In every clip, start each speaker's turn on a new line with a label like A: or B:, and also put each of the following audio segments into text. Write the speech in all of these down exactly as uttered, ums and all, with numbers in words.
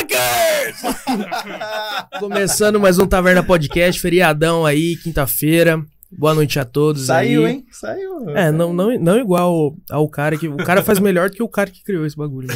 A: Rockers! Começando mais um Taverna Podcast, feriadão aí, quinta-feira. Boa noite a todos.
B: Saiu,
A: aí.
B: hein? Saiu.
A: É, não, não, não igual ao cara que... O cara faz melhor do que o cara que criou esse bagulho. Né?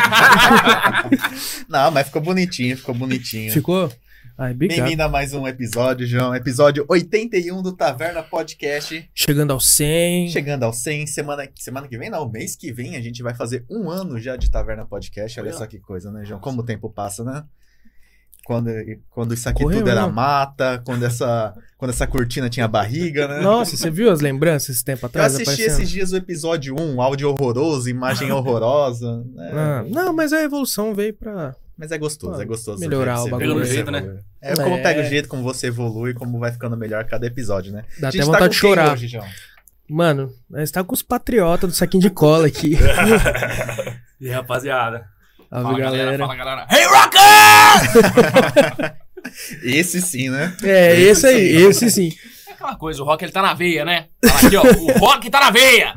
B: Não, mas ficou bonitinho, ficou bonitinho.
A: Ficou? Ai,
B: Bem-vindo a mais um episódio, João. Episódio oitenta e um do Taverna Podcast.
A: Chegando ao cem.
B: Chegando ao cem. Semana, semana que vem, não, mês que vem, a gente vai fazer um ano já de Taverna Podcast. Olha só que coisa, né, João? Como o tempo passa, né? Quando, quando isso aqui
A: Correu,
B: tudo era
A: não?
B: mata, quando essa, quando essa cortina tinha barriga, né?
A: Nossa, você viu as lembranças esse tempo
B: Eu
A: atrás?
B: assisti
A: aparecendo?
B: esses dias o episódio um, áudio horroroso, imagem horrorosa. Né?
A: Ah, não, mas a evolução veio pra...
B: Mas é gostoso, é gostoso.
A: Melhorar
B: ver
A: o
B: você
A: bagulho.
B: evolui,
C: Pelo jeito,
B: você
C: né?
B: evolui. É como
A: É.
B: pega o jeito, como você evolui, como vai ficando melhor cada episódio, né?
A: Dá
B: A
A: até
B: gente
A: vontade
B: tá
A: de
B: com quem
A: chorar.
B: hoje, João?
A: Mano, nós tá com os patriotas do saquinho de cola aqui.
C: E aí, rapaziada?
A: Salve,
C: Fala,
A: galera.
C: Fala, galera. Hey, Rocker!
B: Esse sim, né?
A: É, esse aí, esse sim.
C: É aquela coisa, o rock ele tá na veia, né? Fala aqui, ó, o rock tá na veia!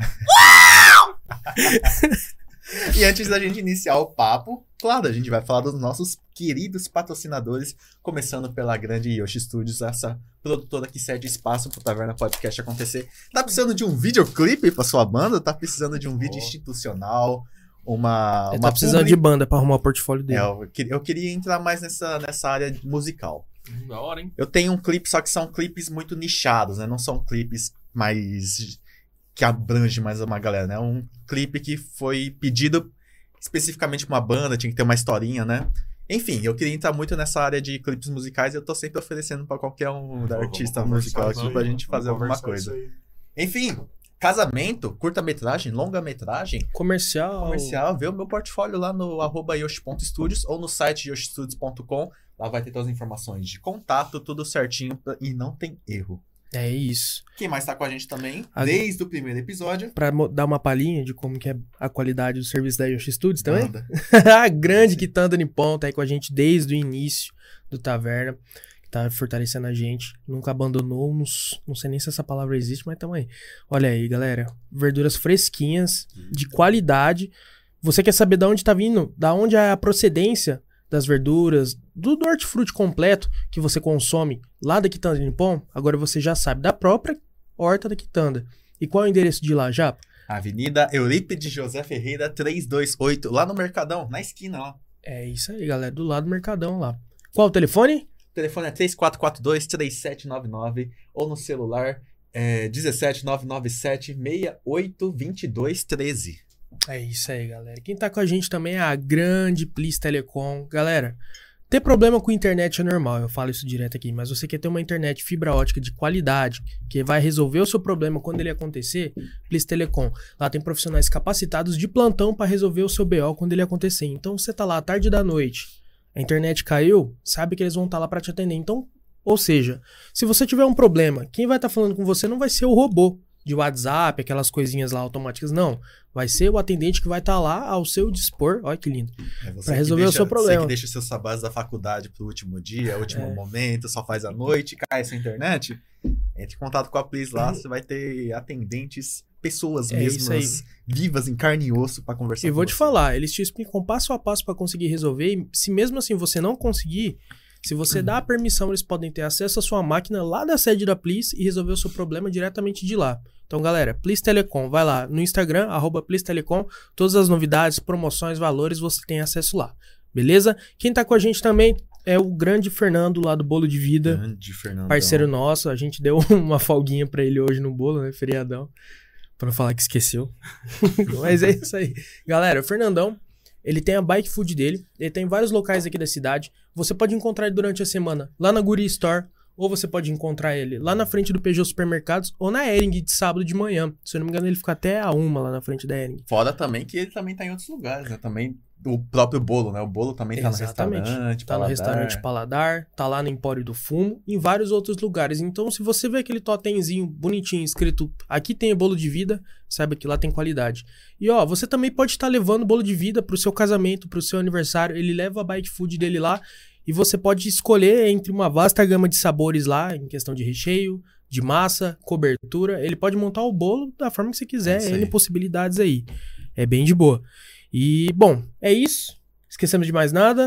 B: E antes da gente iniciar o papo, claro, a gente vai falar dos nossos queridos patrocinadores, começando pela grande Yoshi Studios, essa produtora que cede espaço pro Taverna Podcast acontecer. Tá precisando de um videoclipe pra sua banda? Tá precisando de um vídeo institucional? Uma,
A: Ele
B: uma
A: tá precisando
B: publi-
A: de banda pra arrumar o portfólio dele.
B: É, eu, que- eu queria entrar mais nessa, nessa área musical.
C: Da hora, hein?
B: Eu tenho um clipe, só que são clipes muito nichados, né? Não são clipes mais... que abrange mais uma galera, né? Um clipe que foi pedido especificamente pra uma banda, tinha que ter uma historinha, né? Enfim, eu queria entrar muito nessa área de clipes musicais e eu tô sempre oferecendo pra qualquer um da artista musical aqui pra gente fazer alguma coisa. Enfim, casamento, curta-metragem, longa-metragem,
A: Comercial.
B: comercial, vê o meu portfólio lá no arroba yoshi.studios ou no site yoshi studios ponto com. Lá vai ter todas as informações de contato, tudo certinho pra- e não tem erro.
A: É isso.
B: Quem mais tá com a gente também,
A: A-
B: desde o primeiro episódio?
A: Pra mo- dar uma palhinha de como que é a qualidade do serviço da Yoshi Studios também.
B: Banda.
A: A grande que tá andando em ponta aí com a gente desde o início do Taverna. Que tá fortalecendo a gente. Nunca abandonou. Não, s- não sei nem se essa palavra existe, mas tamo aí. Olha aí, galera. Verduras fresquinhas, de qualidade. Você quer saber de onde tá vindo? Da onde é a procedência das verduras, do, do hortifruti completo que você consome lá da Quitanda de Nippon? Agora você já sabe, da própria horta da Quitanda. E qual é o endereço de lá, Japa?
B: Avenida Eurípides José Ferreira trezentos e vinte e oito, lá no Mercadão, na esquina lá.
A: É isso aí, galera, do lado do Mercadão lá. Qual o telefone?
B: O telefone é três quatro quatro dois, três sete nove nove ou no celular é um sete nove nove sete, seis oito dois dois um três.
A: É isso aí, galera. Quem tá com a gente também é a grande Plis Telecom. Galera, ter problema com internet é normal, eu falo isso direto aqui, mas você quer ter uma internet fibra ótica de qualidade, que vai resolver o seu problema quando ele acontecer, Plis Telecom. Lá tem profissionais capacitados de plantão para resolver o seu B O quando ele acontecer. Então você tá lá à tarde da noite, a internet caiu, sabe que eles vão estar lá para te atender. Então, ou seja, se você tiver um problema, quem vai estar falando com você não vai ser o robô de WhatsApp, aquelas coisinhas lá automáticas, não. Vai ser o atendente que vai estar lá ao seu dispor. Olha que lindo.
B: É você
A: Pra
B: que
A: resolver o
B: deixa-
A: seu problema.
B: Você que deixa os seus trabalhos da faculdade pro último dia, último
A: É.
B: momento, só faz à noite, cai essa internet. Entre em contato com a Plis lá, você vai ter atendentes, pessoas
A: É isso
B: mesmas, vivas em carne e osso pra conversar
A: E
B: com
A: vou te
B: você.
A: falar, eles te explicam passo a passo para conseguir resolver. E se mesmo assim você não conseguir, se você dá a permissão, eles podem ter acesso à sua máquina lá da sede da Plis e resolver o seu problema diretamente de lá. Então, galera, Plis Telecom, vai lá no Instagram, arroba Plis Telecom, todas as novidades, promoções, valores, você tem acesso lá. Beleza? Quem tá com a gente também é o grande Fernando lá do Bolo de Vida,
B: Grande Fernandão.
A: parceiro nosso. A gente deu uma folguinha pra ele hoje no bolo, né? Feriadão. Pra não falar que esqueceu. Mas é isso aí. Galera, o Fernandão, ele tem a bike food dele. Ele tem vários locais aqui da cidade. Você pode encontrar ele durante a semana lá na Guri Store. Ou você pode encontrar ele lá na frente do Peugeot Supermercados. Ou na Ering de sábado de manhã. Se eu não me engano, ele fica até a uma lá na frente da Ering.
B: Fora também que ele também tá em outros lugares, né? Também o próprio bolo, né? O bolo também tá
A: Exatamente.
B: no restaurante,
A: Tá no
B: Paladar.
A: restaurante Paladar, tá lá no Empório do Fumo, em vários outros lugares. Então, se você vê aquele totemzinho bonitinho escrito aqui tem bolo de vida, saiba que lá tem qualidade. E ó, você também pode estar levando bolo de vida pro seu casamento, pro seu aniversário. Ele leva a bike food dele lá e você pode escolher entre uma vasta gama de sabores lá, em questão de recheio, de massa, cobertura. Ele pode montar o bolo da forma que você quiser,
B: É isso
A: N
B: aí.
A: possibilidades aí. É bem de boa. E, bom, é isso. Esquecemos de mais nada.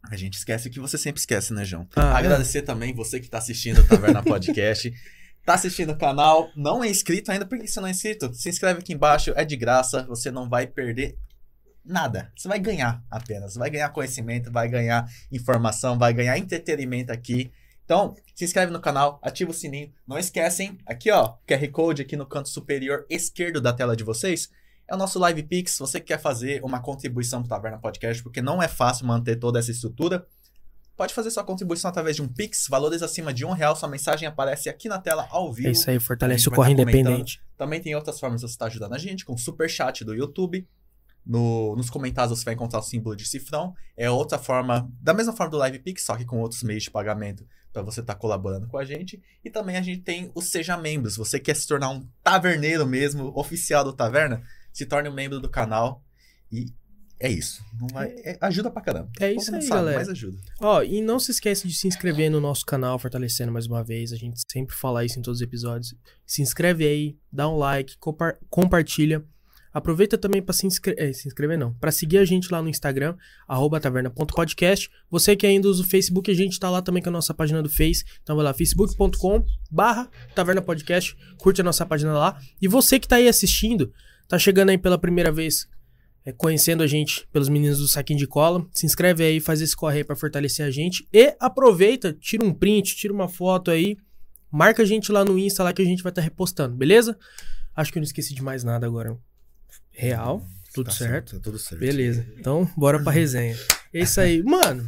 B: A gente esquece o que você sempre esquece, né, João?
A: Ah,
B: Agradecer é. também você que tá assistindo o Taverna Podcast. Tá assistindo o canal, não é inscrito ainda, por que você não é inscrito? Se inscreve aqui embaixo, é de graça, você não vai perder nada. Você vai ganhar apenas, vai ganhar conhecimento, vai ganhar informação, vai ganhar entretenimento aqui. Então, se inscreve no canal, ativa o sininho. Não esquecem, aqui ó, Q R Code aqui no canto superior esquerdo da tela de vocês. É o nosso Live Pix, você que quer fazer uma contribuição pro Taverna Podcast, porque não é fácil manter toda essa estrutura. Pode fazer sua contribuição através de um Pix, valores acima de um real, sua mensagem aparece aqui na tela ao vivo.
A: É isso aí, fortalece o
B: vai
A: corre
B: tá
A: independente.
B: Também tem outras formas de você estar ajudando a gente, com o Superchat do YouTube. No, nos comentários você vai encontrar o símbolo de cifrão. É outra forma, da mesma forma do Live Pix, só que com outros meios de pagamento para você estar colaborando com a gente. E também a gente tem o Seja Membros. Você quer se tornar um taverneiro mesmo, oficial do Taverna? Se torne um membro do canal e... É isso. Não vai, é, ajuda pra caramba.
A: É
B: Todo
A: isso
B: mundo
A: aí,
B: sabe,
A: galera.
B: mas ajuda.
A: Ó, e não se esquece de se inscrever no nosso canal, fortalecendo mais uma vez. A gente sempre fala isso em todos os episódios. Se inscreve aí, dá um like, compa- compartilha. Aproveita também pra se inscrever, é, se inscrever não, pra seguir a gente lá no Instagram, arroba taverna ponto podcast. Você que ainda usa o Facebook, a gente tá lá também com a nossa página do Face. Então vai lá, facebook ponto com barra taverna podcast. Curte a nossa página lá. E você que tá aí assistindo, tá chegando aí pela primeira vez... É, conhecendo a gente pelos meninos do Saquinho de Cola, se inscreve aí, faz esse corre aí pra fortalecer a gente e aproveita, tira um print, tira uma foto aí, marca a gente lá no Insta lá que a gente vai estar tá repostando, beleza? Acho que eu não esqueci de mais nada agora. Real, tudo
B: Tá
A: certo?
B: Tá tudo certo.
A: Beleza, então bora pra resenha. É isso aí, mano.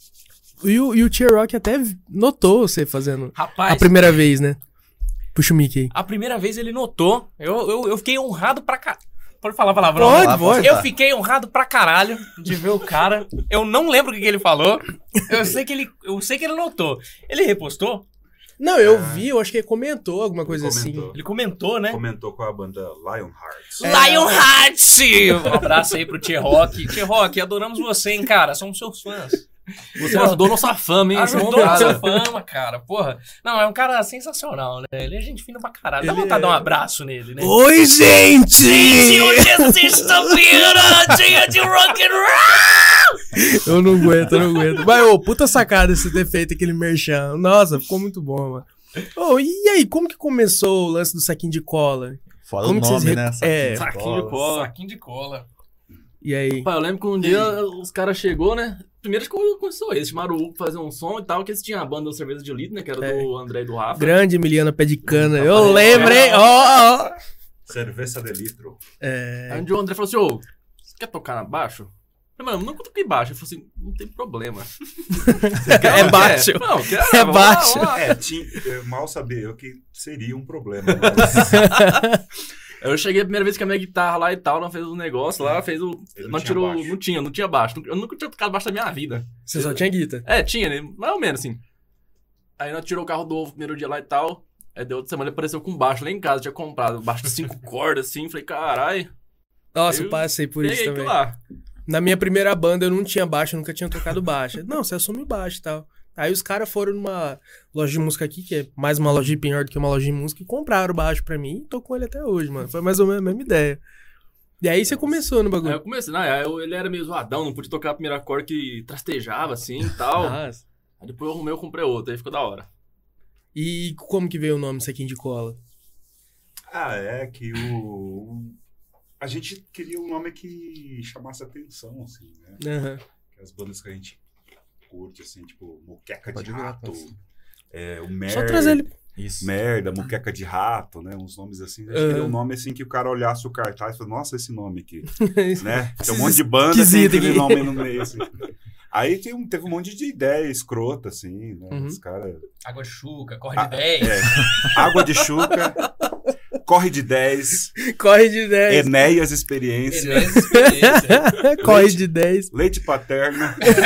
A: E o, e o T-Rock até notou você fazendo
C: Rapaz,
A: a primeira vez, né? Puxa o mic aí.
C: a primeira vez ele notou. Eu, eu, eu fiquei honrado pra caralho. Pode falar palavrão?
A: Pode,
B: lá,
A: pode.
C: Eu fiquei honrado pra caralho de ver o cara. Eu não lembro o que, que ele falou. Eu sei que ele, eu sei que ele notou. Ele repostou?
A: Não, eu vi, eu acho que ele comentou alguma coisa
D: Ele
A: assim.
D: comentou.
C: Ele comentou, né?
D: Comentou com a banda Lionhearts.
A: É.
C: Lionheart! Um abraço aí pro T-Rock. T-Rock, adoramos você, hein, cara. Somos seus fãs.
E: Você ajudou nossa fama, hein?
C: Ajudou
E: Esse
C: nossa
E: cara.
C: fama, cara. Porra. Não, é um cara sensacional, né? Ele é gente fina pra caralho. Dá
A: Ele
C: vontade de
A: é-
C: dar um abraço nele, né?
A: Oi, gente!
C: Gente, hoje é sexta-feira, dia de rock and roll!
A: Eu não aguento, eu não aguento. Mas, ô, puta sacada esse ter feito aquele merchan. Nossa, ficou muito bom, mano. Ô, e aí, como que começou o lance do saquinho de cola?
B: Fora
A: Como
B: o
A: que
B: nome,
A: vocês
B: né?
A: rec- é.
E: Saquinho de cola.
C: Saquinho de cola.
A: E aí?
E: Pai, eu lembro que um dia os caras chegou, né? Primeiro acho que começou eles, chamaram o Hugo pra fazer um som e tal, que eles tinham a banda do Cerveja de Litro, né? Que era
A: É.
E: do André e do Rafa.
A: Grande Emiliana Pé de Cana. Eu
E: Rapaz,
A: lembro, hein?
E: é.
A: Ó, ó.
D: Cerveja de litro.
A: É.
E: Aí um dia o André falou assim, ô, você quer tocar na baixo? Eu falei, mano, nunca toquei baixo. Ele falou assim, não tem problema.
A: É baixo.
E: Não, quer,
A: É
E: vamos lá,
A: baixo.
E: vamos lá.
D: É, tinha, eu mal sabia eu que seria um problema. Mas
E: Eu cheguei a primeira vez com a minha guitarra lá e tal, não fez o negócio lá, fez o...
D: Ele não
E: Não
D: tinha
E: tirou...
D: baixo.
E: Não tinha, não tinha baixo. Eu nunca tinha tocado baixo da minha vida.
A: Você só tinha guita.
E: É, tinha, né? Mais ou menos, assim. Aí nós tirou o carro do ovo no primeiro dia lá e tal. Aí deu outra semana ele apareceu com baixo lá em casa. Tinha comprado baixo de cinco cordas, assim. Falei, carai.
A: Nossa,
E: Eu
A: eu passei por isso
E: Peguei
A: também.
E: aquilo lá.
A: Na minha primeira banda eu não tinha baixo, eu nunca tinha tocado baixo. Não, você assume baixo e tal. Aí os caras foram numa loja de música aqui, que é mais uma loja de penhor do que uma loja de música, e compraram o baixo pra mim e tô com ele até hoje, mano. Foi mais ou menos a mesma ideia. E aí você começou no
E: Aí eu
A: bagulho.
E: comecei, né? Aí eu- ele era meio zoadão, não podia tocar a primeira cor que trastejava, assim e tal.
A: Nossa.
E: Aí depois eu arrumei, eu comprei outra, aí ficou da hora.
A: E como que veio o nome Saquinho de Cola?
D: ah, é que o. A gente queria um nome que chamasse atenção, assim, né?
A: Aham.
D: Que as bandas que a gente curte, assim, tipo, Moqueca
B: Pode
D: de
B: virar,
D: Rato,
B: pode.
D: é, o
A: Só
D: Merda,
A: trazer ele.
B: Isso.
D: Merda, Moqueca de Rato, né? Uns nomes assim. A gente
A: Aham.
D: queria um nome assim que o cara olhasse o cartaz e falasse, nossa, esse nome aqui, né? Tem um monte de
A: Esses
D: banda, tem
A: esquisito
D: aquele
A: aqui.
D: nome no meio, assim. Aí tem um- teve um monte de ideia escrota, assim, né?
A: Uhum.
D: Os caras...
C: Água chuca, corre
D: Ah,
C: de dez.
D: É. Água de Chuca, Corre de dez,
A: Corre de dez.
D: Enéas Experiência,
C: Beleza, experiência.
A: Corre
D: Leite-
A: de dez.
D: Leite Paterno.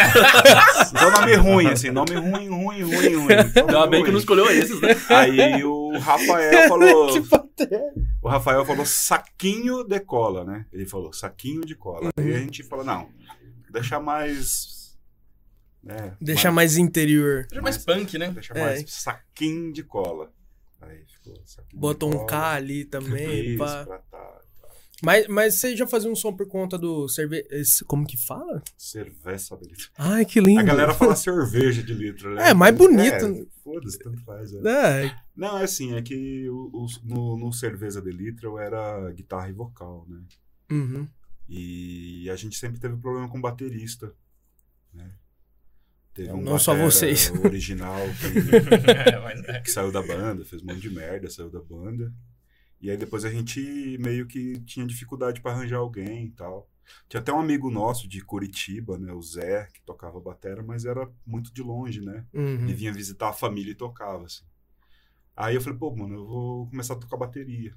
D: Só nome ruim, assim, nome ruim, ruim, ruim, ruim. Só
E: Ainda
D: nome
E: bem que
D: ruim.
E: não escolheu esses, né?
D: Aí o Rafael falou...
A: Tipo,
D: O Rafael falou saquinho de cola, né? Ele falou saquinho de cola. Aí a gente falou, não, deixa mais... Né,
A: Deixa mais interior.
C: Seja mais punk, né?
D: Deixa
A: É.
D: mais saquinho de cola. Aí ficou saquinho
A: Bota
D: de
A: um
D: cola.
A: K ali também,
D: Isso,
A: pá.
D: pra tá.
A: Mas, mas você já fazia um som por conta do cerveja... Como que fala?
D: Cerveja de litro.
A: Ai, que lindo.
D: A galera fala cerveja de litro, né?
A: É, mais bonito.
D: É, foda-se, tanto faz. É.
A: É.
D: Não, é assim, é que o, o, no, no cerveja de litro eu era guitarra e vocal, né?
A: Uhum.
D: E a gente sempre teve problema com baterista, né? Teve um
A: Não só
D: batera
A: vocês.
D: original que,
C: É, mas é.
D: que saiu da banda, fez um monte de merda, saiu da banda. E aí depois a gente meio que tinha dificuldade para arranjar alguém e tal. Tinha até um amigo nosso de Curitiba, né, o Zé, que tocava batera, mas era muito de longe, né?
A: Uhum.
D: Ele vinha visitar a família e tocava, assim. Aí eu falei, pô, mano, eu vou começar a tocar bateria.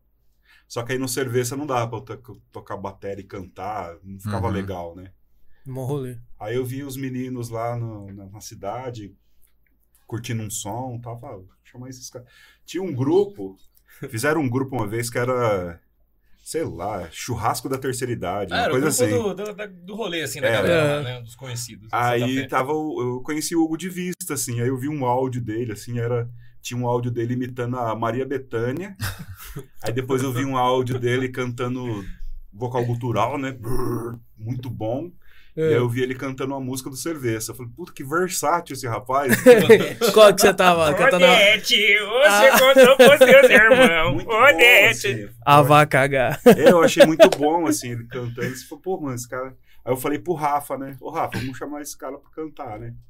D: Só que aí no cerveja não dava pra eu to- tocar bateria e cantar, não ficava
B: Uhum.
D: legal, né?
A: Mó rolê.
D: Aí eu vi os meninos lá no- na, na cidade, curtindo um som e tal, falei, ah, vou chamar esses caras. Tinha um grupo, fizeram um grupo uma vez que era, sei lá, churrasco da terceira idade, uma
C: Ah, era o
D: coisa
C: grupo
D: assim.
C: do, do, da- do rolê, assim, da
D: É.
C: galera,
A: É.
C: lá, né? Dos conhecidos.
D: Aí
C: Santa Fé.
D: tava, o- eu conheci o Hugo de vista, assim, aí eu vi um áudio dele, assim, era, tinha um áudio dele imitando a Maria Bethânia, aí depois eu vi um áudio dele cantando vocal gutural, né, Brrr, muito bom, e aí
A: É.
D: eu vi ele cantando uma música do Cerveja, eu falei, puta, que versátil esse rapaz,
A: Qual que você tava cantando? a-
C: Odete, você
A: Ah.
C: contou com seus irmãos.
D: muito bom,
C: Odete.
D: assim,
A: A vá cagar.
D: É, eu achei muito bom, assim, ele cantando, ele falou, pô, mano, esse cara, aí eu falei pro Rafa, né, ô Rafa, vamos chamar esse cara pra cantar, né,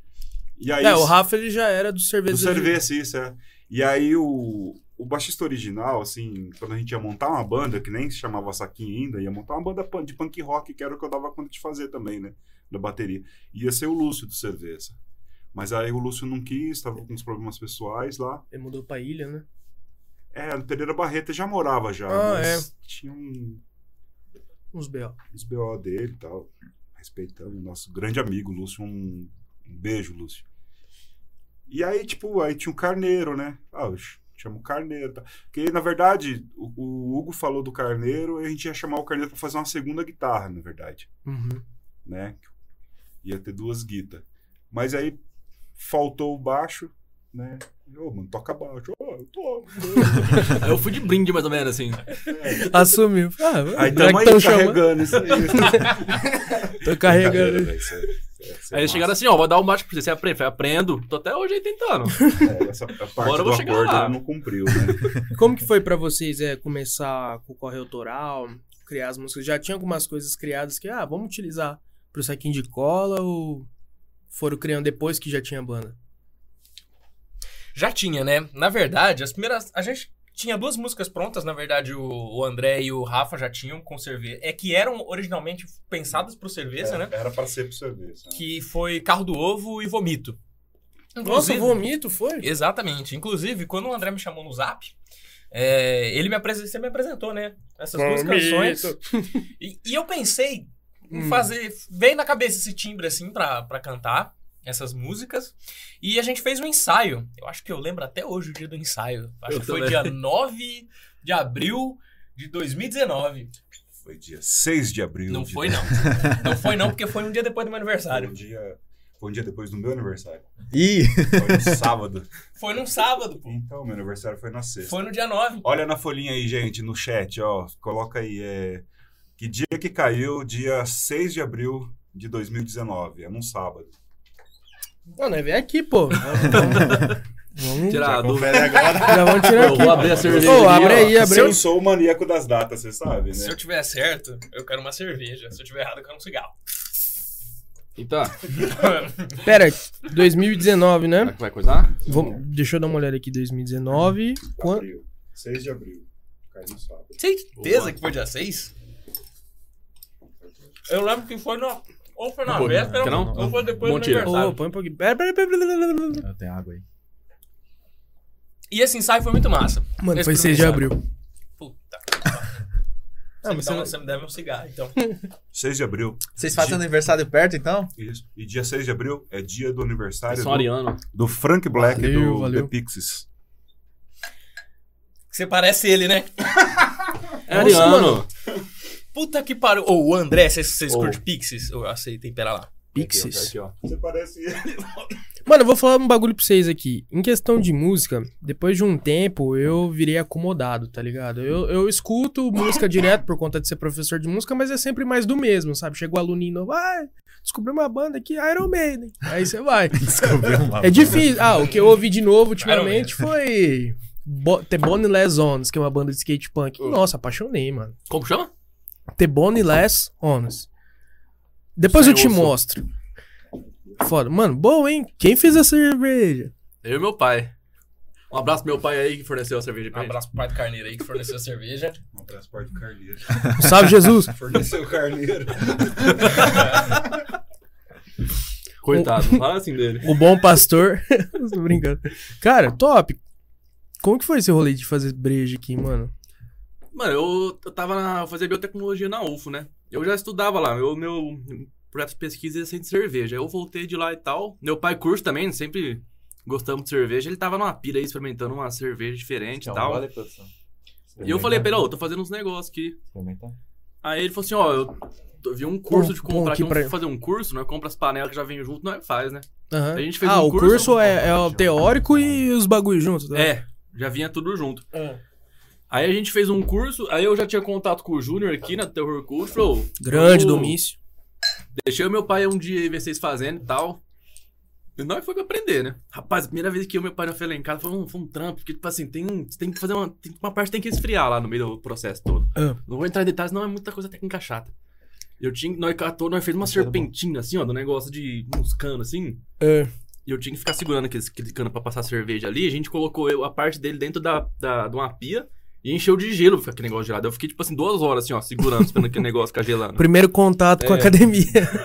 D: e aí...
A: É, o Rafa ele já era do
D: Do
A: cerveja.
D: Cerveja, isso, é. E aí o, o baixista original, assim, quando a gente ia montar uma banda, que nem se chamava Saquinho ainda, ia montar uma banda pan- de punk rock, que era o que eu dava conta de fazer também, né? Da bateria. Ia ser o Lúcio do Cerveja. Mas aí o Lúcio não quis, estava com uns problemas pessoais lá.
A: Ele mudou pra ilha, né?
D: É, no Pereira Barreto já morava já,
A: Ah,
D: mas tinha um,
A: Uns B O.
D: uns B O dele e tal. Respeitando o nosso grande amigo, Lúcio. Um, um beijo, Lúcio. E aí, tipo, aí tinha o Carneiro, né? Ah, eu ch- chamo o Carneiro. Tá? Porque, na verdade, o, o Hugo falou do Carneiro e a gente ia chamar o Carneiro pra fazer uma segunda guitarra, na verdade.
A: Uhum.
D: Né? Ia ter duas guitas. Mas aí faltou o baixo, né? Ô, mano, toca baixo. Ô, eu tô.
E: Aí eu fui de brinde, mais ou menos, assim.
A: Assumiu. Ah,
D: Aí
A: já
D: tamo
A: que
D: aí
A: tão chamando,
D: carregando isso aí.
A: tô carregando.
D: Brincadeira, velho, isso é- isso é
E: Aí eles
D: massa.
E: chegaram assim, ó, vou dar um baixo pra você, você aprende. Falei, aprendo. Tô até hoje aí tentando.
D: É, essa a parte
E: Agora eu
D: do
E: vou chegar
D: acordo
E: lá.
D: ele não cumpriu, né?
A: Como que foi pra vocês é, começar com o corre autoral, criar as músicas? Já tinha algumas coisas criadas que, ah, vamos utilizar pro saquinho de cola ou foram criando depois que já tinha banda?
C: Já tinha, né? Na verdade, as primeiras... A gente tinha duas músicas prontas, na verdade, o, o André e o Rafa já tinham com cerveja. É que eram originalmente pensadas pro cerveja, né?
D: Era pra ser pro cerveja. né?
C: Que foi Carro do Ovo e Vomito.
A: Nossa,
C: Inclusive-
A: vomito foi?
C: Exatamente. Inclusive, quando o André me chamou no Zap, é, ele me apresentou, você me apresentou, né? Essas duas canções. E, e eu pensei em
A: Hum.
C: fazer... Veio na cabeça esse timbre, assim, pra, pra cantar essas músicas. E a gente fez um ensaio. Eu acho que eu lembro até hoje o dia do ensaio. Acho
E: Eu
C: que foi
E: também.
C: dia nove de abril de dois mil e dezenove.
D: Foi dia seis de abril.
C: Não
D: de-
C: foi, não. Não foi, não, porque foi um dia depois do meu
D: Foi
C: aniversário.
D: um dia, foi um dia depois do meu aniversário.
B: Ih,
D: Foi no sábado.
C: Foi num sábado, pô.
D: Então, meu aniversário foi na sexta.
C: Foi no dia nove.
D: Olha na folhinha aí, gente, no chat, ó. Coloca aí, é... Que dia que caiu? Dia seis de abril de dois mil e dezenove. É num sábado.
A: Não, né? Vem aqui, pô. Vamos, vamos,
E: Tirar a dúvida.
B: confere agora.
A: já vamos tirar
E: Eu
A: aqui.
E: vou abrir a cerveja.
A: Ô, abre aí, abre
D: Se
A: aí.
D: eu sou o maníaco das datas, você sabe,
C: Se
D: né?
C: eu tiver certo, eu quero uma cerveja. Se eu tiver errado, eu quero um cigarro.
E: Então,
A: Pera, dois mil e dezenove,
E: será
A: né?
E: que vai coisar?
A: Vamos, deixa eu dar uma olhada aqui, dois mil e dezenove. Quando...
D: Abril. seis de abril. Caiu no sábado.
C: Certeza
E: Boa.
C: que foi dia seis? Eu lembro que foi no... Ou foi na
E: Pô,
C: véspera,
E: quer não?
C: ou foi depois do
E: Mentira.
C: aniversário.
A: Ô, põe um pouquinho. Pera, pera, pera, pera, pera, pera.
B: Eu tenho água aí.
C: E esse ensaio foi muito massa.
A: Mano,
C: Esse
A: foi
C: primeiro
A: seis de
C: ensaio.
A: abril.
C: Puta.
A: Ah,
C: Você, me
A: mas
C: dá
A: você
C: um-
A: não-
C: você me deve um cigarro, então.
D: seis de abril.
B: Vocês fazem aniversário perto, então?
D: Isso. E dia seis de abril é dia do aniversário
E: São
D: do,
E: Ariano.
D: do Frank Black
A: Valeu,
D: do
A: valeu.
D: The Pixies.
C: Você parece ele, né?
E: É
A: Nossa,
E: Ariano.
C: Puta que pariu. Ô, o André, vocês vocês
E: Ô.
C: curtem Pixies? Eu aceitei, pera lá.
A: Pixies.
E: Aqui, ó.
D: Você parece ele.
A: Mano, eu vou falar um bagulho pra vocês aqui. Em questão de música, depois de um tempo, eu virei acomodado, tá ligado? Eu, eu escuto música direto por conta de ser professor de música, mas é sempre mais do mesmo, sabe? Chega o aluninho novo, ah, descobri uma banda aqui, Iron Maiden. Aí você vai.
B: Descobriu uma
A: É difícil. Ah, o que eu ouvi de novo ultimamente
C: Iron
A: foi Bo The Bonnie Les Ones, que é uma banda de skate punk. Nossa, apaixonei, mano.
E: Como chama?
A: The Bonnie Les Ones. Depois eu te
E: Sem osso.
A: mostro. Foda. Mano, boa, hein? Quem fez a cerveja?
E: Eu e meu pai. Um abraço pro meu pai aí que forneceu a cerveja
C: Um
E: pra gente.
C: abraço pro pai do Carneiro aí que forneceu a cerveja.
D: Um abraço para o Carneiro.
A: Salve, Jesus.
D: Forneceu o Carneiro.
E: Coitado, não fala assim dele.
A: O bom pastor. Tô brincando. Cara, top. Como que foi esse rolê de fazer breja aqui, mano?
E: Mano, eu, eu tava na, eu fazia biotecnologia na U F O, né? Eu já estudava lá, meu, meu projeto de pesquisa ia ser de cerveja. Aí eu voltei de lá e tal. Meu pai curso também, sempre gostamos de cerveja. Ele tava numa pira aí experimentando uma cerveja diferente e tal. E eu falei pra ele, ó, eu tô fazendo uns negócios aqui. Aí ele falou assim, ó, eu, eu vi um curso de
A: Põe
E: comprar
A: aqui
E: aqui,
A: pra-
E: vamos fazer um curso, né? Compra as panelas que já vem junto, nós faz, né?
A: Aham.
E: A gente fez
A: ah,
E: um
A: o
E: curso-
A: curso é, é o teórico e os bagulhos juntos, né?
E: É, já vinha tudo junto.
A: É.
E: Aí a gente fez um curso, aí eu já tinha contato com o Júnior aqui na Terror Cult, falou...
A: Grande
E: eu-
A: Domício.
E: Deixei o meu pai um dia aí ver vocês fazendo e tal. E nós foi pra aprender, né? Rapaz, a primeira vez que eu e meu pai não foi lá em casa, foi um, foi um trampo. Porque, tipo assim, tem, um- tem que fazer uma... Tem, uma parte tem que esfriar lá no meio do processo todo.
A: Ah.
E: Não vou entrar em detalhes, não é muita coisa técnica chata. Eu tinha... Nós catou, nós fez uma
B: Isso era bom.
E: serpentina, assim, ó, do negócio de uns canos, assim.
A: É.
E: E eu tinha que ficar segurando aquele, aquele cano pra passar cerveja ali. A gente colocou eu- a parte dele dentro da, da, de uma pia e encheu de gelo pra ficar aquele negócio gelado. Eu fiquei, tipo assim, duas horas, assim, ó, segurando, esperando aquele negócio ficar gelando.
A: Primeiro contato com a
E: É.
A: academia.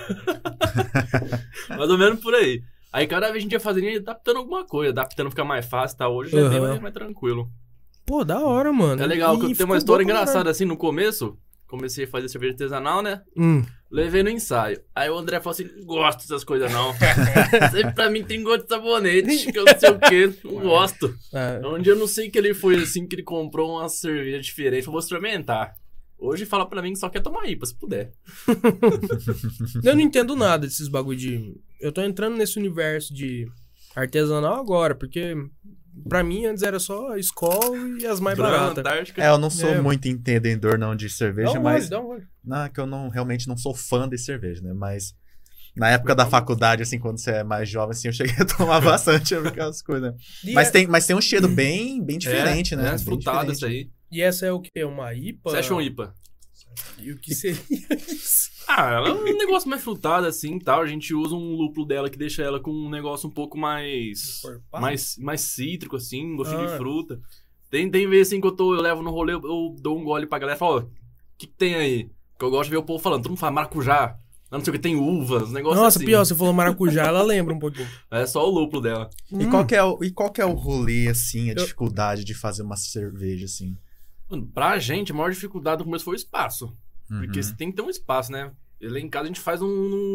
E: Mais ou menos por aí. Aí cada vez a gente ia fazendo e adaptando alguma coisa, adaptando ficar mais fácil, tá? Hoje já é bem
A: Aham.
E: mais, mais tranquilo.
A: Pô, da hora, mano.
E: É legal,
A: E
E: que eu tenho
A: ficou
E: uma história
A: bom pra
E: engraçada assim no começo. Comecei a fazer cerveja artesanal, né?
A: caralho. Hum.
E: Levei no ensaio. Aí o André falou assim: não gosto dessas coisas não. Sempre pra mim tem gosto de sabonete, que eu não sei o quê. Não gosto.
A: Ah,
E: Um dia eu não sei que ele foi assim, que ele comprou uma cerveja diferente. Falou, vou experimentar. Hoje fala pra mim que só quer tomar I P A, se puder.
A: eu não entendo nada desses bagulho de... Eu tô entrando nesse universo de artesanal agora, porque pra mim antes era só Skol e as mais
E: Brahma,
A: baratas.
E: Antártica.
B: É, eu não sou
A: É.
B: muito entendedor não de
A: Dá
B: cerveja,
A: um
B: mas...
A: gole, dá um gole.
B: Não, é que eu não, realmente não sou fã de cerveja, né? Mas na época da faculdade, assim, quando você é mais jovem, assim, eu cheguei a tomar bastante aquelas coisas.
A: E
B: Mas
A: é-
B: tem, mas tem um cheiro bem, bem diferente,
E: é,
B: né?
E: É,
B: Bem
E: frutado
B: diferente.
E: isso aí.
A: E essa é o quê? Uma I P A?
E: Session I P A.
A: E o que seria isso?
E: Ah, ela é um negócio mais frutado assim e tal. A gente usa um lúpulo dela que deixa ela com um negócio um pouco mais.
A: Encorpado?
E: Mais, mais cítrico, assim, um gostinho
A: Ah.
E: de fruta. Tem, tem vezes assim que eu, tô, eu levo no rolê, eu, eu dou um gole pra galera e falo, ó, o que, que tem aí? Que eu gosto de ver o povo falando, todo mundo fala maracujá. Não sei o que, tem uvas, negócio
A: Nossa,
E: assim.
A: pior, você falou maracujá, ela lembra um pouquinho.
E: É só o lúpulo dela.
B: E,
A: Hum.
B: qual que é o, e qual que é o rolê, assim, a
A: Eu-
B: dificuldade de fazer uma cerveja, assim?
E: Mano, pra gente, a maior dificuldade no começo foi o espaço. Porque
B: Uhum.
E: você tem que ter um espaço, né? E lá em casa a gente faz um,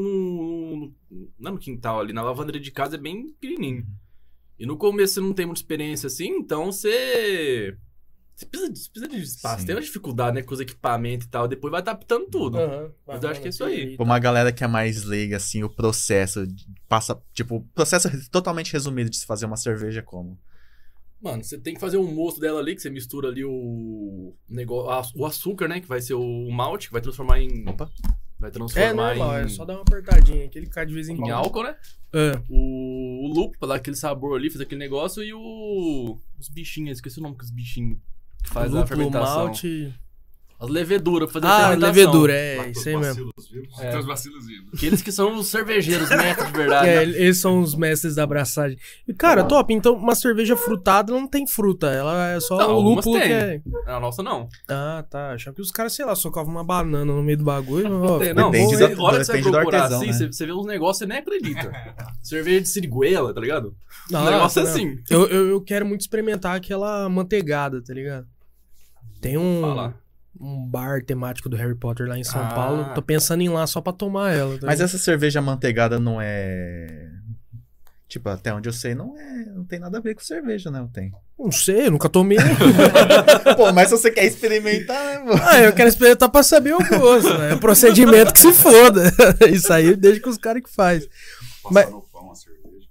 E: um, um. Não no quintal ali, na lavanderia de casa é bem pequenininho. E no começo você não tem muita experiência assim, então você. Você precisa, você precisa de espaço.
B: Sim.
E: Tem uma dificuldade, né? Com os equipamentos e tal. Depois vai adaptando tudo.
A: Aham.
E: Mas eu acho que é isso aí.
B: Pra uma galera que é mais leiga, assim, o processo de- passa, tipo, o processo totalmente resumido de se fazer uma cerveja como?
E: Mano, você tem que fazer um mosto dela ali, que você mistura ali o. Negócio, o açúcar, né? Que vai ser o malte, que vai transformar em.
B: Opa.
E: Vai
A: É
E: transformar
A: normal,
E: em.
A: é só dar uma apertadinha, aquele cai de vez em
E: Em
A: quando.
E: álcool, né?
A: É.
E: O, o lúpulo, pra dar aquele sabor ali, fazer aquele negócio, e o. Os bichinhos, esqueci o nome dos bichinhos que faz a
A: Lúpulo,
E: fermentação.
A: malte...
E: As leveduras, pra fazer
A: Ah,
E: a fermentação.
A: levedura, é, isso aí mesmo.
E: É.
C: Tem os vacilos vivos.
E: Aqueles que são os cervejeiros, netos de verdade.
A: É,
E: né?
A: eles são os mestres da abraçagem. E, cara, top, então uma cerveja frutada não tem fruta, ela é só
E: Não,
A: o
E: algumas
A: lúpulo
E: tem.
A: que é...
E: A nossa não.
A: Ah, tá, achava que os caras, sei lá, socavam uma banana no meio do bagulho. Ó,
E: Tem,
A: ficou
E: não,
B: Depende
A: bom,
E: você,
B: da-
A: hein?
E: a hora que você vai
B: depende do
E: procurar
B: artesão,
E: assim,
B: né?
E: você, você vê uns negócios você nem acredita. Cerveja de siriguela, tá ligado? Um
A: Nossa,
E: negócio
A: não.
E: assim.
A: Eu, eu, eu quero muito experimentar aquela manteigada, tá ligado? Tem um,
E: Fala.
A: um bar temático do Harry Potter lá em São
E: Ah.
A: Paulo. Tô pensando em ir lá só pra tomar ela. Tá
B: Mas
A: ligado?
B: essa cerveja amanteigada não é... Tipo, até onde eu sei, não, é, não tem nada a ver com cerveja, né? Não tem.
A: Não sei, eu nunca tomei.
B: Pô, mas se você quer experimentar, né, pô?
A: Ah, eu quero experimentar pra saber o gosto, né? É procedimento que se foda. Isso aí deixa com os caras que faz.
D: Passar
A: Mas-
D: no pão a cerveja.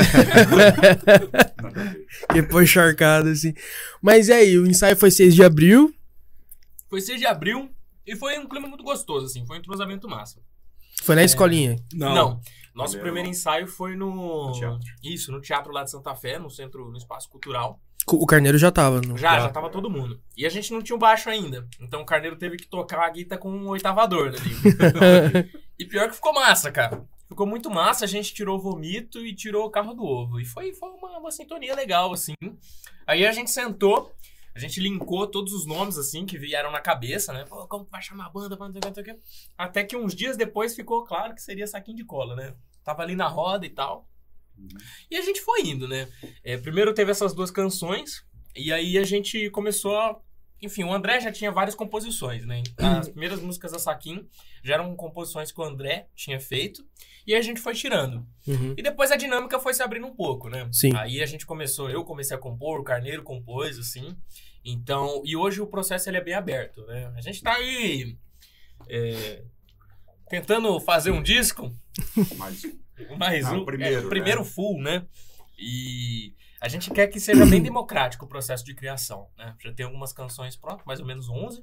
A: Que foi encharcado, assim. Mas e aí, o ensaio foi seis de abril.
C: Foi seis de abril e foi um clima muito gostoso, assim. Foi um entrosamento massa.
A: Foi na escolinha.
C: Não. Nosso
D: Primeiro-
C: primeiro ensaio foi no...
D: No teatro.
C: Isso, no teatro lá de Santa Fé, no centro, no Espaço Cultural.
A: O Carneiro já tava. No...
C: Já,
D: Já.
C: já tava todo mundo. E a gente não tinha o baixo ainda. Então o Carneiro teve que tocar a guitarra com um oitavador ali. E pior que ficou massa, cara. Ficou muito massa, a gente tirou o vomito e tirou o carro do ovo. E foi, foi uma, uma sintonia legal, assim. Aí a gente sentou, a gente linkou todos os nomes, assim, que vieram na cabeça, né? Pô, como vai chamar a banda? Não sei o que, não sei o que. Até que uns dias depois ficou claro que seria Saquinho de Cola, né? Tava ali na roda e tal. E a gente foi indo, né? É, primeiro teve essas duas canções, e aí a gente começou a... Enfim, o André já tinha várias composições, né? As primeiras músicas da Saquinho já eram composições que o André tinha feito, e aí a gente foi tirando.
A: Uhum.
C: E depois a dinâmica foi se abrindo um pouco, né?
A: Sim.
C: Aí a gente começou, eu comecei a compor, o Carneiro compôs, assim. Então, e hoje o processo ele é bem aberto, né? A gente tá aí é, tentando fazer um disco,
D: Mas
C: mais
D: Ah,
C: um,
D: o primeiro,
C: é, o primeiro
D: né?
C: full, né? E a gente quer que seja bem democrático o processo de criação, né? Já tem algumas canções prontas, mais ou menos onze.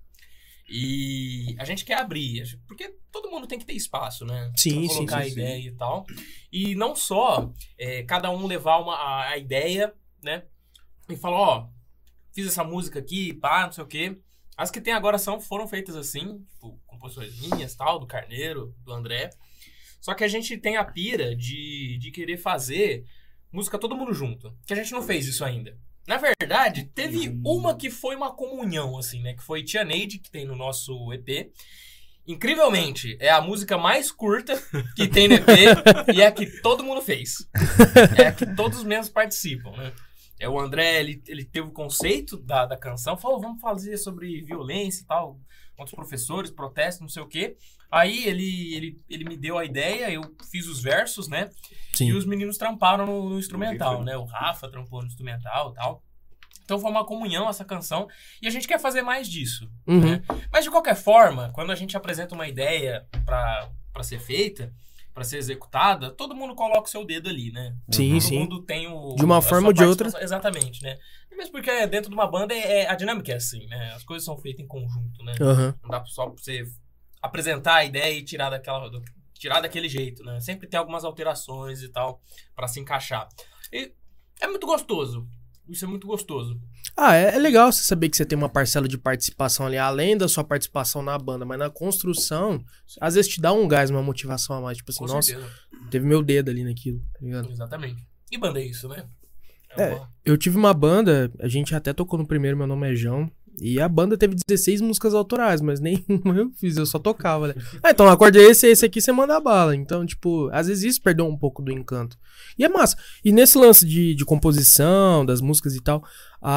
C: E a gente quer abrir, porque todo mundo tem que ter espaço, né?
A: Sim,
C: pra
A: sim,
C: colocar
A: sim,
C: a
A: sim.
C: ideia e tal. E não só é, cada um levar uma, a, a ideia, né? E falar, ó, fiz essa música aqui, pá, não sei o quê. As que tem agora são, foram feitas assim, tipo, composições minhas, tal, do Carneiro, do André. Só que a gente tem a pira de, de querer fazer música todo mundo junto. Que a gente não fez isso ainda. Na verdade, teve uma que foi uma comunhão, assim, né? Que foi Tia Neide, que tem no nosso E P. Incrivelmente, é a música mais curta que tem no E P e é a que todo mundo fez. É a que todos os membros participam, né? É, o André, ele, ele teve o conceito da, da canção, falou, vamos fazer sobre violência e tal, outros professores, protestos, não sei o quê. Aí ele, ele, ele me deu a ideia, eu fiz os versos, né?
A: Sim.
C: E os meninos tramparam no, no instrumental,
D: riff,
C: né? O Rafa trampou no instrumental e tal. Então foi uma comunhão essa canção e a gente quer fazer mais disso.
A: Uhum.
C: Né? Mas de qualquer forma, quando a gente apresenta uma ideia pra, pra ser feita, pra ser executada, todo mundo coloca o seu dedo ali, né?
A: Sim,
C: Todo
A: sim.
C: mundo tem o...
A: De uma
C: a
A: forma
C: sua
A: ou de outra.
C: participação- Exatamente, né? E mesmo porque dentro de uma banda é, é- a dinâmica é assim, né? As coisas são feitas em conjunto, né?
A: Aham.
C: Não dá só pra você apresentar a ideia e tirar daquela, do- tirar daquele jeito, né? Sempre tem algumas alterações e tal pra se encaixar. E é muito gostoso. Isso é muito gostoso.
A: Ah, é, é legal você saber que você tem uma parcela de participação ali, além da sua participação na banda, mas na construção, às vezes te dá um gás, uma motivação a mais. Tipo assim,
C: Com
A: nossa,
C: certeza.
A: teve meu dedo ali naquilo, tá ligado?
C: Exatamente. E banda é isso, né?
A: É.
C: uma-
A: Eu tive uma banda, a gente até tocou no primeiro, meu nome é João, e a banda teve dezesseis músicas autorais, mas nenhuma eu fiz, eu só tocava, né? Ah, então o acorde é esse, esse aqui você manda bala. Então, tipo, às vezes isso perdeu um pouco do encanto. E é massa. E nesse lance de, de composição, das músicas e tal,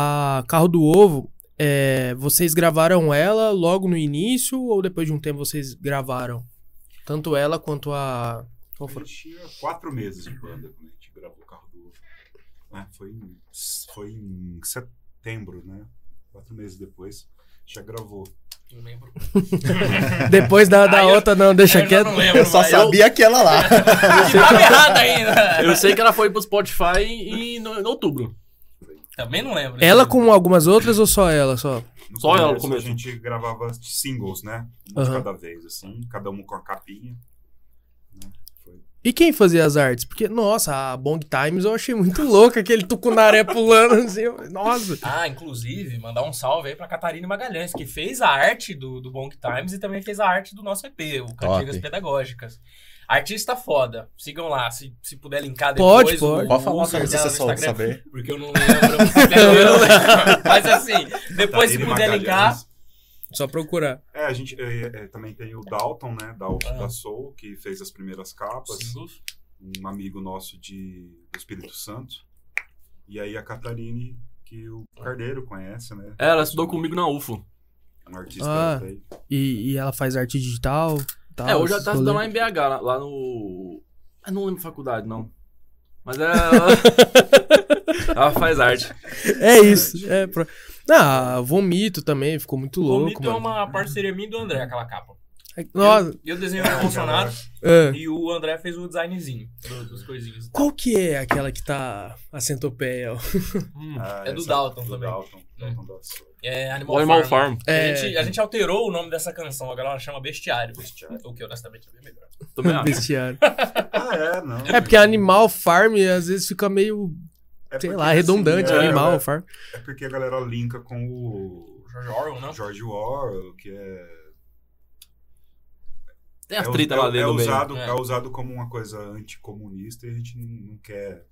A: a Carro do Ovo, é, vocês gravaram ela logo no início ou depois de um tempo vocês gravaram? Tanto ela quanto a... Qual
D: A
A: foi?
D: gente tinha quatro meses de banda quando a gente gravou o Carro do Ovo. É, foi, em, foi em setembro, né? Quatro meses depois, já gravou.
C: Não lembro.
A: Depois da, da
C: Ah, eu-
A: outra, não, deixa
C: eu já
A: quieto.
C: não lembro
B: Eu só
C: mais.
B: sabia aquela lá.
C: E tava errado ainda.
E: Eu sei que ela foi pro Spotify em, no- em outubro.
C: Também não lembro.
A: Ela com algumas outras ou só ela? Só?
D: No
E: Só ela no
D: começo,
E: começo.
D: A gente gravava singles, né? Um
A: Aham.
D: de cada vez, assim, cada um com a capinha. Né? Foi.
A: E quem fazia as artes? Porque, nossa, a Bong Times eu achei muito louca, aquele tucunaré pulando assim. eu- Nossa.
C: Ah, inclusive, mandar um salve aí pra Catarina Magalhães, que fez a arte do, do Bonk Times e também fez a arte do nosso E P, o Cantigas Pedagógicas. Artista foda. Sigam lá, se, se puder linkar depois.
A: Pode, pode.
C: o-
B: Pode
C: o
B: falar
C: user
B: pra você
C: dela no
B: só
C: Instagram,
B: saber.
C: porque eu não lembro. eu não lembro. Mas assim, depois se
D: Catarina
C: puder
D: Magalhães.
C: linkar.
A: Só procurar.
D: É, a gente é, é, também tem o Dalton, né? Dalton
C: Ah.
D: da Soul, que fez as primeiras capas.
C: Singles.
D: Um amigo nosso de, do Espírito Santo. E aí a Catarine, que o Carneiro conhece, né?
E: É, ela estudou comigo na U F O.
D: Um artista
A: Ah.
D: daí.
A: E, e ela faz arte digital. Tal,
E: É, hoje ela
A: esses
E: tá estudando lá
A: rolê.
E: em B H, lá, lá no... Ah, não lembro a faculdade, não. Mas ela... ela faz arte.
A: É isso. É pro... Ah, Vomito também ficou muito
C: O
A: louco,
C: Vomito é
A: mano.
C: uma parceria minha e do André, aquela capa.
A: Nossa,
C: Eu, eu desenhei o Bolsonaro
A: é.
C: e o André fez o designzinho do- dos coisinhos. e tal.
A: Qual que é aquela que tá a centopeia? ó?
C: Hum,
D: Ah,
C: é do
D: essa-
C: Dalton
D: do
C: também.
D: Dalton, Dalton da Souza.
C: É Animal,
E: O Animal
C: Farm.
E: Farm.
A: É.
C: A, gente, a gente alterou o nome dessa canção, agora ela chama Bestiário.
D: Bestiário.
C: O que honestamente é bem melhor.
E: Também acho.
A: Bestiário.
D: Ah, é, não.
A: É porque Animal Farm às vezes fica meio,
D: É
A: sei
D: porque,
A: lá, redundante.
D: assim, é,
A: Animal
D: é,
A: Farm.
D: é porque a galera linka com o
C: George Orwell, não?
D: George Orwell, que é...
E: Tem as
D: é,
E: tritas
D: é,
E: lá
D: é
E: dentro do meio.
D: usado,
C: É.
D: é usado como uma coisa anticomunista e a gente não, não quer...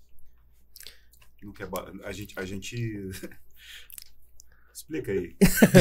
D: Não quer... ba- A gente... A gente... Explica aí.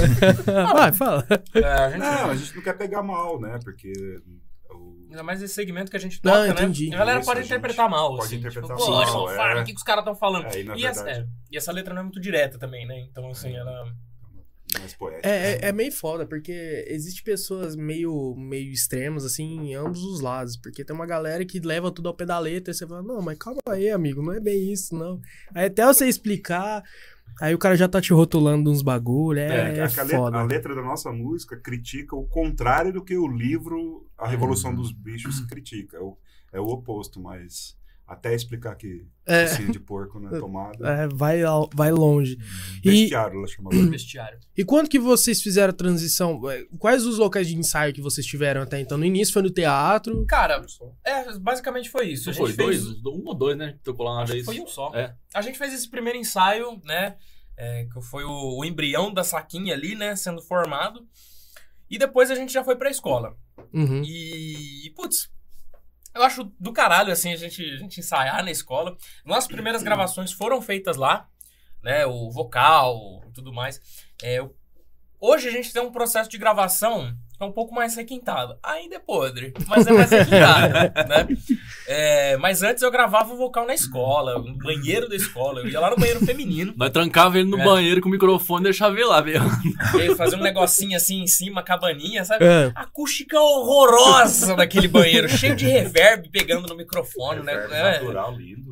A: Vai, fala.
C: É, a gente,
D: Não, a gente não quer pegar mal, né? Porque... o-
C: ainda mais esse segmento que a gente
A: Não,
C: toca,
A: entendi.
C: né? A galera
D: Isso,
C: pode
D: a gente
C: interpretar mal,
D: pode
C: assim.
D: interpretar
C: tipo, pô,
D: mal,
C: Animal
D: é.
C: Farm, o que, que os caras estão falando?
D: É, e na
C: e, essa,
D: verdade-
C: é, e essa letra não é muito direta também, né? Então, assim, ela...
D: mais poética.
A: É, é, é meio foda, porque existe pessoas meio, meio extremas, assim, em ambos os lados. Porque tem uma galera que leva tudo ao pé da letra e você fala, não, mas calma aí, amigo, não é bem isso, não. Aí até você explicar, aí o cara já tá te rotulando uns bagulho, é, é,
D: a, letra,
A: foda.
D: a letra da nossa música critica o contrário do que o livro A Revolução dos Bichos critica. É o, é o oposto, mas até explicar que
A: É.
D: focinho de porco não é tomada.
A: É, vai, ao- vai longe. E,
D: Bestiário, ela chamava.
C: Bestiário.
A: e quando que vocês fizeram a transição? É, Quais os locais de ensaio que vocês tiveram até então? No início foi no teatro?
C: Cara, é, basicamente foi isso. A
E: Não
C: gente
E: foi
C: fez...
E: dois? Um ou dois, né? Tocou lá uma
C: Acho que
E: vez.
C: foi um só.
E: É.
C: A gente fez esse primeiro ensaio, né? é, que foi o, o embrião da saquinha ali, né? Sendo formado. E depois a gente já foi pra escola.
A: Uhum.
C: E, putz, eu acho do caralho, assim, a gente, a gente ensaiar na escola. Nossas primeiras gravações foram feitas lá, né? O vocal e tudo mais. É, eu- hoje a gente tem um processo de gravação que é um pouco mais requintado. Ainda é podre, mas é mais requintado, né? É, mas antes eu gravava o vocal na escola, no banheiro da escola. Eu ia lá no banheiro feminino.
E: Nós trancava ele no
C: É.
E: banheiro com o microfone e deixava ele lá, velho.
C: Ia fazer um negocinho assim em cima, cabaninha, sabe?
A: É.
C: Acústica horrorosa daquele banheiro, cheio de reverb pegando no microfone, né?
D: Reverb
C: É,
D: natural, lindo.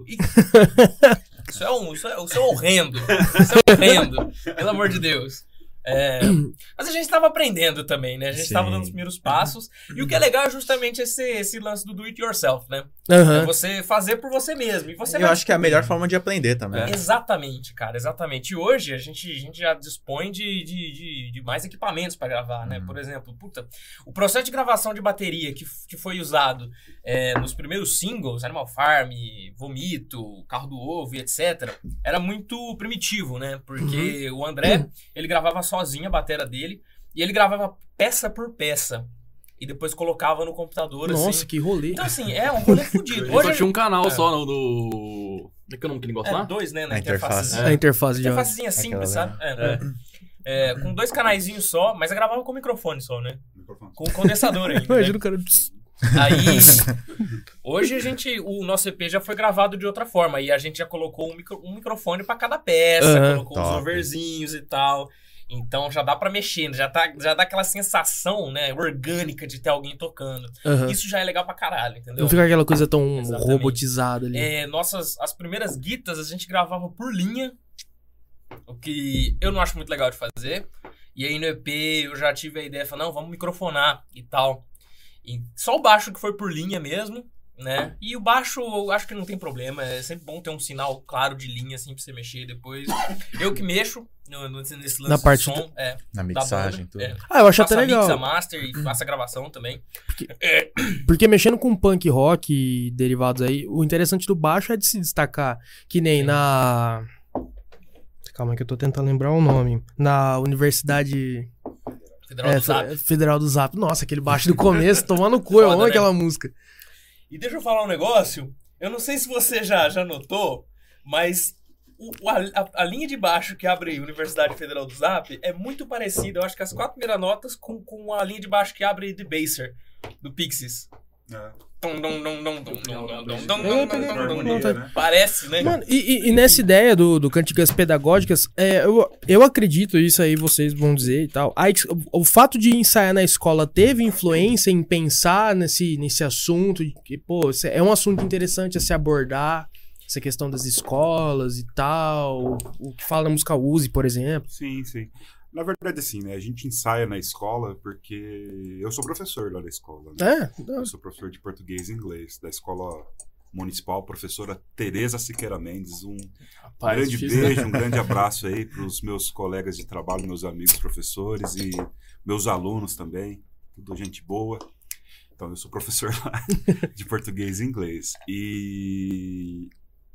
C: isso, é um, isso, é, isso é horrendo. Isso é horrendo. Pelo amor de Deus. É, mas a gente estava aprendendo também, né? A gente estava
B: Sim.
C: dando os primeiros passos. E o que é legal é justamente esse, esse lance do do it yourself, né?
A: Aham.
C: É você fazer por você mesmo. E você
B: Eu
C: vai
B: acho que é a melhor
C: descobrindo.
B: forma de aprender também.
E: É.
C: Exatamente, cara, exatamente. E hoje a gente, a gente já dispõe de, de, de, de mais equipamentos para gravar, né?
B: Uhum.
C: Por exemplo, puta, o processo de gravação de bateria que, f- que foi usado é, nos primeiros singles, Animal Farm, Vomito, Carro do Ovo e etcétera, era muito primitivo, né? Porque o André, ele gravava sozinho a bateria dele e ele gravava peça por peça. E depois colocava no computador,
A: Nossa,
C: assim.
A: que rolê.
C: Então, assim, é um rolê fudido.
E: Ele só
C: Hoje
E: tinha um canal
C: é.
E: só no... no... Como é que é o nome que ele gosta
C: é,
E: lá?
C: dois, né? Na
B: A interface.
C: interfacezinha.
A: A interface de áudio.
C: Interfacezinha simples,
B: Aquela
C: sabe? É. É, com dois canaizinhos só, mas eu gravava com microfone só, né?
D: Microfone.
C: Com condensador ainda.
A: Imagina
C: Né?
A: o cara...
C: Aí, hoje a gente, o nosso E P já foi gravado de outra forma. E a gente já colocou um, micro- um microfone pra cada peça,
A: Aham.
C: colocou uns
B: Top.
C: overzinhos e tal. Então já dá pra mexer, já, tá, já dá aquela sensação, né, orgânica de ter alguém tocando.
A: Aham.
C: Isso já é legal pra caralho, entendeu?
A: Não fica aquela coisa tão
C: Exatamente.
A: robotizada ali.
C: É, nossas, as primeiras guitas a gente gravava por linha, o que eu não acho muito legal de fazer. E aí no E P eu já tive a ideia, falei, não, vamos microfonar e tal. E só o baixo que foi por linha mesmo, né? E o baixo eu acho que não tem problema, é sempre bom ter um sinal claro de linha assim pra você mexer depois. Eu que mexo no, no, nesse lance
A: Na parte
C: do som, é,
B: Na
C: da
B: mixagem,
C: banda.
B: tudo.
C: É.
A: Ah, eu acho
C: Faço
A: até
C: a mix, a
A: legal.
C: master e faço a gravação também.
A: Porque mexendo com punk rock e derivados aí, o interessante do baixo é de se destacar. Que nem
C: Sim.
A: na... Calma que eu tô tentando lembrar o nome. Na Universidade
C: Federal
A: é,
C: do Zap.
A: Fe- Federal do Zap. Nossa, aquele baixo do começo, tomando cu, eu
C: Foda,
A: amo
C: né?
A: aquela música.
C: E deixa eu falar um negócio. Eu não sei se você já, já notou, mas o- o- a, a- a linha de baixo que abre Universidade Federal do Zap é muito parecida, eu acho que as quatro primeiras notas, com, com a linha de baixo que abre The Baser, do Pixies.
D: É.
C: Tum, dum, dum, dum, dum, dum, dum, dum, dum,
A: Eu
C: dum,
A: peguei
C: dum,
A: uma
C: dum, dum.
D: Harmonia, né?
C: Parece, né?
A: Mano, e, e- e nessa ideia do, do Cantigas Pedagógicas, é, eu, eu acredito, isso aí vocês vão dizer e tal. A ex- o, o fato de ensaiar na escola teve influência em pensar nesse, nesse assunto, de que, pô, esse é um assunto interessante a se abordar. Essa questão das escolas e tal, o que fala na música Uzi, por exemplo.
D: Sim, sim. Na verdade, assim, né? A gente ensaia na escola porque eu sou professor lá da escola. Né?
A: É,
D: Eu sou professor de português e inglês da escola municipal, professora Tereza Siqueira Mendes. Um
E: Rapaz,
D: grande
E: difícil, né?
D: beijo, um grande abraço aí para os meus colegas de trabalho, meus amigos professores e meus alunos também. Tudo gente boa. Então, eu sou professor lá de português e inglês. E...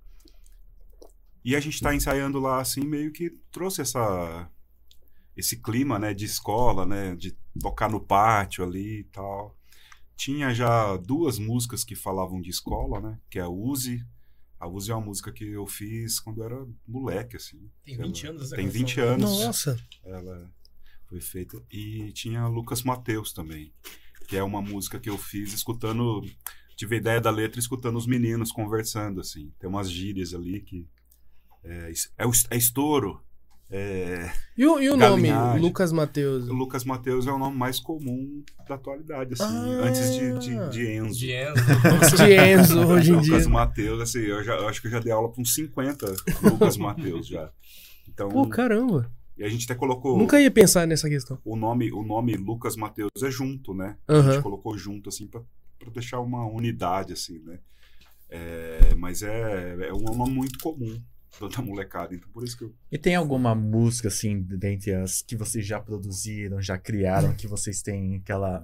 D: E a gente está ensaiando lá, assim, meio que trouxe essa... esse clima, né, de escola, né, de tocar no pátio ali e tal. Tinha já duas músicas que falavam de escola, né, que é a Uzi. A Uzi é uma música que eu fiz quando eu era moleque, assim.
C: Tem vinte
D: Ela-
C: anos essa
D: Tem
C: canção,
D: vinte
C: né?
D: anos.
A: Nossa.
D: Ela foi feita. E tinha Lucas Mateus também, que é uma música que eu fiz escutando... Tive a ideia da letra escutando os meninos conversando, assim. Tem umas gírias ali que... É, é, o- é estouro. É...
A: E o, e o nome,
D: Galinhagem.
A: Lucas Mateus?
D: O Lucas Mateus é o nome mais comum da atualidade, assim,
A: Ah.
D: antes de, de, de Enzo.
C: De Enzo.
A: De Enzo, hoje em dia.
D: Lucas Mateus, assim, eu, já, eu acho que eu já dei aula para uns cinquenta Lucas Mateus já. Então,
A: Pô, caramba.
D: e a gente até colocou
A: Nunca ia pensar nessa questão.
D: o nome, o nome Lucas Mateus é junto, né? A
A: Aham.
D: gente colocou junto, assim, para deixar uma unidade, assim, né? É, mas é, é um nome muito comum da molecada, então por isso que eu...
B: E tem alguma música, assim, dentre as que vocês já produziram, já criaram, que vocês têm aquela...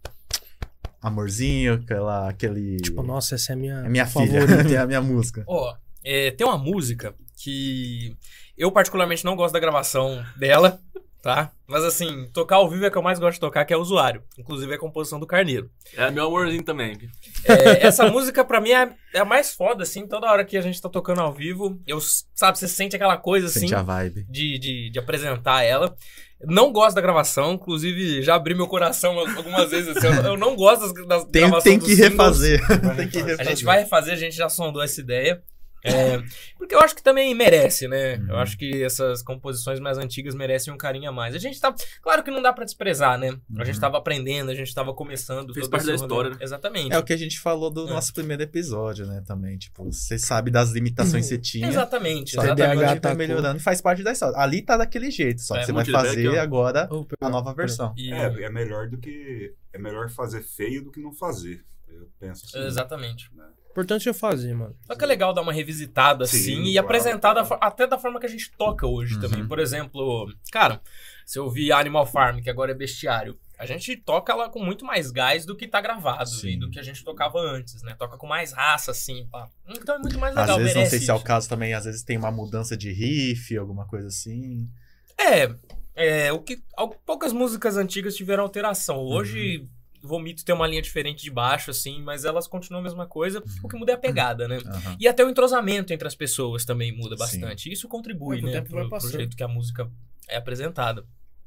B: amorzinho, aquela, aquele...
A: Tipo, nossa, essa é a minha,
B: é minha filha,
A: favorita.
B: é a minha música.
C: Ó, é, tem uma música que eu particularmente não gosto da gravação dela, tá? Mas assim, tocar ao vivo é que eu mais gosto de tocar, que é Usuário. Inclusive é a composição do Carneiro.
E: É meu amorzinho também.
C: É, essa música pra mim é, é a mais foda, assim, toda hora que a gente tá tocando ao vivo, eu, sabe, você sente aquela coisa, assim,
B: Sente a vibe.
C: de, de, de apresentar ela. Não gosto da gravação, inclusive já abri meu coração algumas vezes, assim, eu, eu não gosto das, das
B: Tem,
C: gravações
B: tem
C: dos
B: que
C: singles.
B: refazer. tem que refazer.
C: A gente vai refazer, a gente já sondou essa ideia. É, porque eu acho que também merece, né?
B: Uhum.
C: Eu acho que essas composições mais antigas merecem um carinho a mais. A gente tá. Claro que não dá pra desprezar, né? A gente
B: Uhum.
C: tava aprendendo, a gente tava começando.
E: Fez
C: todo
E: parte
C: esse
E: da
C: rolê.
E: história, né?
C: Exatamente.
B: É o que a gente falou do
C: É.
B: nosso primeiro episódio, né, também. Tipo, você sabe das limitações que você tinha.
C: Exatamente.
B: Só que
A: D H
B: a gente
C: exatamente.
B: vai
A: atacou.
B: melhorando e faz parte da história. Ali tá daquele jeito, só que
C: É,
B: você vai
E: muito feedback,
B: fazer
E: ó.
B: agora
A: Oh,
B: a nova versão.
C: E-
D: É, é melhor do que... É melhor fazer feio do que não fazer. Eu penso assim.
C: Exatamente.
D: Né?
A: O importante é fazer, mano.
C: Só que é legal dar uma revisitada
D: Sim,
C: assim e
D: claro,
C: apresentar da
D: claro.
C: fo- até da forma que a gente toca hoje
B: Uhum.
C: também. Por exemplo, cara, se eu vi Animal Farm, que agora é Bestiário, a gente toca ela com muito mais gás do que tá gravado
B: Sim.
C: e do que a gente tocava antes, né? Toca com mais raça, assim, pá. Então é muito mais
B: Às
C: legal,
B: vezes, não
C: merece
B: sei se é o
C: isso.
B: caso também, às vezes tem uma mudança de riff, alguma coisa assim.
C: É, é, o que al- poucas músicas antigas tiveram alteração. Hoje, Vomito tem uma linha diferente de baixo, assim, mas elas continuam a mesma coisa. O que muda é a pegada, né?
B: Aham.
C: E até o entrosamento entre as pessoas também muda
B: Sim.
C: bastante. Isso contribui,
A: É, com o
C: né,
A: tempo vai
C: pro, pro
A: passando.
C: jeito que a música é apresentada.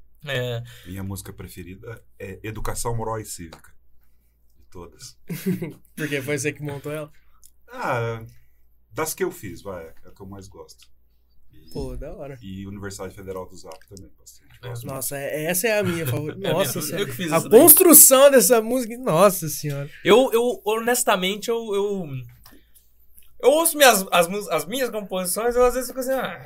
C: É,
D: Minha música preferida é Educação Moral e Cívica. De todas.
A: Porque foi você que montou ela?
D: Ah, das que eu fiz, vai. É a que eu mais gosto. E,
A: Pô, da hora.
D: e Universidade Federal do Zap também, bastante. Gosto muito.
A: Nossa, é- essa é a minha favorita.
C: É
A: Nossa
C: mesmo,
A: senhora.
C: eu que fiz
A: A
C: isso daí.
A: construção dessa música, nossa senhora.
C: eu, eu, honestamente, eu, eu, eu ouço minhas, as, mus- as minhas composições, eu às vezes fico assim, ah...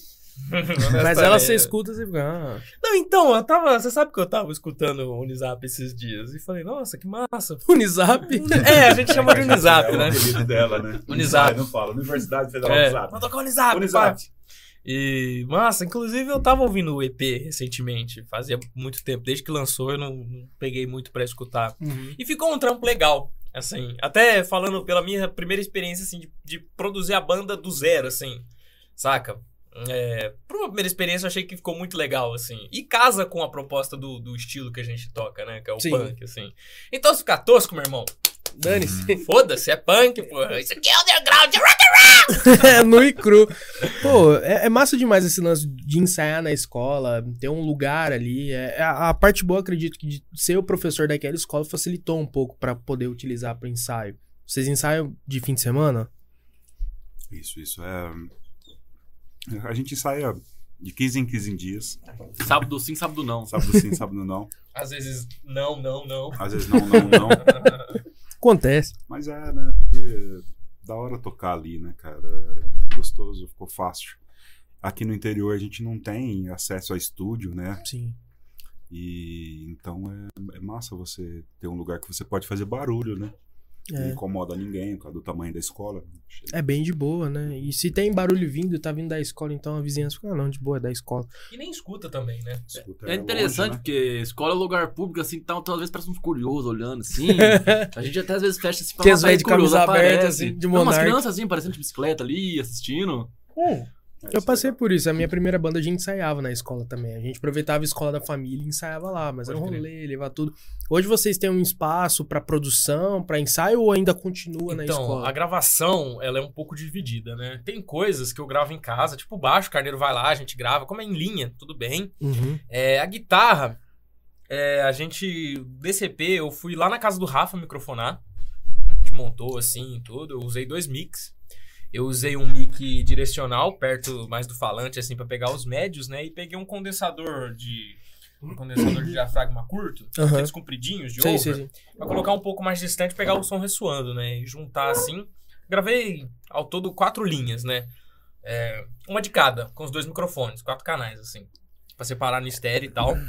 A: Mas ela você escuta e você fica. Ah.
C: Não, então, eu tava. Você sabe que eu tava escutando o Unizap esses dias e falei, nossa, que massa.
A: Unizap?
C: É, a gente chama de Unizap,
D: É o
C: né?
D: apelido dela, né?
C: Unizap.
D: Ah, não fala. Universidade Federal
C: É,
D: do Zap.
C: vamos tocar o Unizap,
D: Unizap.
C: pá. E, massa, inclusive eu tava ouvindo o E P recentemente, fazia muito tempo, desde que lançou eu não, não peguei muito pra escutar.
A: Uhum.
C: E ficou um trampo legal, assim, até falando pela minha primeira experiência, assim, de, de produzir a banda do zero, assim, saca? É, por uma primeira experiência eu achei que ficou muito legal, assim, e casa com a proposta do, do estilo que a gente toca, né, que é o
A: Sim.
C: punk, assim. Então se ficar tosco, meu irmão,
A: Dane-se.
C: foda-se, é punk, porra, isso aqui é underground,
A: É nu e cru. Pô, é, é massa demais esse lance de ensaiar na escola, ter um lugar ali. É, é a, a parte boa, acredito, que de ser o professor daquela escola facilitou um pouco pra poder utilizar pro ensaio. Vocês ensaiam de fim de semana?
D: Isso, isso. É... A gente ensaia de quinze em quinze dias.
E: Sábado sim, sábado não.
D: Sábado sim, sábado não.
C: Às vezes, não, não, não.
D: Às vezes não, não, não.
A: Acontece.
D: Mas é, né? e da hora tocar ali, né, cara? É gostoso, ficou fácil. Aqui no interior a gente não tem acesso a estúdio, né?
A: Sim.
D: E então é, é massa você ter um lugar que você pode fazer barulho, né? Não
A: É.
D: incomoda ninguém por causa do tamanho da escola.
A: É bem de boa, né? E se tem barulho vindo, tá vindo da escola, então a vizinhança fica, ah, não, de boa, é da escola.
C: E nem escuta também, né?
D: Escuta,
E: É interessante,
D: longe, né?
E: porque escola é lugar público, assim, então, às vezes parece uns curiosos olhando, assim. A gente até às vezes fecha assim,
A: Que
E: fala,
A: as
E: "Ah,
A: velhas de
E: curioso",
A: camisa aberta,
E: aparece.
A: assim, de
E: Não, umas
A: monarca.
E: crianças, assim, parecendo de bicicleta ali, assistindo.
D: É,
A: Eu
D: isso
A: passei
D: é
A: por isso. A minha primeira banda a gente ensaiava na escola também. A gente aproveitava a escola da família e ensaiava lá, mas era um
C: Pode crer.
A: rolê, levar tudo. Hoje vocês têm um espaço pra produção, pra ensaio ou ainda continua na
C: Então,
A: escola?
C: a gravação, ela é um pouco dividida, né? Tem coisas que eu gravo em casa, tipo baixo, o Carneiro vai lá, a gente grava, como é em linha, tudo bem.
A: Uhum.
C: É, a guitarra, é, a gente, D C P, eu fui lá na casa do Rafa microfonar, a gente montou assim e tudo, eu usei dois mics. Eu usei um mic direcional, perto mais do falante, assim, pra pegar os médios, né? E peguei um condensador de... Um condensador de diafragma curto,
A: Aham.
C: aqueles compridinhos de
A: Sei,
C: over,
A: sei, sei.
C: pra colocar um pouco mais distante e pegar o som ressoando, né? E juntar assim. Gravei ao todo quatro linhas, né? É, uma de cada, com os dois microfones, quatro canais, assim. Pra separar no estéreo e tal.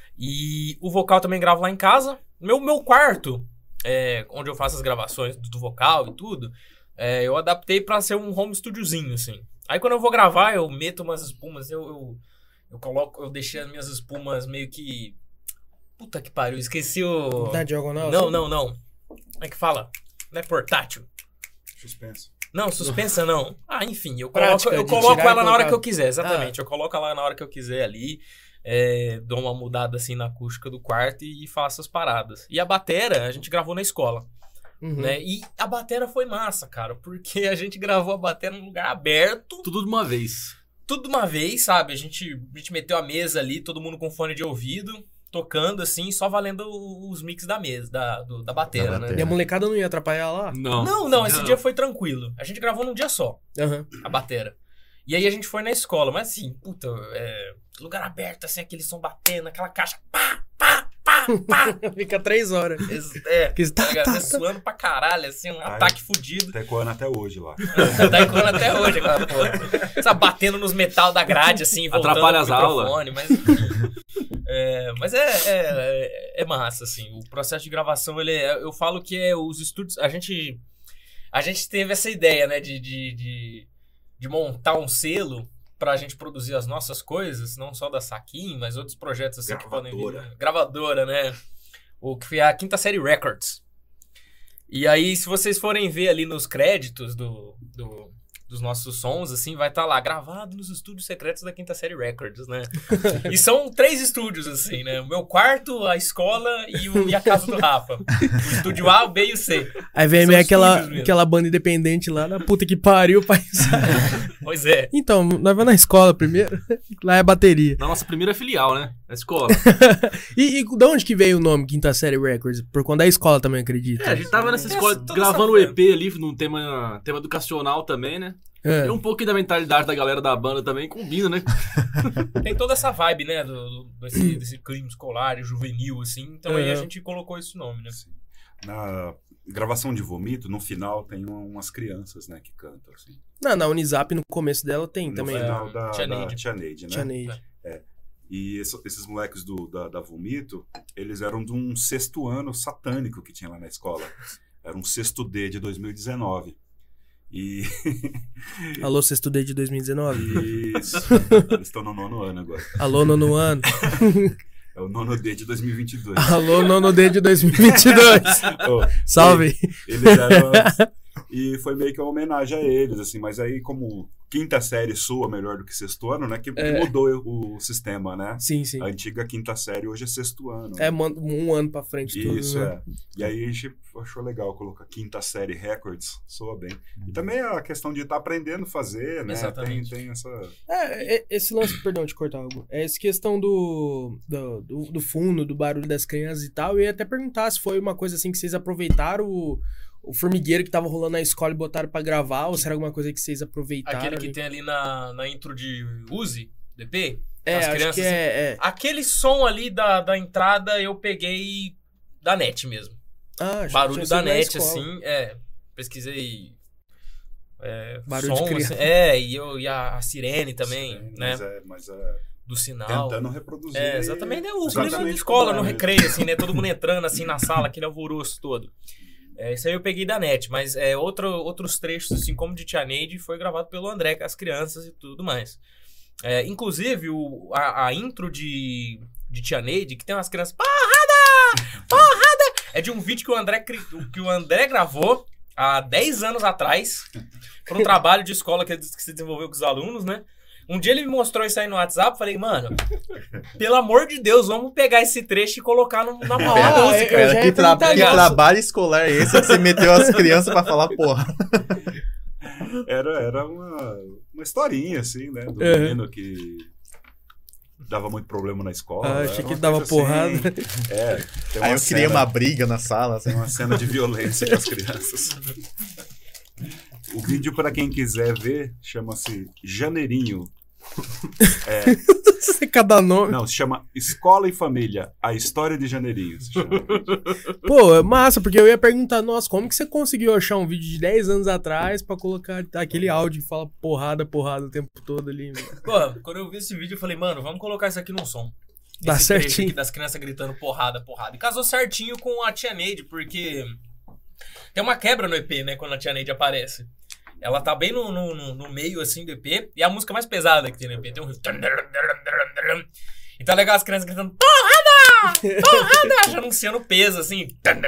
C: E o vocal também gravo lá em casa. Meu, meu quarto, é, onde eu faço as gravações do, do vocal e tudo, é, eu adaptei pra ser um home studiozinho, assim. Aí quando eu vou gravar, eu meto umas espumas, eu, eu, eu coloco, eu deixei as minhas espumas meio que... Puta que pariu, esqueci o...
A: Na diagonal?
C: Não,
A: assim?
C: não, não. Como é que fala? Não é portátil.
D: Suspenso.
C: Não, suspensa não. Ah, enfim, eu coloco,
A: Prática
C: eu
A: de
C: coloco
A: tirar e
C: ela na hora
A: colocar.
C: que eu quiser, exatamente. Eu coloco ela na hora que eu quiser ali, é, dou uma mudada assim na acústica do quarto e, e faço as paradas. E a batera, a gente gravou na escola,
A: Uhum.
C: né? E a batera foi massa, cara, porque a gente gravou a batera num lugar aberto,
E: Tudo de uma vez.
C: tudo de uma vez, sabe? A gente, a gente meteu a mesa ali, todo mundo com fone de ouvido, tocando assim, só valendo os mix da mesa, da, do- da batera,
B: Da
C: né?
B: batera.
A: E a molecada não ia atrapalhar lá?
E: Não.
C: Não, não, esse dia foi tranquilo. A gente gravou num dia só.
A: Aham.
C: A batera. E aí a gente foi na escola, mas assim, puta, é, lugar aberto, assim, aquele som batendo, aquela caixa, pá, pá, pá, pá.
A: Fica três horas.
C: Esse- É,
A: Que
C: tá
A: tá,
C: ligado?
A: tá, tá.
C: Suando pra caralho, assim, um
D: Ai.
C: ataque fudido.
D: Tá ecoando até hoje lá.
C: Tá ecoando até hoje aquela porra. Sabe, batendo nos metal da grade, assim, voltando
E: Atrapalha
C: pro
E: as
C: microfone, mas enfim. É, mas é, é, é, é massa, assim, o processo de gravação, ele é, eu falo que é os estúdios, a gente, a gente teve essa ideia, né, de, de, de, de montar um selo pra gente produzir as nossas coisas, não só da Saquin, mas outros projetos assim que podem vir.
D: Gravadora.
C: Gravadora, né? O que foi a Quinta Série Records. E aí, se vocês forem ver ali nos créditos do, do- dos nossos sons, assim, vai estar lá, gravado nos estúdios secretos da Quinta Série Records, né? E são três estúdios, assim, né? O meu quarto, a escola e, o- e a casa do Rafa. O estúdio A, o B e o C.
A: Aí vem
C: São
A: aquela,
C: estúdios mesmo.
A: aquela banda independente lá na puta que pariu pra ensaiar.
C: Pois é.
A: Então, nós vamos na escola primeiro. Lá é a bateria.
E: Na nossa primeira filial, né? Na escola.
A: E, e de onde que veio o nome Quinta Série Records? Por conta da escola também, acredito.
E: É, a gente tava nessa
C: Essa-
E: escola
C: toda
E: gravando o
C: essa-
E: E P ali, num tema, tema educacional também, né?
A: É.
E: E um pouquinho da mentalidade da galera da banda também combina, né?
C: Tem toda essa vibe, né? Do, do- desse, desse clima escolar e juvenil, assim. Então aí a
A: É.
C: gente colocou esse nome, né?
D: Na gravação de Vomito, no final, tem um- umas crianças, né, que cantam, assim.
A: Não, na Unizap, no começo dela, tem
D: No
A: também.
D: final
C: É,
D: da,
C: Tia
D: da
C: Neide.
D: Tia Neide, né?
A: Tia Neide.
D: E esse- esses moleques do, da, da Vomito, eles eram de um sexto ano satânico que tinha lá na escola. Era um sexto D de dois mil e dezenove. E...
A: Alô, sexto D de dois mil e dezenove.
D: Isso. Eles estão no nono ano agora.
A: Alô, nono ano.
D: É o nono D de dois mil e vinte e dois.
A: Alô, nono D de dois mil e vinte e dois.
D: Oh,
A: Salve.
D: eles eram... E foi meio que uma homenagem a eles, assim. Mas aí, como quinta série soa melhor do que sexto ano, né? Que, que
A: É.
D: mudou o, o sistema, né?
A: Sim, sim.
D: A antiga quinta série hoje é sexto ano.
A: É man- um ano pra frente tudo,
D: Isso,
A: né?
D: é. E aí a gente achou legal colocar quinta série Records, soa bem. E também a questão de estar aprendendo a fazer, né? Tem,
C: Exatamente.
D: tem essa...
A: É, é, esse lance, perdão de cortar algo. É essa questão do, do, do, do fundo, do barulho das crianças e tal. Eu ia até perguntar se foi uma coisa assim que vocês aproveitaram o, o formigueiro que tava rolando na escola e botaram pra gravar, ou se era alguma coisa que vocês aproveitaram.
C: Aquele que
A: ali.
C: tem ali na, na intro de Uzi, D P.
A: É,
C: as
A: acho
C: crianças,
A: que é, é.
C: Aquele som ali da, da entrada eu peguei da net mesmo.
A: Ah, achei que
C: Barulho
A: tinha
C: da
A: sido na
C: net,
A: escola.
C: assim, é. Pesquisei é,
A: Barulho
C: som,
A: de criança.
C: assim, é, e, eu, e a, a sirene também,
D: Sim,
C: né?
D: Mas é, mas é
C: Do sinal.
D: tentando reproduzir.
C: É, exatamente, né? O
D: exatamente
C: clima de
D: como
C: escola,
D: é
C: no
D: mesmo.
C: recreio, assim, né? Todo mundo entrando, assim, na sala, aquele alvoroço todo. É, isso aí eu peguei da net, mas é, outro, outros trechos, assim, como de Tia Neide, foi gravado pelo André, com as crianças e tudo mais. É, inclusive, o, a, a intro de, de Tia Neide, que tem umas crianças... Porrada! Porrada! É de um vídeo que o André, cri- que o André gravou há dez anos atrás, para um trabalho de escola que, ele disse que se desenvolveu com os alunos, né? Um dia ele me mostrou isso aí no WhatsApp, falei, mano, pelo amor de Deus, vamos pegar esse trecho e colocar no, na maior
A: Ah,
C: música.
A: eu já
B: Cara,
A: ia
B: que, tra-
A: perguntar
B: que
A: isso.
B: trabalho escolar é esse que você meteu as crianças pra falar porra?
D: Era, era uma, uma historinha, assim, né? Do
A: Uhum.
D: menino que dava muito problema na escola.
A: Ah,
D: era
A: achei que
D: uma
A: dava
D: coisa
A: porrada.
D: Assim, é, tem uma
B: Aí eu criei
D: cena,
B: uma briga na sala. Assim.
D: tem uma cena de violência com as crianças. O vídeo, para quem quiser ver, chama-se Janeirinho.
A: Você cada nome.
D: Não, se chama Escola e Família, a história de Janeirinho. Se chama.
A: Pô, é massa, porque eu ia perguntar, nossa, como que você conseguiu achar um vídeo de dez anos atrás pra colocar aquele áudio que fala porrada, porrada o tempo todo ali? Mano?
C: Pô, quando eu vi esse vídeo, eu falei, mano, vamos colocar isso aqui num som.
A: Dá
C: Esse trecho
A: certinho.
C: aqui das crianças gritando porrada, porrada. E casou certinho com a Tia Neide, porque tem uma quebra no E P, né, quando a Tia Neide aparece. Ela tá bem no, no, no- no meio, assim, do E P. E é a música mais pesada que tem no E P. Tem um riff. Então é legal as crianças gritando porrada! Porrada! Já anunciando o peso, assim.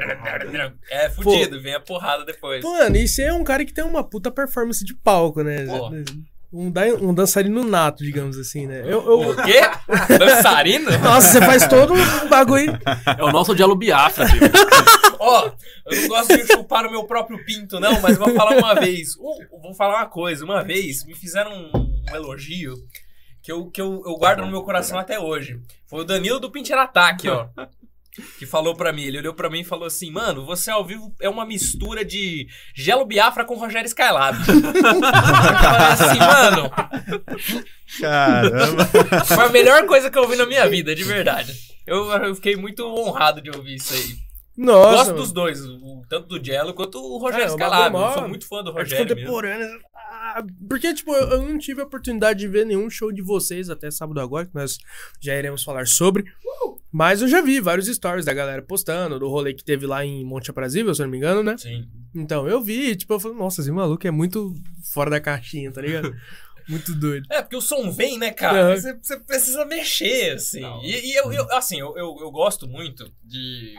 C: É fudido, vem a porrada depois.
A: Mano, e você é um cara que tem uma puta performance de palco, né?
C: Pô.
A: Um, dan- um dançarino nato, digamos assim, né? Eu, eu-
C: O quê? Dançarino?
A: Nossa, você faz todo um bagulho.
E: É o nosso Diallo Biafra, filho.
C: Ó, eu não gosto de chupar o meu próprio pinto, não, mas vou falar uma vez. Uh, vou falar uma coisa. Uma vez me fizeram um, um elogio que, eu, que eu, eu guardo no meu coração até hoje. Foi o Danilo do Pintier-Ataque, ó. Que falou pra mim, ele olhou pra mim e falou assim, mano, você ao vivo é uma mistura de Gelo Biafra com Rogério Skylab. Eu falei assim, mano,
B: Caramba.
C: foi a melhor coisa que eu ouvi na minha vida, de verdade. Eu, eu fiquei muito honrado de ouvir isso aí.
A: Nossa,
C: Gosto
A: mano.
C: dos dois, o- tanto do Jello quanto o Rogério
A: É, o
C: Skylab.
A: bagulho
C: Eu
A: mó-
C: sou muito fã do
A: Arte
C: Rogério mesmo.
A: contemporânea. Ah, porque, tipo, eu, eu não tive a oportunidade de ver nenhum show de vocês até sábado agora, que nós já iremos falar sobre. Mas eu já vi vários stories da galera postando, do rolê que teve lá em Monte Aprazível, se eu não me engano, né?
C: Sim.
A: Então, eu vi, tipo, eu falei, nossa, esse maluco é muito fora da caixinha, tá ligado? Muito doido.
C: É, porque o som vem, né, cara?
A: Uhum.
C: Você, você precisa mexer, assim.
E: Não.
C: E, e eu, eu- assim, eu, eu, eu gosto muito de...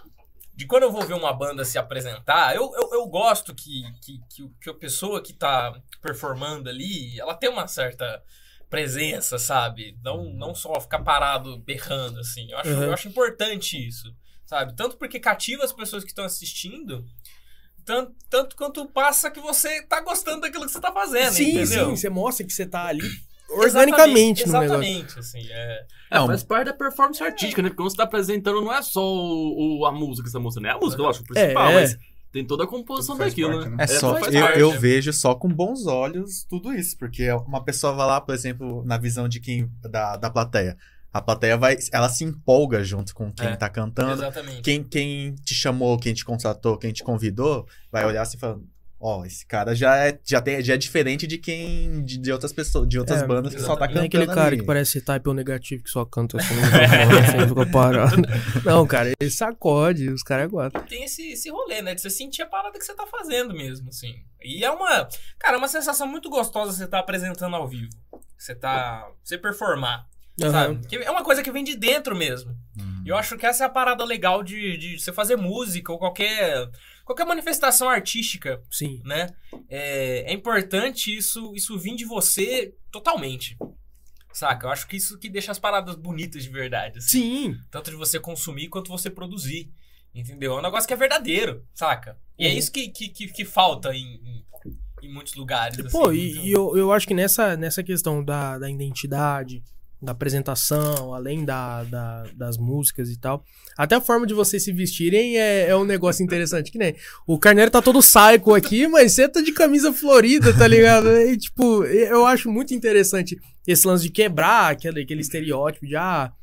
C: De quando eu vou ver uma banda se apresentar, eu, eu, eu gosto que, que, que, que a pessoa que tá performando ali, ela tem uma certa presença, sabe? Não, não só ficar parado berrando, assim. Eu acho,
A: Uhum.
C: eu acho importante isso, sabe? Tanto porque cativa as pessoas que estão assistindo, tanto, tanto quanto passa que você tá gostando daquilo que você tá fazendo,
A: sim,
C: entendeu?
A: sim, você mostra que você tá ali organicamente no negócio.
C: Exatamente, assim, é...
E: É,
B: Não,
E: faz parte da performance artística, né? Porque quando você tá apresentando, não é só o, o- a música que você tá mostrando, é a música, lógico, o principal,
A: É,
E: mas
A: é.
E: tem toda a composição
D: Tudo faz
E: daquilo,
D: parte,
E: né?
D: né?
B: É só,
E: faz
B: eu,
E: parte,
B: eu
E: né?
B: vejo só com bons olhos tudo isso, porque uma pessoa vai lá, por exemplo, na visão de quem da, da plateia. A plateia vai, ela se empolga junto com quem
E: É,
B: tá cantando.
C: Exatamente.
B: Quem, quem te chamou, quem te contratou, quem te convidou, vai olhar assim e falar, ó, esse cara já é, já tem, já é diferente de quem, de, de outras pessoas, de outras
A: É,
B: bandas que só tá
C: exatamente.
A: Não é
B: cantando
A: aquele cara
B: ali.
A: que parece type ou negativo que só canta assim, no microfone, assim, fica parado. Não, cara, ele sacode, os caras gostam.
C: Tem esse, esse rolê, né? De você sentir a parada que você tá fazendo mesmo, assim. E é uma... Cara, é uma sensação muito gostosa você tá apresentando ao vivo. Você tá... Você performar,
A: Aham.
C: sabe? Que é uma coisa que vem de dentro mesmo.
B: Hum.
C: E eu acho que essa é a parada legal de, de você fazer música ou qualquer... Qualquer manifestação artística,
A: Sim.
C: né? É, é importante isso, isso vir de você totalmente. Saca? Eu acho que isso que deixa as paradas bonitas de verdade. assim.
A: Sim.
C: Tanto de você consumir quanto você produzir. Entendeu? É um negócio que é verdadeiro, saca? E é
A: Uhum.
C: isso que, que, que, que falta em, em, em muitos lugares.
A: Pô,
C: assim,
A: e,
C: então-
A: e eu, eu acho que nessa, nessa questão da, da identidade, da apresentação, além da, da- das músicas e tal, até a forma de vocês se vestirem é, é um negócio interessante, que nem o Carneiro tá todo psycho aqui, mas você tá de camisa florida, tá ligado? E, tipo, eu acho muito interessante esse lance de quebrar aquele, aquele estereótipo de, ah,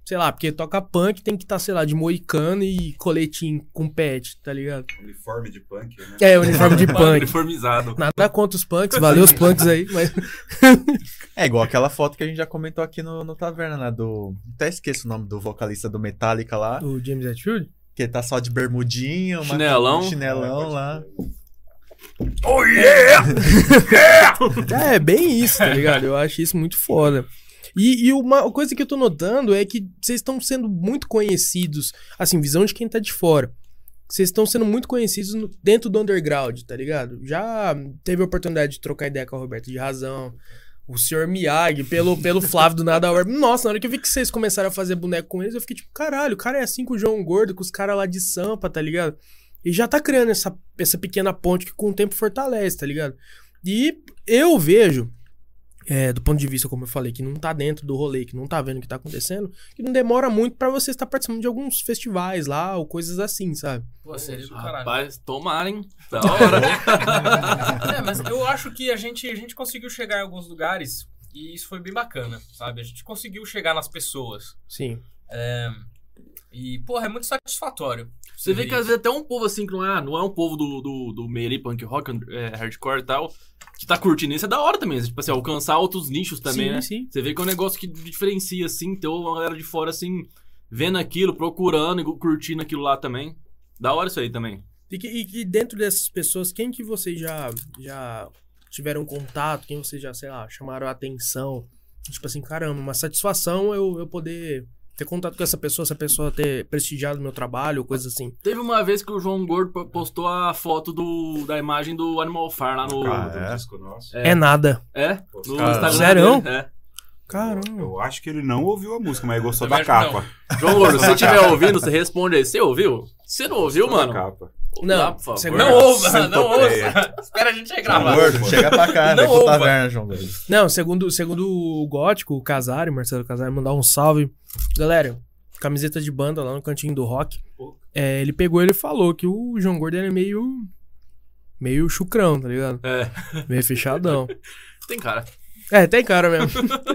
A: sei lá, porque toca punk tem que estar, tá, sei lá, de moicano e coletinho com pet, tá ligado?
D: Uniforme de punk, né?
A: É, uniforme de punk.
E: Uniformizado.
A: Nada contra os punks, valeu os punks aí, mas...
B: É igual aquela foto que a gente já comentou aqui no, no Taverna, né? Do... Até esqueço o nome do vocalista do Metallica lá.
A: O James Hetfield?
B: Que tá só de bermudinha, uma...
E: Chinelão.
B: um chinelão lá.
E: Oh, yeah!
A: É, é bem isso, tá ligado? Eu acho isso muito foda. E, e uma coisa que eu tô notando é que vocês estão sendo muito conhecidos, assim, visão de quem tá de fora. Vocês estão sendo muito conhecidos no, dentro do underground, tá ligado? Já teve a oportunidade de trocar ideia com a Roberta de Razão, o senhor Miyagi, pelo, pelo Flávio do Nada Web. Nossa, na hora que eu vi que vocês começaram a fazer boneco com eles, eu fiquei tipo, caralho, o cara é assim com o João Gordo, com os caras lá de Sampa, tá ligado? E já tá criando essa, essa pequena ponte que com o tempo fortalece, tá ligado? E eu vejo, é, do ponto de vista, como eu falei, que não tá dentro do rolê, que não tá vendo o que tá acontecendo, que não demora muito pra você estar participando de alguns festivais lá, ou coisas assim, sabe?
C: Pô, seria do caralho.
E: Rapaz, tomarem. Da hora.
C: É, mas eu acho que a gente, a gente conseguiu chegar em alguns lugares e isso foi bem bacana, sabe? A gente conseguiu chegar nas pessoas.
A: Sim.
C: É, e, porra, é muito satisfatório.
E: Você vê que às vezes até um povo assim, que não é, não é um povo do, do, do meio ali, punk rock, é, hardcore e tal, que tá curtindo isso, é da hora também. Tipo assim, alcançar outros nichos também,
A: Sim,
E: né?
A: sim.
E: Você vê que é um negócio que diferencia, assim, ter uma galera de fora, assim, vendo aquilo, procurando e curtindo aquilo lá também. Da hora isso aí também.
A: E, que- e, e dentro dessas pessoas, quem que vocês já, já tiveram contato, quem vocês já, sei lá, chamaram a atenção? Tipo assim, caramba, uma satisfação eu, eu poder ter contato com essa pessoa, essa pessoa ter prestigiado o meu trabalho, coisa assim.
E: Teve uma vez que o João Gordo po- postou a foto do, da imagem do Animal Farm lá no...
B: Ah,
D: Do
B: é?
D: disco nosso.
A: É, nada.
E: É? No
B: Cara,
E: Instagram
A: sério?
E: dele, é.
A: Caramba.
D: Eu acho que ele não ouviu a música, mas ele gostou
C: Também
D: da
C: acho que
D: capa.
E: João Gordo, se você
D: Da
E: estiver
D: capa.
E: ouvindo, você responde aí. Você ouviu? Você não ouviu,
D: Gostou da
E: mano?
D: capa.
A: Não,
E: Dá, por favor.
A: segundo-
C: Não ouça, não
D: Centopeia.
C: ouça. Espera a gente aí
B: João
C: gravar.
B: Gordo, chega pra cá,
C: Não
B: vai pro
C: ouva.
B: Taverna, João Gordo.
A: Não, segundo, segundo o Gótico, o Casari, Marcelo Casari, mandar um salve. Galera, camiseta de banda lá no cantinho do rock. É, ele pegou e ele falou que o João Gordo era meio... meio chucrão, tá ligado?
E: É.
A: Meio fechadão.
E: Tem cara.
A: É, tem cara mesmo.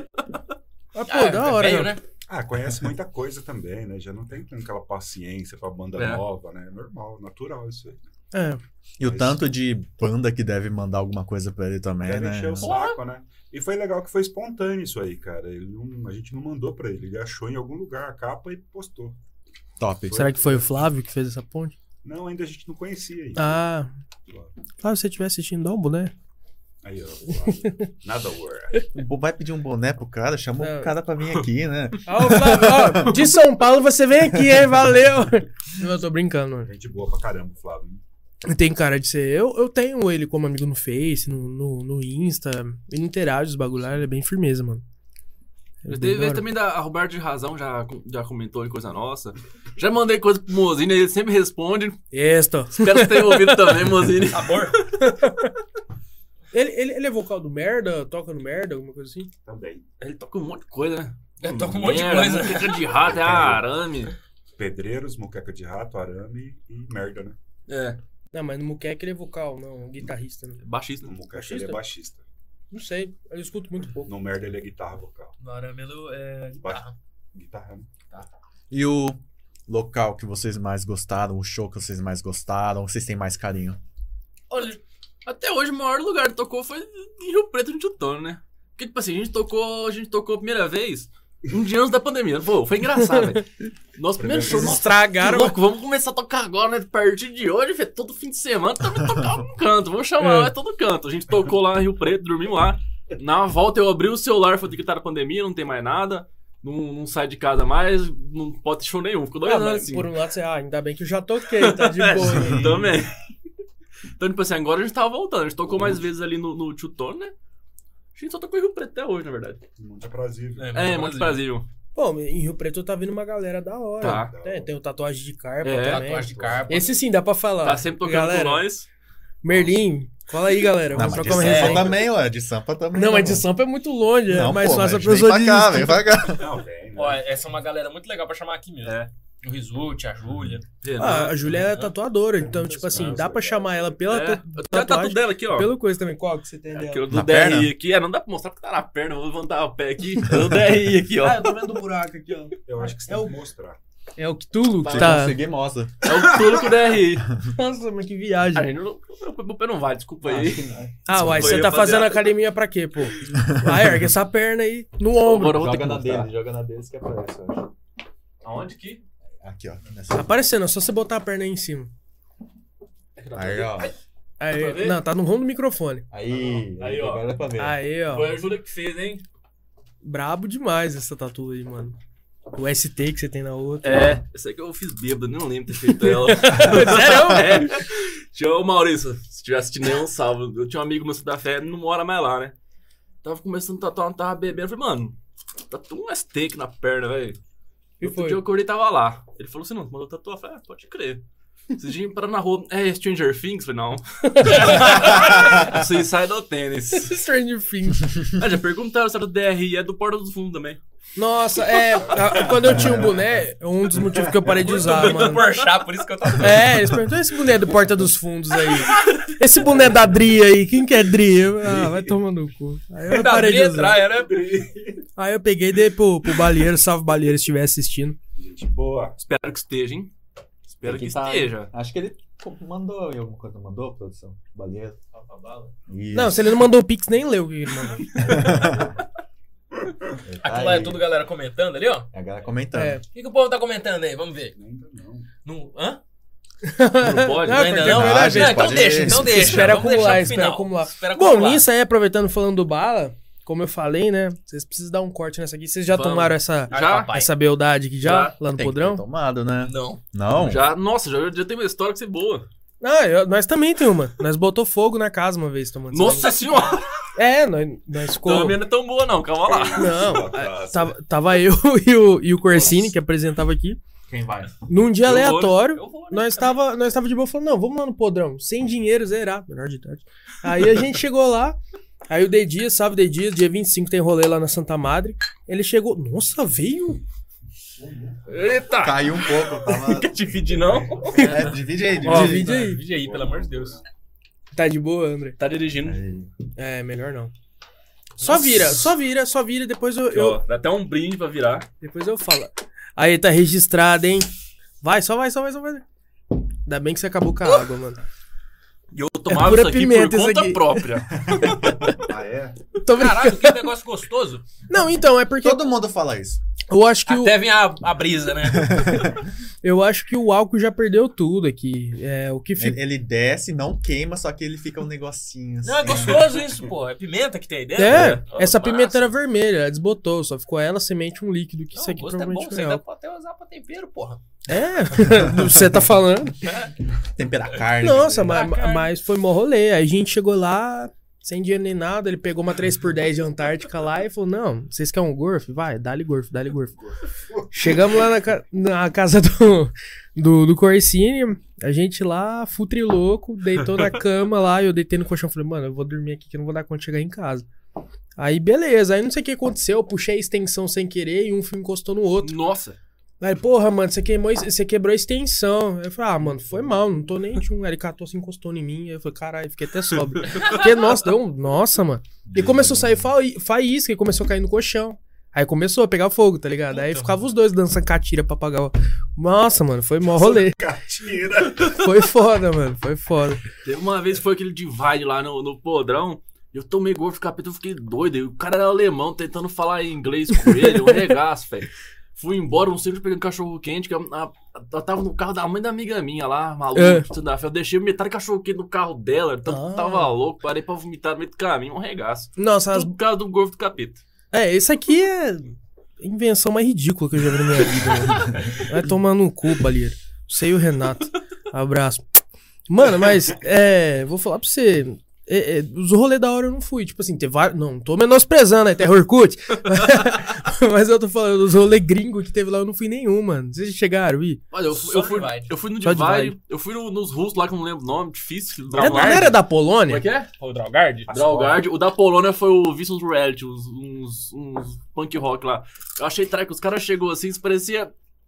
A: Mas, pô,
C: Ah,
A: da hora,
C: veio,
A: né?
C: né?
D: Ah, conhece muita coisa também, né? Já não tem aquela paciência pra banda
E: É.
D: nova, né? Normal, natural isso aí.
A: É.
B: E o
D: Mas-
B: tanto de banda que deve mandar alguma coisa pra ele também,
D: Quer
B: né?
D: encher o saco, né? E foi legal que foi espontâneo isso aí, cara. Ele não- a gente não mandou pra ele. Ele achou em algum lugar a capa e postou.
B: Top.
A: Será que foi o Flávio que fez essa ponte?
D: Não, ainda a gente não conhecia ainda.
A: Ah, Flávio, se você estiver assistindo, dá um boné.
D: Aí, ó. Flávio. Nada word.
B: Vai pedir um boné pro cara? Chama
A: Não.
B: o cara pra vir aqui, né?
A: Ó, Flávio, ó, de São Paulo você vem aqui, hein? Valeu! Eu tô brincando, mano.
D: Gente boa pra caramba, Flávio.
A: Tem cara de ser. Eu, eu tenho ele como amigo no Face, no, no, no Insta. Ele interage os bagulho lá, ele é bem firmeza, mano. Ele é
E: Já
A: bem
E: teve
A: da
E: vez
A: hora.
E: também da a Roberta de Razão, já, já comentou em coisa nossa. Já mandei coisa pro Mozini, ele sempre responde.
A: Esto.
E: Espero que você tenha ouvido também, Mozini.
C: Sabor.
A: Ele, ele, ele é vocal do Merda? Toca no Merda? Alguma coisa assim?
D: Também.
E: Ele toca um monte de coisa, né?
C: Ele toca um monte de
E: Merda,
C: coisa.
E: Muqueca de rato, é arame.
D: Pedreiros, moqueca de rato, arame e merda, né?
E: É,
A: Não, mas no Muqueca ele é vocal, não, guitarrista, né?
E: baixista.
D: No moqueca
A: Baixista?
D: ele é baixista.
A: Não sei, eu escuto muito pouco.
D: No merda ele é guitarra vocal.
C: No aramelo é guitarra.
D: Guitarra, né?
B: E o local que vocês mais gostaram, o show que vocês mais gostaram, vocês têm mais carinho?
E: Olha, até hoje o maior lugar que tocou foi em Rio Preto, no Tutano, né? Porque, tipo assim, a gente tocou, a gente tocou a primeira vez um dia antes da pandemia. Pô, foi engraçado, velho. Nosso primeiro show,
A: Eles
E: nossa,
A: estragaram.
E: que louco, vamos começar a tocar agora, né? A partir de hoje, velho, todo fim de semana, também tocar algum canto. Vamos chamar,
A: É.
E: vai todo canto. A gente tocou lá em Rio Preto, dormimos lá. Na volta eu abri o celular, falei que tá na pandemia, não tem mais nada. Não, não sai de casa mais, não pode ter show nenhum. Ficou dois
A: Ah,
E: anos
A: mas
E: assim.
A: por um lado você, ah, ainda bem que eu já toquei, tá de
E: É,
A: boa. né?
E: também. Então, tipo assim, agora a gente tava voltando. A gente tocou mais vezes ali no, no Tutano, né? A gente só tocou em Rio Preto até hoje, na verdade.
D: Muito aprazível.
E: É, muito Brasil.
A: Pô, em Rio Preto tá vindo uma galera da hora.
E: Tá.
A: É, tem o Tatuagem de Carpa
E: É,
A: também.
C: Tatuagem de carpa.
A: Esse sim, dá pra falar.
E: Tá sempre tocando
A: galera,
E: com nós.
A: Merlin, cola aí, galera.
B: Não,
A: Vamos
B: mas de
A: trocar uma
B: Sampa
A: resenha.
B: também, ué. De Sampa também.
A: Não, mas de
B: mano.
A: Sampa é muito longe.
B: Não,
A: é mais
B: pô,
A: fácil a
B: mas vem
A: pessoa
B: pra
A: de...
B: cá, vem pra cá.
D: Não, vem, né?
C: Ó, essa é uma galera muito legal pra chamar aqui mesmo.
E: É.
C: O Risult, a Júlia.
A: Ah, a Júlia é tatuadora, então, tipo assim, dá pra chamar ela pela
E: É,
A: ta-
E: eu tenho a tatu
A: tatuagem,
E: dela aqui, ó.
A: pela coisa também. Qual que você tem dela?
E: Aquilo do
B: Na
E: D R I
B: perna?
E: aqui. É, não dá pra mostrar porque tá na perna. Vou levantar o pé aqui. É o D R I aqui, ó.
A: Ah, eu tô vendo o buraco aqui, ó.
D: Eu acho que você
A: É
D: tem
A: o-
D: que mostrar.
A: É o Cthulhu que
B: Se
A: tá...
B: conseguir, mostra.
E: É o Tulo com o D R I.
A: Nossa, mas que
E: A
A: viagem.
E: gente não, o pé não vai, desculpa aí.
B: Acho que não.
A: Ah, uai,
E: Desculpa
A: você
E: aí,
A: tá fazendo
E: rapaziada.
A: academia pra quê, pô? Vai, ergue essa perna aí no ombro.
E: Agora eu vou ter
B: Joga
E: que
B: na
E: mostrar.
B: dele, joga na deles que aparece, eu acho.
E: Aonde que?
B: Aqui, ó.
A: Tá
B: Nessa...
A: aparecendo, é só você botar a perna aí em cima.
B: Aí, ó.
E: pra
A: Aí,
E: ver?
A: não, tá no rumo do microfone.
B: Aí,
E: Aí, ó.
B: agora dá pra ver.
A: Aí, ó.
E: Foi a Júlia que fez, hein?
A: Brabo demais essa tatu aí, mano. O S T que você tem na outra.
E: É, essa aí que eu fiz bêbado, não lembro ter feito ela.
A: Sério?
E: É. Tinha o Maurício, se tiver assistindo nenhum salvo. Eu tinha um amigo meu da fé, não mora mais lá, né? Tava começando a tatuar, não tava bebendo. Eu falei, mano, tatua um S T aqui na perna, velho.
A: E
E: Outro
A: foi?
E: dia eu acordei e tava lá. Ele falou assim, não, mandou tatuar. Eu falei, ah, pode crer. Esses dias parar na rua, é Stranger Things? Eu falei, não. Suicidal Tennis.
A: Stranger Things.
E: Ah, já perguntaram se era do D R I, é do Porta dos Fundos também.
A: Nossa, é. a- Quando eu tinha um boné, um dos motivos que eu parei de usar,
C: Muito
A: mano.
C: Porsche, por isso que eu tava...
A: É, eles perguntaram esse boné do Porta dos Fundos aí. Esse boné da Dri aí, quem que é Dri? Eu, Ah, vai tomar no cu. Aí eu
C: Da
A: parei de usar.
C: Traia, né?
A: Aí eu peguei e dei pro, pro Balieiro, salve Balieiro, se estiver assistindo.
D: Gente boa.
E: Espero que esteja, hein? Espero que
B: Aqui tá-
E: esteja.
B: Acho que ele mandou em alguma coisa. Mandou, produção? Baleiro. Isso.
A: Não, se ele não mandou o Pix, nem leu o que ele mandou.
B: Ele tá
C: Aquilo lá é
B: aí.
C: tudo galera comentando ali, ó.
B: É a galera comentando.
A: É.
C: O que, que o povo tá comentando aí? Vamos ver.
D: Ainda não.
C: Não... Hã?
E: Não pode?
A: Não,
C: Ainda
A: porque
C: não?
A: é
C: Ah,
A: verdade,
C: não, então
B: pode-
C: deixa, então deixa.
A: Espera
C: Vamos
A: acumular,
C: deixar pro
A: espera
C: final.
A: acumular.
C: Espera
A: Bom,
C: acumular.
A: nisso aí, aproveitando falando do Bala, como eu falei, né? Vocês precisam dar um corte nessa aqui. Vocês já
E: Vamos.
A: tomaram essa,
C: Ai,
E: Já?
C: papai.
A: essa beldade aqui já?
E: Já.
A: Lá no
B: Tem que ter
A: podrão?
B: tomado, né?
C: Não.
B: Não?
E: Já, nossa, já, já tem uma história que ser boa.
A: Ah, eu- nós também tem uma. Nós botou fogo na casa uma vez tomando
E: Nossa senhora!
A: É, nós, nós ficou...
E: Então a minha não é tão boa não, calma lá.
A: Não,
D: Nossa.
A: é, tava, tava eu e o, e o Corsini, que apresentava aqui.
C: Quem vai?
A: Num dia
E: Eu vou,
A: aleatório,
C: Eu vou, né?
A: nós tava, nós tava de boa falando, não, vamos lá no podrão, sem dinheiro, zerar, menor de idade. Aí a gente chegou lá, aí o D Dias, salve D Dias, dia vinte e cinco tem rolê lá na Santa Madre. Ele chegou, nossa, veio?
E: Eita!
B: Caiu um pouco. Tava...
E: Quer dividir não?
B: É, divide aí, divide
A: Ó,
B: aí.
A: divide aí.
C: Divide aí, pelo amor de Deus.
A: Tá de boa, André?
E: Tá dirigindo.
B: Aí.
A: É, melhor não. Só vira, só vira, só vira, depois eu, eu-
E: Ó, dá até um brinde pra virar.
A: depois eu falo. Aí, tá registrado, hein? Vai, só vai, só vai, só vai. Ainda bem que você acabou com a água, mano.
E: E eu tomava
A: pura
E: isso aqui
A: pimenta
E: por
A: isso
E: conta
A: aqui.
E: própria.
D: Ah, é?
A: Tô brincando.
C: Caralho, que negócio gostoso.
A: Não, então, é porque
B: Todo mundo fala isso.
A: eu acho que o,
C: Até vem a, a brisa, né?
A: eu acho que o álcool já perdeu tudo aqui. É, o que fica...
B: Ele, ele desce, não queima, só que ele fica um negocinho assim.
C: Não, é gostoso isso, pô. É pimenta que tem aí dentro.
A: É,
E: né?
A: essa
E: Massa.
A: pimenta era vermelha, ela desbotou, só ficou ela, semente, um líquido, que
C: Não,
A: isso aqui
C: o gosto é bom,
A: provavelmente
C: você
A: não é
C: dá
A: álcool.
C: pra até usar pra tempero, porra.
A: É, você tá falando.
B: Tempera a carne.
A: Nossa,
B: né?
A: mas,
C: carne.
A: mas foi mó rolê. Aí a gente chegou lá, sem dinheiro nem nada, ele pegou uma três por dez de Antártica lá e falou, não, vocês querem um gorf? Vai, dá-lhe gorf, dá-lhe gorf. Chegamos lá na, ca- na casa do, do, do Corsini, a gente lá, futrilouco, deitou na cama lá, e eu deitei no colchão, falei, mano, eu vou dormir aqui que eu não vou dar conta de chegar em casa. Aí beleza, aí não sei o que aconteceu, eu puxei a extensão sem querer e um fio encostou no outro.
E: Nossa.
A: Aí, porra, mano, você, queimou, você quebrou a extensão. Eu falei, ah, mano, foi mal, não tô nem tinha um. Aí ele catou assim, encostou em mim. Aí eu falei, caralho, fiquei até sóbrio. Porque, nossa, deu um. Nossa, mano. E começou a sair fa- faísca e começou a cair no colchão. Aí começou a pegar fogo, tá ligado? Aí ficava os dois dançando catira pra apagar o. Nossa, mano, foi mó rolê.
D: Catira.
A: Foi foda, mano, foi foda.
E: Teve uma vez que foi aquele divide lá no, no podrão. Eu tomei gorfo, capeta, eu fiquei doido. E o cara era alemão, tentando falar em inglês com ele, um regaço, velho. Fui embora, um sempre pegando cachorro quente, que eu, a- eu tava no carro da mãe da amiga minha lá, maluco,
A: É.
E: tudo da fé. Eu deixei metade do cachorro quente no carro dela, tanto
A: Ah.
E: que tava louco, parei pra vomitar no meio do caminho, um regaço.
A: Nossa, as...
E: Tudo por causa do gorfo do capeta.
A: é, esse aqui é a invenção mais ridícula que eu já vi na minha vida, mano. Vai tomar no cu, Balieiro. Você e o Renato. Abraço. Mano, mas, é, vou falar pra você. É, é, os rolês da hora eu não fui. Tipo assim, teve vários. Não, não tô menosprezando, é Terror Orkut. Mas eu tô falando, os rolês gringos que teve lá eu não fui nenhum, mano. Vocês chegaram, Vi?
E: Olha, eu,
C: Só
E: eu, fui,
C: divide.
E: eu fui no
A: Só
E: Divide,
A: divide.
E: eu fui no- nos russos lá que eu não lembro o nome, difícil.
A: É, não era da Polônia?
E: Como é que é?
C: Foi o Draugard?
E: Draugard. O da Polônia foi o Vicious Reality, uns, uns, uns punk rock lá. Eu achei track, os caras chegou assim, isso parecia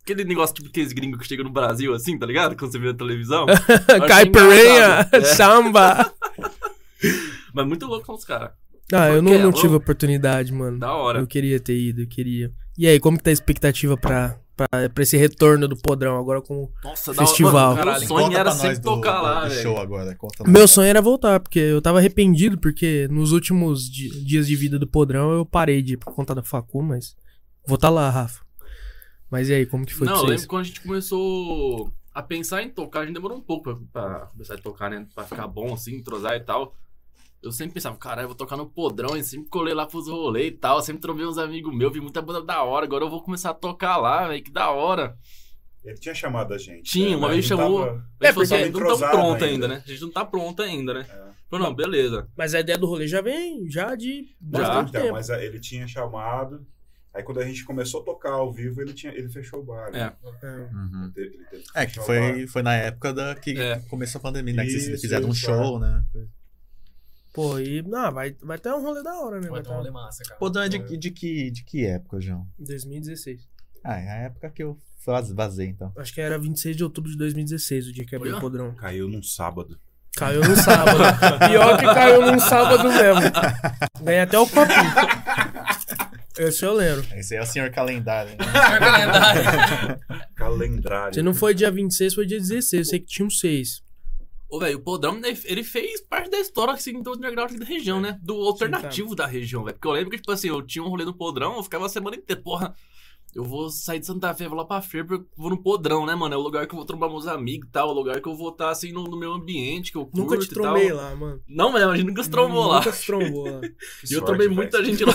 E: aquele negócio tipo aqueles gringos que chegam no Brasil, assim, tá ligado? Quando você vê na televisão.
A: Caipirinha, samba.
E: Mas muito louco são os caras.
A: Ah, eu não,
E: Porque é
A: não tive
E: louco.
A: oportunidade, mano.
E: Da hora.
A: Eu queria ter ido, eu queria. E aí, como que tá a expectativa pra, pra, pra esse retorno do Podrão agora com...
E: Nossa,
A: Festival.
E: Da hora. Mano,
B: Caralho,
E: meu sonho
B: conta
E: era
B: pra nós
E: sempre
B: do,
E: tocar
B: do,
E: lá,
B: do
E: velho.
B: show agora. Conta
A: Meu sonho era voltar, porque eu tava arrependido, porque nos últimos di- dias de vida do Podrão eu parei de ir por conta da facu, mas... Vou tá lá, Rafa. Mas e aí, como que foi
E: Não,
A: pra
E: eu
A: vocês?
E: lembro quando a gente começou a pensar em tocar, a gente demorou um pouco pra, pra começar a tocar, né? Pra ficar bom, assim, entrosar e tal. Eu sempre pensava, caralho, eu vou tocar no Podrão, e sempre colei lá pros rolês e tal. Sempre trombei uns amigos meus, vi muita banda da hora. Agora eu vou começar a tocar lá, velho, que da hora.
D: Ele tinha chamado a gente.
E: Tinha,
D: né?
E: uma
D: Mas
E: vez
D: não
E: chamou.
D: tava-
E: É,
A: porque
E: porque não estamos
D: entrosado
E: pronto ainda,
D: ainda.
E: né? A gente não tá pronto ainda, né?
D: É.
E: Falei, não, beleza.
A: Mas a ideia do rolê já vem, já de
E: Já,
A: bastante
D: Então,
A: tempo.
D: mas a- ele tinha chamado. Aí quando a gente começou a tocar ao vivo, ele, tinha, ele fechou o bar. né?
E: É.
A: É.
B: Uhum.
D: Ele teve- ele teve que
B: É, que
D: fechar o
B: foi, foi na época da, que
E: É.
B: começou a pandemia, né? Que vocês
D: Isso,
B: fizeram um
D: isso,
B: show, né?
A: Pô, e... Não, vai, vai ter um rolê da hora, né?
C: Vai
A: Vai
C: ter um
A: ter
C: rolê massa, cara.
B: Pô, Dan, é de, que- de, que, de que época, João?
A: dois mil e dezesseis.
B: Ah, é a época que eu vaz- vazei, então.
A: Acho que era vinte e seis de outubro de dois mil e dezesseis, o dia que abriu o
E: Olha.
A: Podrão.
D: bar. Caiu num sábado.
A: Caiu no sábado. Pior que caiu num sábado mesmo. Ganhei até o copinho. Esse eu lembro.
B: Esse aí é o senhor calendário, né?
C: Senhor calendário.
D: Calendário.
A: Se não foi dia vinte e seis, foi dia dezesseis. Eu sei que tinha um seis.
E: Ô, velho, o Podrão, ele fez parte da história assim, do underground aqui da região, né? Do alternativo da região, velho. Porque eu lembro que, tipo assim, eu tinha um rolê no Podrão, eu ficava a semana inteira, porra. Eu vou sair de Santa Fé, vou lá pra feira, porque eu vou no Podrão, né, mano? É o lugar que eu vou trombar meus amigos e tal, é o lugar que eu vou estar, assim, no, no meu ambiente, que eu curto
A: Nunca te
E: e tal.
A: trombei lá, mano.
E: Não, mas a gente nunca se trombou lá.
A: Nunca se trombou lá.
D: Que
E: E eu
D: sorte,
E: trombei
D: velho.
E: muita gente lá.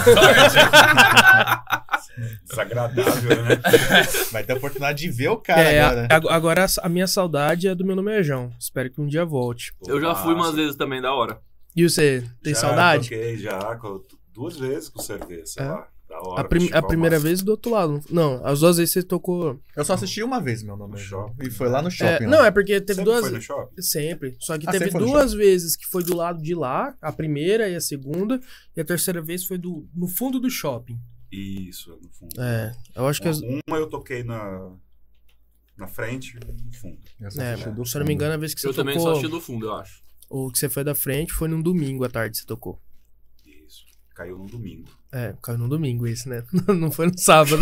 D: Desagradável, né?
B: Vai ter a oportunidade de ver o cara
A: É,
B: agora.
A: a- a- agora a minha saudade é do meu nome é João. Espero que um dia volte.
D: Pô,
E: Eu já fui umas
D: massa.
E: vezes também, da hora.
A: E você, tem
D: Já
A: saudade?
D: Toquei já, com- duas vezes com cerveja, sei
A: É?
D: lá. Da hora,
A: A, prim- a
D: festival
A: primeira
D: massa.
A: vez do outro lado. Não, as duas vezes você tocou.
B: Eu só assisti uma vez meu nome.
D: No
B: é João.
D: shopping.
B: E foi lá no
A: É,
B: shopping.
A: não,
B: lá.
A: é porque teve
D: Sempre
A: duas.
D: foi no shopping?
A: Sempre. Só que
B: Ah,
A: teve
B: sempre foi no
A: duas vezes que foi do lado de lá, a primeira e a segunda, e a terceira vez foi do, no fundo do shopping.
D: Isso, no fundo.
A: É, eu acho que. As,
D: Uma eu toquei na, na frente e no fundo.
B: Eu só
A: é,
B: assisti do
A: se eu não me engano, a vez que você
E: Eu também
A: tocou.
E: só assisti do fundo, eu acho.
A: O que você foi da frente foi num domingo à tarde que você tocou.
D: Isso. Caiu no domingo.
A: É, caiu no domingo esse, né? Não foi no sábado.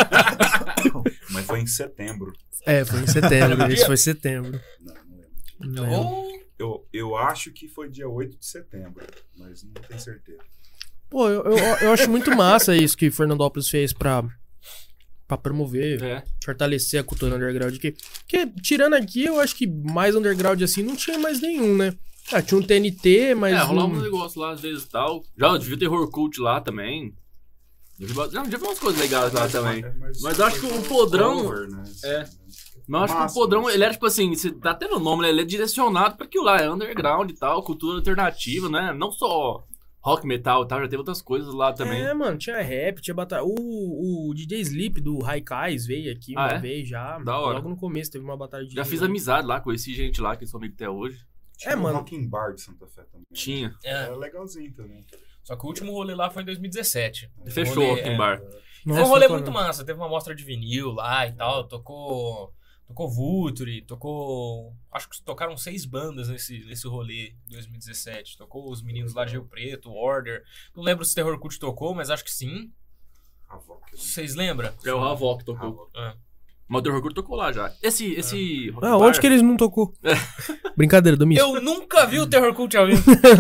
D: Mas foi em setembro.
A: É, foi em setembro. Esse foi setembro.
D: Não, não lembro.
A: Não lembro.
C: Ou
D: Eu, eu acho que foi dia oito de setembro, mas não tenho certeza.
A: Pô, eu, eu, eu acho muito massa isso que Fernandópolis fez pra, pra promover,
E: É.
A: fortalecer a cultura underground aqui. Porque, tirando aqui, eu acho que mais underground assim não tinha mais nenhum, né? Ah, tinha um T N T, mas.
E: É, rolava
A: não-
E: uns negócios lá às vezes e tal. Já eu devia ter horror cult lá também. Já vi, ba- não, já vi umas coisas legais lá também. Mas eu acho que o Podrão-
D: Cover, né?
E: É. Mas eu acho que
D: Massa,
E: o Podrão,
D: mas-
E: ele era tipo assim, você dá até no nome, né? Ele é direcionado pra aquilo lá, é underground e tal, cultura alternativa, né? Não só rock, metal e tal, já teve outras coisas lá também.
A: É, mano, tinha rap, tinha batalha. O, o D J Sleep do Haikais veio aqui
E: Ah,
A: uma
E: é?
A: vez já.
E: Da hora.
A: Logo no começo teve uma batalha de.
E: Já fiz amizade lá, conheci gente lá, que sou amigo até hoje.
D: Tinha
A: É,
D: um
A: mano.
D: Rock in Bar de Santa Fé também.
E: Tinha.
C: É,
D: Era legalzinho também.
C: só que o último rolê lá foi em dois mil e dezessete.
E: Fechou o
C: Rolê,
E: Rock in
C: é.
E: Bar.
A: Nossa,
C: Foi um rolê
A: cara.
C: muito massa. Teve uma mostra de vinil lá e tal. Tocou. Tocou Vulture, tocou. Acho que tocaram seis bandas nesse, nesse rolê de dois mil e dezessete. Tocou os meninos lá de Rio Preto, Order. Não lembro se Terror Cult tocou, mas acho que sim.
D: Havok, né?
C: Vocês lembram?
E: É o Havok que tocou.
D: Havok.
C: Ah.
E: Mas o Terror Cult tocou lá já. Esse, esse Rock
A: Ah,
E: Bar-
A: onde que eles não tocou? Brincadeira, Domingo.
C: Eu nunca vi o Terror Cult ao vivo.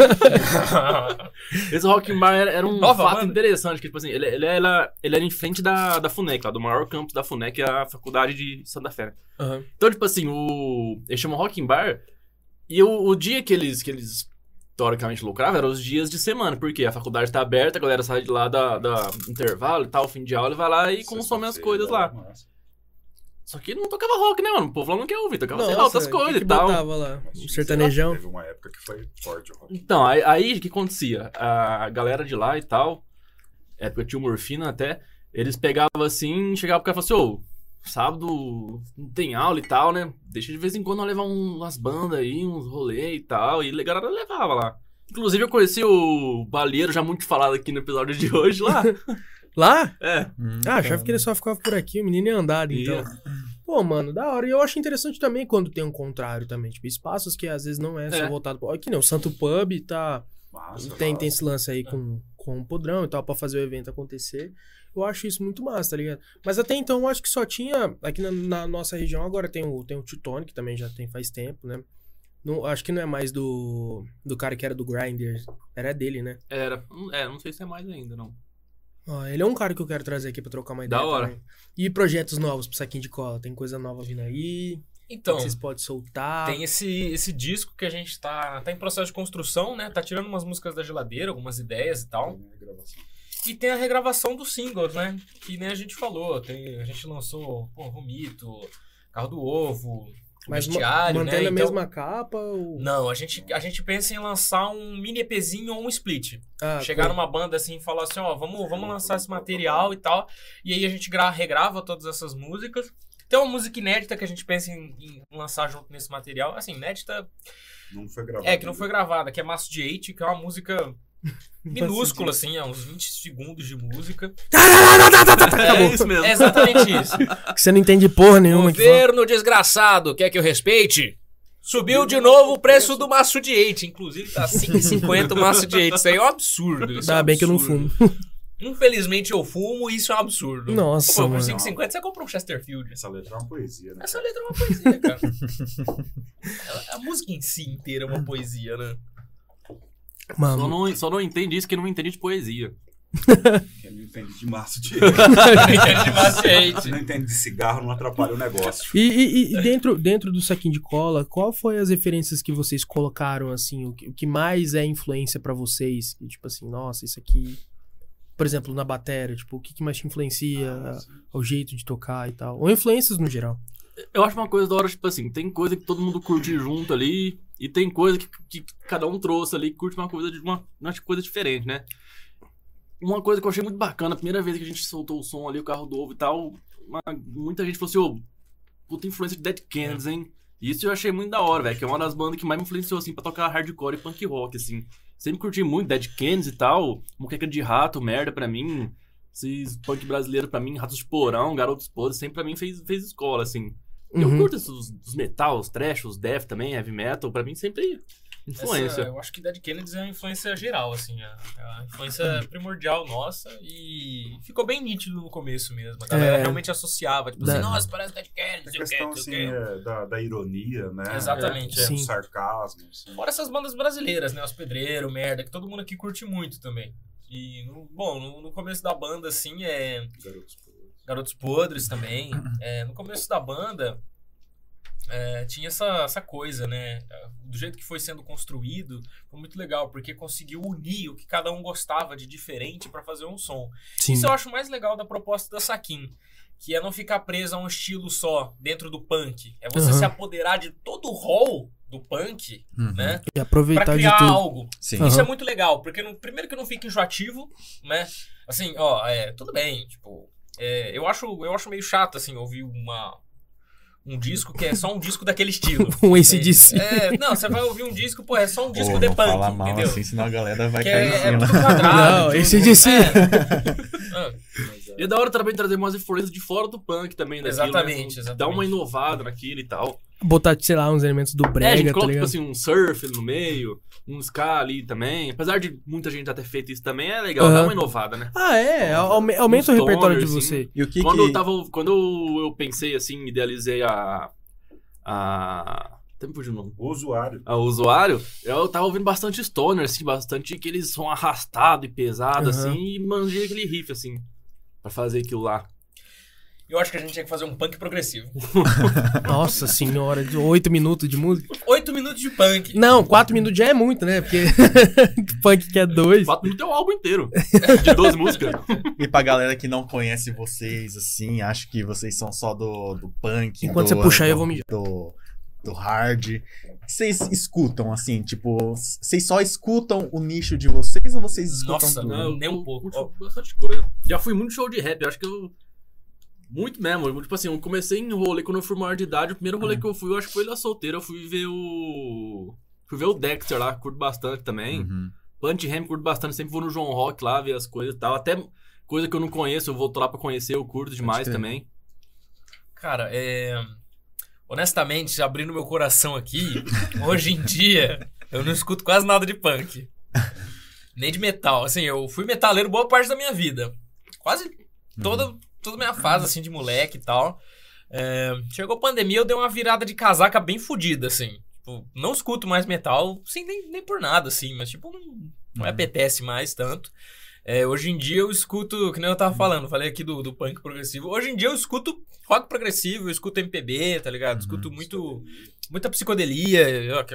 E: Esse Rock in Bar era, era um
C: Nova
E: fato
C: banda.
E: interessante, que tipo assim, ele, ele, era, ele era em frente da, da FUNEC, lá, do maior campus da FUNEC, a faculdade de Santa Fé.
A: Aham.
E: Então, tipo assim, o, eles chamam Rock in Bar, e o, o dia que eles, que eles teoricamente lucravam eram os dias de semana, porque a faculdade tá aberta, a galera sai de lá da, da intervalo e tal, fim de aula, e vai lá e consome as coisas lá.
D: Massa.
E: Só que não tocava rock, né, mano? O povo lá não quer ouvir, tocava, sei lá,
A: Nossa,
E: outras
A: que
E: coisas
A: que
E: e tal.
A: botava lá?
D: Mas
A: Um
D: tinha-
A: sertanejão.
D: Teve uma época que foi forte o rock.
E: Então, aí, aí o que acontecia? A galera de lá e tal, época tinha o Morfina até, eles pegavam assim, chegavam pro cara e falavam assim, ô, sábado não tem aula e tal, né? Deixa de vez em quando nós levar um- umas bandas aí, uns rolês e tal, e a galera levava lá. Inclusive eu conheci o Baleiro, já muito falado aqui no episódio de hoje lá.
A: Lá?
E: É.
B: Hum,
A: Ah, achava que ele só ficava por aqui, o menino ia andar, então.
E: E-
A: Pô, mano, da hora. E eu acho interessante também quando tem um contrário também. Tipo, espaços que às vezes não é só
E: É.
A: voltado... Pro... Aqui não, o Santo Pub tá...
D: Massa,
A: tem,
D: massa.
A: tem esse lance aí com, com o podrão e tal, pra fazer o evento acontecer. Eu acho isso muito massa, tá ligado? Mas até então eu acho que só tinha... Aqui na, na nossa região agora tem o, tem o Teutonic, que também já tem faz tempo, né? Não, acho que não é mais do, do cara que era do Grindr. Era dele, né?
E: Era. É, não sei se é mais ainda, não.
A: Ó, ele é um cara que eu quero trazer aqui pra trocar uma
E: Da
A: ideia
E: hora.
A: também. E projetos novos pro Saquinho de Cola? Tem coisa nova vindo aí?
C: Então,
A: que vocês podem soltar?
C: tem esse, esse disco que a gente tá, tá em processo de construção, né? Tá tirando umas músicas da geladeira, algumas ideias e tal.
D: Tem a gravação.
C: E tem a regravação dos singles, né? Que nem a gente falou. Tem, a gente lançou, pô, Vomito, Carro do Ovo,
A: Mas ma-
C: Bestiário,
A: mantendo
C: né?
A: a
C: Então-
A: mesma capa? Ou...
C: Não, a gente, a gente pensa em lançar um mini EPzinho ou um split.
A: Ah,
C: Chegar
A: pô.
C: numa banda assim e falar assim, ó, vamos, vamos lançar esse material e tal. E aí a gente gra regrava todas essas músicas. Tem uma música inédita que a gente pensa em, em lançar junto nesse material. Assim, inédita
D: Não foi gravado.
C: é que não foi gravada, que é Maço de Eight, que é uma música minúscula, assim, é uns vinte segundos de música.
E: É isso mesmo.
C: É exatamente isso.
A: Que você não entende porra nenhuma. que fala.
C: Governo desgraçado, quer que eu respeite? Subiu de novo o preço do maço de eight. Inclusive tá cinco reais e cinquenta o maço de eight. Isso aí é um absurdo. Isso é
A: Ainda
C: um
A: bem que eu não
C: absurdo.
A: fumo.
C: Infelizmente eu fumo e isso é um absurdo.
A: Nossa,
C: Pô, por
A: mano.
C: cinco reais e cinquenta você compra um Chesterfield.
D: Essa letra é uma poesia, né?
C: Essa letra é uma poesia, cara. a, a música em si inteira é uma poesia, né?
E: Só
A: Mano,
E: não, só não entende isso que não entende de poesia.
D: Quem não entende de maço de
C: É de maço de eight.
D: Se não entende de cigarro, não atrapalha o negócio.
A: E, e- e dentro, dentro do Saquinho de Cola, qual foi as referências que vocês colocaram, assim, o que, o que mais é influência pra vocês? Que, tipo assim, nossa, isso aqui... Por exemplo, na bateria, tipo, o que, que mais te influencia,
D: Ah, sim.
A: o jeito de tocar e tal? Ou influências no geral.
E: Eu acho uma coisa da hora, tipo assim, tem coisa que todo mundo curte junto ali, e tem coisa que, que cada um trouxe ali, que curte uma coisa de uma, uma coisa diferente, né? Uma coisa que eu achei muito bacana, a primeira vez que a gente soltou o som ali, o Carro do Ovo e tal, uma- muita gente falou assim, ô, puta influência de Dead Kennedys, hein? E isso eu achei muito da hora, velho, que é uma das bandas que mais me influenciou, assim, pra tocar hardcore e punk rock, assim. Sempre curti muito Dead Kennedys e tal, Moqueca de Rato, Merda pra mim, esses punk brasileiro pra mim, Ratos de Porão, Garotos Podres, sempre pra mim fez, fez escola, assim. E eu
A: Uhum.
E: curto esses, os metal, os trash, os death também, heavy metal, pra mim sempre influência.
C: Essa, eu acho que Dead Kennedys é uma influência geral, assim, a, a influência primordial nossa e ficou bem nítido no começo mesmo. A galera
A: É.
C: realmente associava, tipo
A: Da-
C: assim, nossa, parece Dead Kennedys,
D: A
C: sei o
D: questão,
C: quê,
D: assim,
C: sei o quê.
D: é da, da ironia, né?
C: Exatamente,
D: É,
A: é.
D: do
A: Sim.
D: sarcasmo, assim.
C: Fora essas bandas brasileiras, né? Os Pedreiro, Merda, que todo mundo aqui curte muito também. E, no- bom, no, no começo da banda, assim, é...
D: Garotos podres.
C: Garotos Podres também. É, no começo da banda, é, tinha essa, essa coisa, né? Do jeito que foi sendo construído, foi muito legal, porque conseguiu unir o que cada um gostava de diferente pra fazer um som.
A: Sim.
C: Isso eu acho mais legal da proposta da Saquin, que é não ficar preso a um estilo só dentro do punk. É você
A: Uhum.
C: se apoderar de todo o rol do punk,
B: Uhum.
C: né?
A: E aproveitar
C: Pra
A: de
C: criar
A: tudo.
C: algo.
B: Sim.
A: Aham.
C: Isso é muito legal, porque no- primeiro que não fica enjoativo, né? Assim, ó, é, tudo bem, tipo, é, eu, acho, eu acho meio chato, assim, ouvir uma, um disco que é só um disco daquele estilo.
A: Um A C D C.
C: É, não, você vai ouvir um disco, pô, é só um disco
B: Pô,
C: de
B: não
C: punk,
B: fala mal
C: entendeu?
B: assim, senão a galera vai
C: Que
B: cair
C: é,
B: em
C: é
B: cima.
C: tudo quadrado.
A: Não,
C: tudo-
A: esse de si.
C: é. Ah,
D: Mas, é,
E: E é da hora também trazer umas influências de fora do punk também, daquilo,
C: Exatamente,
E: né?
C: exatamente.
E: Dar uma inovada naquilo e tal.
A: Botar, sei lá, uns elementos do
E: É, a
A: brega,
E: gente
A: tá
E: coloca, tipo
A: ligado?
E: assim, um surf no meio, um ska ali também. Apesar de muita gente já ter feito isso também, é legal,
A: Aham.
E: dá uma inovada, né?
A: Ah, é. aume- Aumenta
E: Uns
A: o repertório de
E: toners,
A: você.
B: E o que
E: Quando
B: que...
E: eu tava. Quando eu, eu pensei assim, idealizei a. A. Até me fugiu o nome.
D: o usuário.
E: A usuário, eu tava ouvindo bastante stoner, assim, bastante aqueles som arrastado e pesado,
A: Aham.
E: assim, e manjei aquele riff, assim, pra fazer aquilo lá.
C: eu acho que a gente tinha que fazer um punk progressivo.
A: Nossa senhora, de oito minutos de música.
C: Oito minutos de punk.
A: Não, quatro minutos já é muito, né? Porque punk que é dois.
E: Quatro minutos é o álbum inteiro, de doze músicas.
B: E pra galera que não conhece vocês, assim, acho que vocês são só do, do punk.
A: Enquanto
B: do,
A: você puxar,
B: do,
A: eu vou mijar.
B: Do, do hard. O que vocês escutam, assim, tipo, vocês só escutam o nicho de vocês ou vocês escutam
C: Nossa,
B: tudo?
C: não. Nem um pouco.
E: Curto bastante coisa. Já fui muito show de rap, eu acho que eu... Muito mesmo, tipo assim, eu comecei em rolê quando eu fui maior de idade, o primeiro rolê que eu fui, eu acho que foi da solteira, eu fui ver o... Fui ver o Dexter lá, curto bastante também.
B: Uhum.
E: Plant Ham curto bastante, sempre vou no João Rock lá ver as coisas e tal. Até coisa que eu não conheço, eu vou lá pra conhecer, eu curto demais
B: crer.
E: também.
C: Cara, é... honestamente, abrindo meu coração aqui, hoje em dia, eu não escuto quase nada de punk. Nem de metal. Assim, eu fui metaleiro boa parte da minha vida. Quase toda,
B: Uhum.
C: toda a minha fase, assim, de moleque e tal. É, chegou a pandemia, eu dei uma virada de casaca bem fodida, assim. Tipo, não escuto mais metal, assim, nem, nem por nada, assim. Mas, tipo, não, não me apetece mais tanto. É, hoje em dia eu escuto, que nem eu tava falando, falei aqui do, do punk progressivo. Hoje em dia eu escuto rock progressivo, eu escuto M P B, tá ligado? Escuto muito, muita psicodelia. Eu,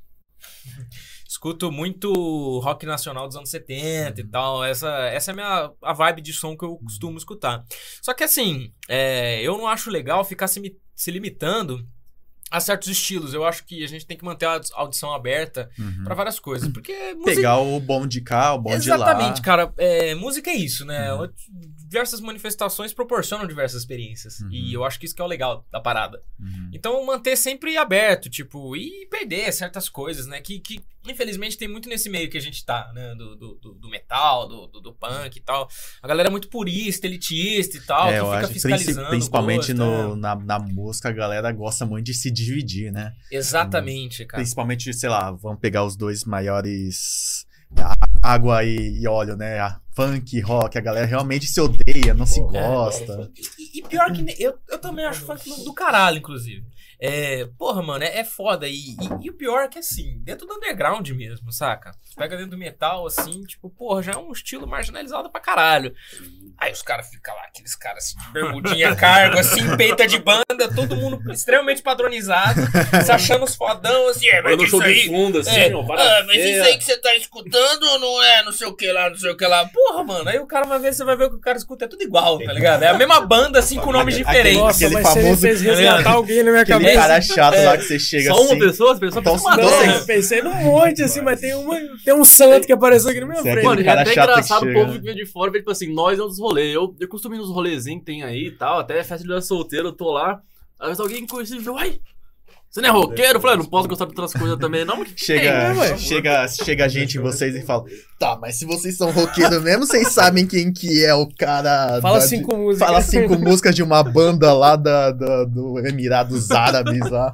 C: escuto muito rock nacional dos anos setenta e tal. Essa, essa é a minha a vibe de som que eu costumo escutar. Só que assim, é, eu não acho legal ficar se, mi- se limitando a certos estilos. Eu acho que a gente tem que manter a audição aberta
B: Uhum.
C: pra várias coisas. Porque música...
B: Pegar o bom de cá, o bom de lá.
C: Exatamente, cara. É, música é isso, né?
B: Uhum.
C: Diversas manifestações proporcionam diversas experiências.
B: Uhum.
C: E eu acho que isso que é o legal da parada.
B: Uhum.
C: Então, manter sempre aberto, tipo, e perder certas coisas, né? Que, que infelizmente, tem muito nesse meio que a gente tá, né? Do, do, do- do metal, do, do, do punk e tal. A galera é muito purista, elitista e tal,
B: É,
C: que
B: eu
C: fica
B: acho que
C: fiscalizando.
B: princi- principalmente
C: gosto,
B: no,
C: é.
B: na, na música, a galera gosta muito de se dividir, né?
C: Exatamente, cara.
B: Principalmente, sei lá, vamos pegar os dois maiores á- água e, e óleo, né? A funk e rock, a galera realmente se odeia, não se gosta.
C: E, e pior que ne- eu, eu também acho funk do, do caralho, inclusive. É, porra, mano, é, é foda. E, e, e o pior é que, assim, dentro do underground mesmo, saca? Você pega dentro do metal, assim, tipo, porra, já é um estilo marginalizado pra caralho. Aí os caras ficam lá, aqueles caras assim, de bermudinha cargo, assim, peita de banda, todo mundo extremamente padronizado, se achando os fodão, assim, é, mas
E: Mas no
C: isso
E: show de
C: aí...
E: fundo, assim,
C: É,
E: ó,
C: ah, mas isso aí que você tá escutando não é não sei o que lá, não sei o que lá. Porra, mano, aí o cara vai ver, você vai ver o que o cara escuta, é tudo igual, tá ligado? É a mesma banda, assim, com nomes diferentes.
A: Nossa,
B: aquele
A: mas
B: famoso-
A: você fez resgatar alguém na minha
B: Aquele
A: cabeça.
B: cara chato lá que você chega
E: Só
B: assim.
E: uma pessoa, as pessoas
B: Então,
E: precisam
B: se
A: Não,
B: dois-
E: matar.
A: eu pensei num monte, assim, mas tem, uma, tem um santo que apareceu aqui na minha
B: Você é
A: frente.
E: Mano,
B: aquele
E: é
B: cara
E: até
B: chato que
E: engraçado o
B: chega,
E: povo
B: né?
E: que vem de fora, vê, tipo assim, nós é um dos rolês. Eu, eu costumo ir nos rolezinhos que tem aí e tal, até festa de solteiro, eu tô lá. Às vezes alguém conhecido fala, uai, você não é roqueiro? Eu falei, ah, não posso gostar de outras coisas também, não. Mas que
B: Chega,
A: É, ué.
B: chega, chega a gente em vocês e fala: tá, mas se vocês são roqueiros mesmo, vocês sabem quem que é o cara.
A: Fala
B: da-
A: cinco músicas.
B: Fala cinco músicas de uma banda lá da, da- do Emirados Árabes lá.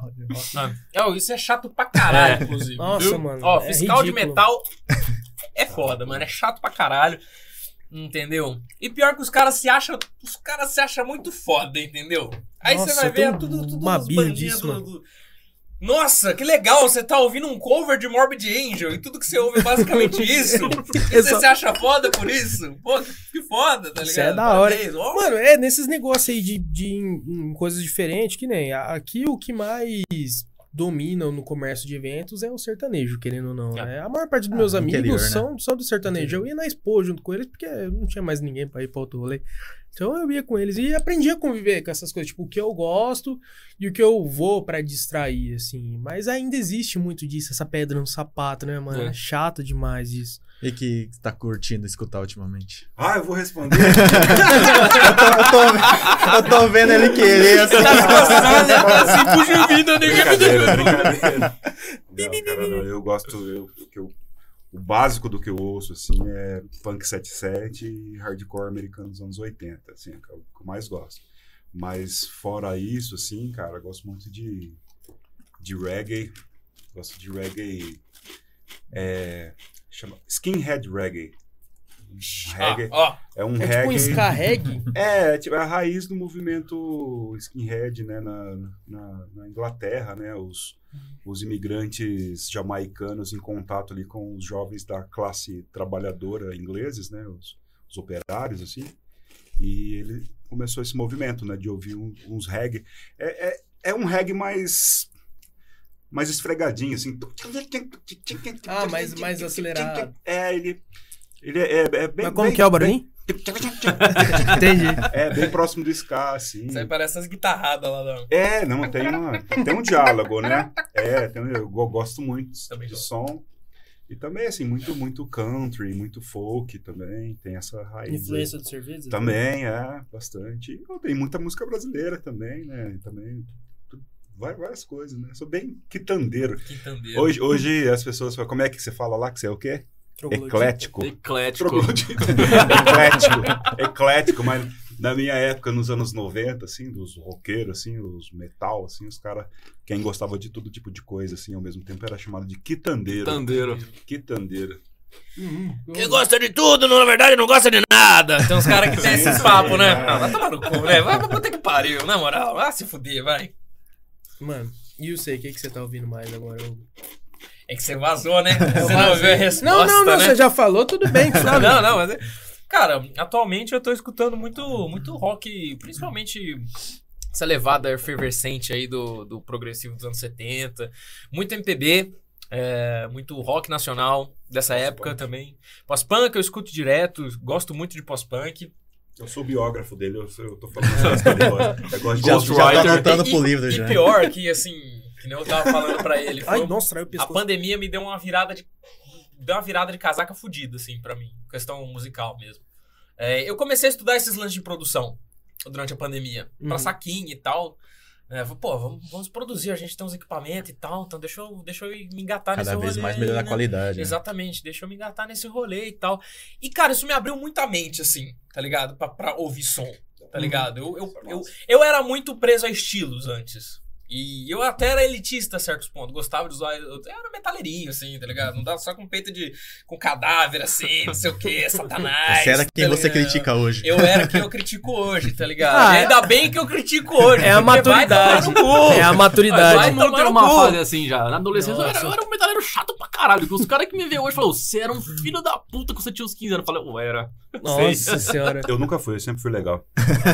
C: É, isso é chato pra caralho, inclusive.
A: Nossa,
C: viu?
A: mano,
C: Ó,
A: é
C: fiscal de
A: ridículo.
C: metal é foda, mano. É chato pra caralho. Entendeu? E pior que os caras se acham. Os caras se acham muito foda, entendeu? Aí
A: Nossa,
C: você vai
A: eu tenho
C: ver tudo, tudo
A: uma
C: as
A: birra
C: bandinhas
A: disso,
C: do,
A: mano.
C: do- Nossa, que legal, você tá ouvindo um cover de Morbid Angel e tudo que você ouve é basicamente isso. E você
A: Exato.
C: se acha foda por isso? Pô, que foda, tá ligado?
A: Isso é da hora.
C: Parabéns. Ó,
A: Mano, é nesses negócios aí de, de em- em coisas diferentes, que nem a- aqui o que mais domina no comércio de eventos é o sertanejo, querendo ou não,
C: É.
A: né? A maior parte dos
B: Ah,
A: meus
B: no
A: amigos
B: interior, né?
A: são, são do sertanejo. Eu ia na Expo junto com eles porque não tinha mais ninguém pra ir pra outro rolê. Então eu ia com eles e aprendi a conviver com essas coisas, tipo, o que eu gosto e o que eu vou pra distrair, assim. Mas ainda existe muito disso, essa pedra no sapato, né, mano?
C: É.
A: É chato demais isso.
B: E que tá curtindo escutar ultimamente?
D: Ah, eu vou responder.
B: Eu tô, eu tô- eu tô vendo ele querer assim.
C: tá se gostando, né? Tá assim, puxa vida, né?
D: Brincadeira, brincadeira. Não, cara, não, eu gosto. Eu, o que eu- o básico do que eu ouço, assim, é punk setenta e sete e hardcore americano dos anos oitenta, assim, é o que eu mais gosto. Mas fora isso, assim, cara, eu gosto muito de, de reggae. Gosto de reggae. É, chama Skinhead Reggae. Reggae.
C: Ó, ó.
B: Ah,
D: É um
A: É tipo
D: reggae.
A: um ska reggae.
D: É, tipo, é a raiz do movimento skinhead, né, na, na, na Inglaterra, né, os, os imigrantes jamaicanos em contato ali com os jovens da classe trabalhadora ingleses, né, os, os operários, assim, e ele começou esse movimento, né, de ouvir um- uns reggae. É, é, é um reggae mais... mais esfregadinho, assim.
A: Ah, mais- mais acelerado.
D: É, ele... Ele é, é, é bem...
A: Mas como
D: bem-
A: que é o barulhinho? Entendi.
D: É, bem próximo do ska, assim.
C: Isso aí parece as guitarradas lá da.
D: É, não, tem, uma, tem um diálogo, né? É, tem, eu go- gosto muito
C: Também
D: de
C: gosto.
D: som. E também, assim, muito, muito country, muito folk também. Tem essa raiz. aí.
A: Influência de cerveja?
D: Também, é, bastante. E tem muita música brasileira também, né? Também, tu- vai- várias coisas, né? Sou bem quitandeiro.
C: Quintandeira.
D: Hoje, hoje as pessoas falam, como é que você fala lá que você é o quê?
A: Troglodita.
D: Eclético.
E: Eclético.
D: Troglodita. Eclético. Eclético, mas Na minha época, nos anos noventa, assim, dos roqueiros, assim, os metal, assim, os caras, quem gostava de todo tipo de coisa, assim, ao mesmo tempo, era chamado de quitandeiro.
E: Tandeiro.
D: Quitandeiro.
C: Quem gosta de tudo, na verdade, não gosta de nada. Tem uns caras que tem esses papos, né? Ah, vai tomar no cu, né? Vai pra puta que pariu, na moral. Vai se fuder, vai.
A: Mano, e eu sei, o que, que você tá ouvindo mais agora? Eu...
C: É que você vazou, né? Você não ouviu a resposta,
A: Não, não, não,
C: né?
A: você já falou, tudo bem.
C: Não, não, não, mas... Cara, atualmente eu tô escutando muito, muito rock, principalmente essa levada efervescente aí do, do progressivo dos anos setenta. Muito M P B, é, muito rock nacional dessa época também. Pós-punk eu escuto direto, gosto muito de pós-punk.
D: Eu sou biógrafo dele, eu, eu tô falando essas coisas agora. Eu gosto de
B: Já, já tá
E: Ghostwriter.
B: anotando
C: E-
B: pro livro
C: E
B: já.
C: pior que, assim, que nem eu tava falando pra ele, foi
A: Ai, nossa, traiu o
C: a
A: pescoço.
C: pandemia me deu uma virada de deu uma virada de casaca fodida, assim, pra mim. Questão musical mesmo. É, eu comecei a estudar esses lances de produção durante a pandemia.
A: Uhum.
C: Pra saquinho e tal. É, falei, pô, vamos, vamos produzir, a gente tem uns equipamentos e tal, então deixa eu, deixa eu me engatar nesse
B: Cada
C: rolê.
B: vez mais
C: aí,
B: melhorar a
C: né?
B: qualidade. né?
C: Exatamente, deixa eu me engatar nesse rolê e tal. E, cara, isso me abriu muita mente, assim, tá ligado? Pra, pra ouvir som, tá ligado? Eu, eu, eu, eu era muito preso a estilos antes. E eu até era elitista a certos pontos. Gostava de usar. Eu era metaleirinho, assim, tá ligado? Não dava só com peito de. com cadáver, assim, não sei o que, satanás.
B: Você era quem
C: tá
B: você
C: ligado?
B: critica hoje.
C: Eu era quem eu critico hoje, tá ligado?
A: Ah,
C: e ainda bem que eu critico hoje.
A: É a
C: porque vai
A: maturidade.
C: tomar no cu.
A: É a
E: Vai
A: maturidade.
C: Vai
E: todo mundo
C: tomar
E: tem
C: no
E: uma
C: cu.
E: fase assim já. Na adolescência eu era,
A: Nossa.
E: eu era um metaleiro chato pra caralho. Que os caras que me veem hoje falaram, você era um filho da puta quando você tinha uns quinze anos. Eu falei, ué, era.
A: Nossa senhora.
D: Eu nunca fui, eu sempre fui legal.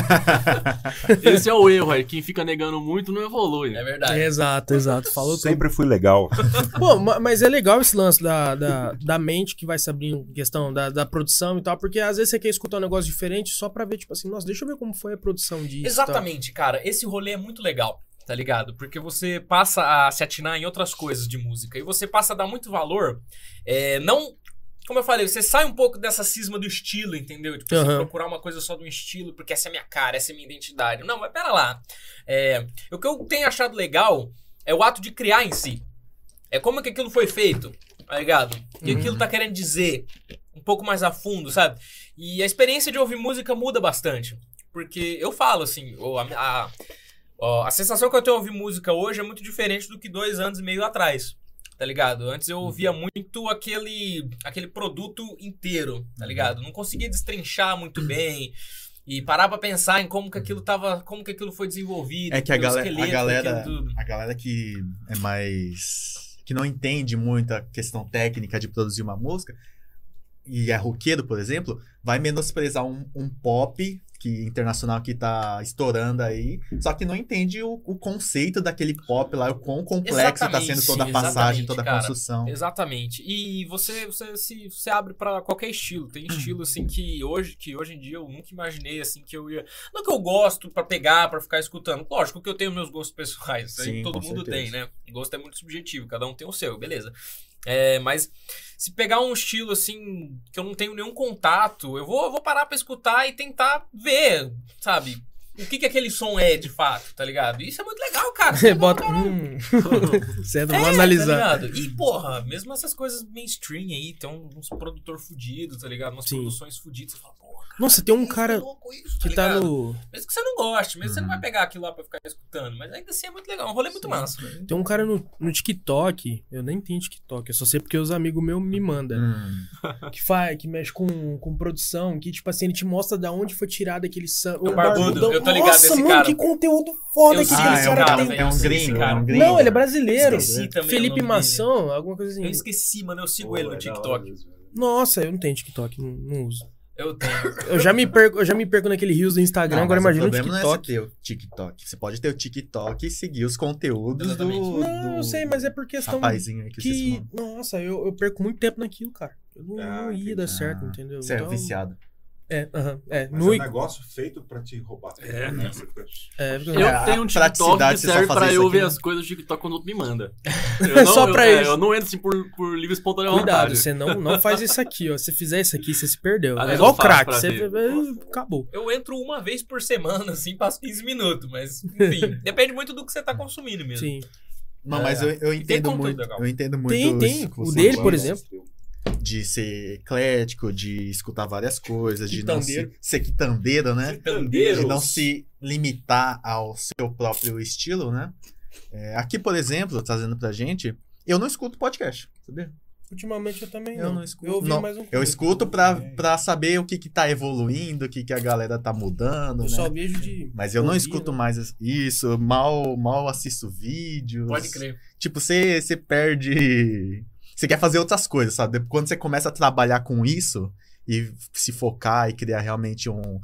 E: Esse é o erro aí. Quem fica negando muito não evolui.
C: É verdade.
A: Exato, exato. Falou tudo.
D: Sempre fui legal.
A: Pô, ma- mas é legal esse lance da, da, da mente que vai se abrindo, questão da, da produção e tal, porque às vezes você quer escutar um negócio diferente só pra ver, tipo assim, nossa, deixa eu ver como foi a produção disso.
C: Exatamente, cara. Esse rolê é muito legal, tá ligado? Porque você passa a se atinar em outras coisas de música e você passa a dar muito valor. É, não. Como eu falei, você sai um pouco dessa cisma do estilo, entendeu? Tipo, você
A: Aham.
C: procurar uma coisa só do estilo, porque essa é a minha cara, essa é a minha identidade. Não, mas pera lá. É, o que eu tenho achado legal é o ato de criar em si. É como que aquilo foi feito, tá ligado? O que
A: Uhum.
C: aquilo tá querendo dizer um pouco mais a fundo, sabe? E a experiência de ouvir música muda bastante. Porque eu falo assim, o- a, a, ó, a sensação que eu tenho ao ouvir música hoje é muito diferente do que dois anos e meio atrás. Tá ligado? Antes eu ouvia muito aquele, aquele produto inteiro, tá ligado? Não conseguia destrinchar muito bem e parar pra pensar em como que aquilo tava, como que aquilo foi desenvolvido.
B: É que a,
C: pelo
B: galera, a
C: esqueleto,
B: galera,
C: aquilo tudo.
B: a galera que é mais, que não entende muito a questão técnica de produzir uma música e é roqueiro, por exemplo, vai menosprezar um, um pop que internacional que tá estourando aí, só que não entende o, o conceito daquele pop lá, o quão complexo tá sendo toda a
C: Exatamente,
B: passagem, toda a
C: cara.
B: construção.
C: Exatamente. E você, você se você abre pra qualquer estilo. Tem estilo assim que hoje, que hoje em dia eu nunca imaginei assim que eu ia. Não que eu gosto pra pegar, pra ficar escutando. Lógico que eu tenho meus gostos pessoais. Isso aí
B: Sim,
C: todo
B: com
C: mundo
B: certeza.
C: tem, né? Gosto é muito subjetivo, cada um tem o seu, beleza. É, mas se pegar um estilo assim que eu não tenho nenhum contato, eu vou, eu vou parar pra escutar e tentar ver, sabe? O que que aquele som é de fato, tá ligado? Isso é muito legal, cara. Isso é
A: Você
C: bom,
A: bota.
C: caralho.
A: Hum. Certo,
C: É,
A: vou analisar.
C: Tá ligado? E, porra, mesmo essas coisas mainstream aí, tem um- uns produtor fudidos, tá ligado? Umas
A: Sim.
C: produções fudidas. Você fala, porra, cara,
A: Nossa, tem um
C: que
A: cara
C: louco isso,
A: que tá
C: ligado?
A: no.
C: Mesmo que você não goste, mesmo que você não
B: Uhum.
C: vai pegar aquilo lá pra ficar escutando, mas ainda assim é muito legal. É um rolê muito massa.
A: Tem um cara no, no TikTok, eu nem tenho TikTok, eu só sei porque os amigos meus me mandam.
B: Hum.
A: Que faz, que mexe com, com produção, que tipo assim, ele te mostra da onde foi tirado aquele sam-
C: O Barbudo, eu tô ligado
A: Nossa,
C: nesse
A: mano,
C: cara.
A: que conteúdo foda
C: Eu
A: que
C: sigo
A: aquele
C: esse
B: é um,
A: cara
C: cara,
A: tem.
C: velho.
B: é um
C: eu sei
B: gringo,
C: esse
B: é
C: cara.
B: um gringo.
A: Não, ele é brasileiro.
C: Esqueci também o
A: Felipe
C: nome
A: Mação, alguma coisa assim.
C: Eu esqueci, mano. Eu sigo ele no
D: Pô, é da hora
C: TikTok.
D: mesmo, velho.
A: Nossa, eu não tenho TikTok, não, não uso.
C: Eu tenho.
A: Eu já me perco, eu já me perco naquele rios do Instagram,
B: Não,
A: agora
B: mas
A: imagina o
B: o problema
A: TikTok.
B: não é você ter o TikTok. Você pode ter o TikTok e seguir os conteúdos do,
C: Exatamente.
A: Não, eu sei, mas é por questão
B: rapazinho aí que, eu esqueci o
A: que,
B: nome.
A: nossa, eu, eu perco muito tempo naquilo, cara. Eu não,
D: Ah,
A: não ia
D: entendi.
A: dar certo,
B: Ah,
A: entendeu?
B: Você é
A: Então,
B: viciado.
A: É, aham, é.
D: Mas
A: No,
D: é um negócio feito pra te roubar.
E: É.
D: né? Você fica-
A: é,
E: Eu
B: É, a
E: tenho um TikTok
B: praticidade
E: que
B: de você só
E: serve
B: fazer
E: pra
B: isso
E: eu
B: aqui,
E: ver
B: né?
E: as coisas do TikTok quando outro me manda.
A: É só
E: não,
A: pra
E: eu, é,
A: isso.
E: eu não entro assim por, por livre espontânea
A: Cuidado,
E: vontade.
A: você não, não faz isso aqui, ó. Se fizer isso aqui, você se perdeu.
E: Às
A: É
E: vezes
A: igual
E: eu faço
A: crack,
E: pra
A: você
E: ver.
A: acabou.
C: Eu entro uma vez por semana, assim, passo quinze minutos. Mas, enfim, depende muito do que você tá consumindo mesmo.
A: Sim.
B: Não, mas eu, eu
C: E tem
B: entendo
C: conteúdo
B: muito.
C: legal.
B: Eu entendo muito.
A: Tem,
B: os-
A: tem.
B: os
A: O dele,
B: fãs.
A: por exemplo.
B: de ser eclético, de escutar várias coisas, de não se,
A: Quitandeiro.
B: ser quitandeiro, né?
D: Quitandeiros.
B: De não se limitar ao seu próprio estilo, né? É, aqui, por exemplo, trazendo pra gente, eu não escuto podcast, sabia?
A: Ultimamente eu também
B: Eu
A: não.
B: não escuto.
A: Eu ouvi
B: Não,
A: mais um
B: Eu
A: pouco.
B: escuto pra, pra saber o que que tá evoluindo, o que que a galera tá mudando,
A: Eu
B: né?
A: só vejo de...
B: Mas eu não
A: ouvir,
B: escuto
A: né?
B: mais isso, mal, mal assisto vídeos.
C: Pode crer.
B: Tipo, você, você perde... Você quer fazer outras coisas, sabe? Quando você começa a trabalhar com isso e se focar e criar realmente um,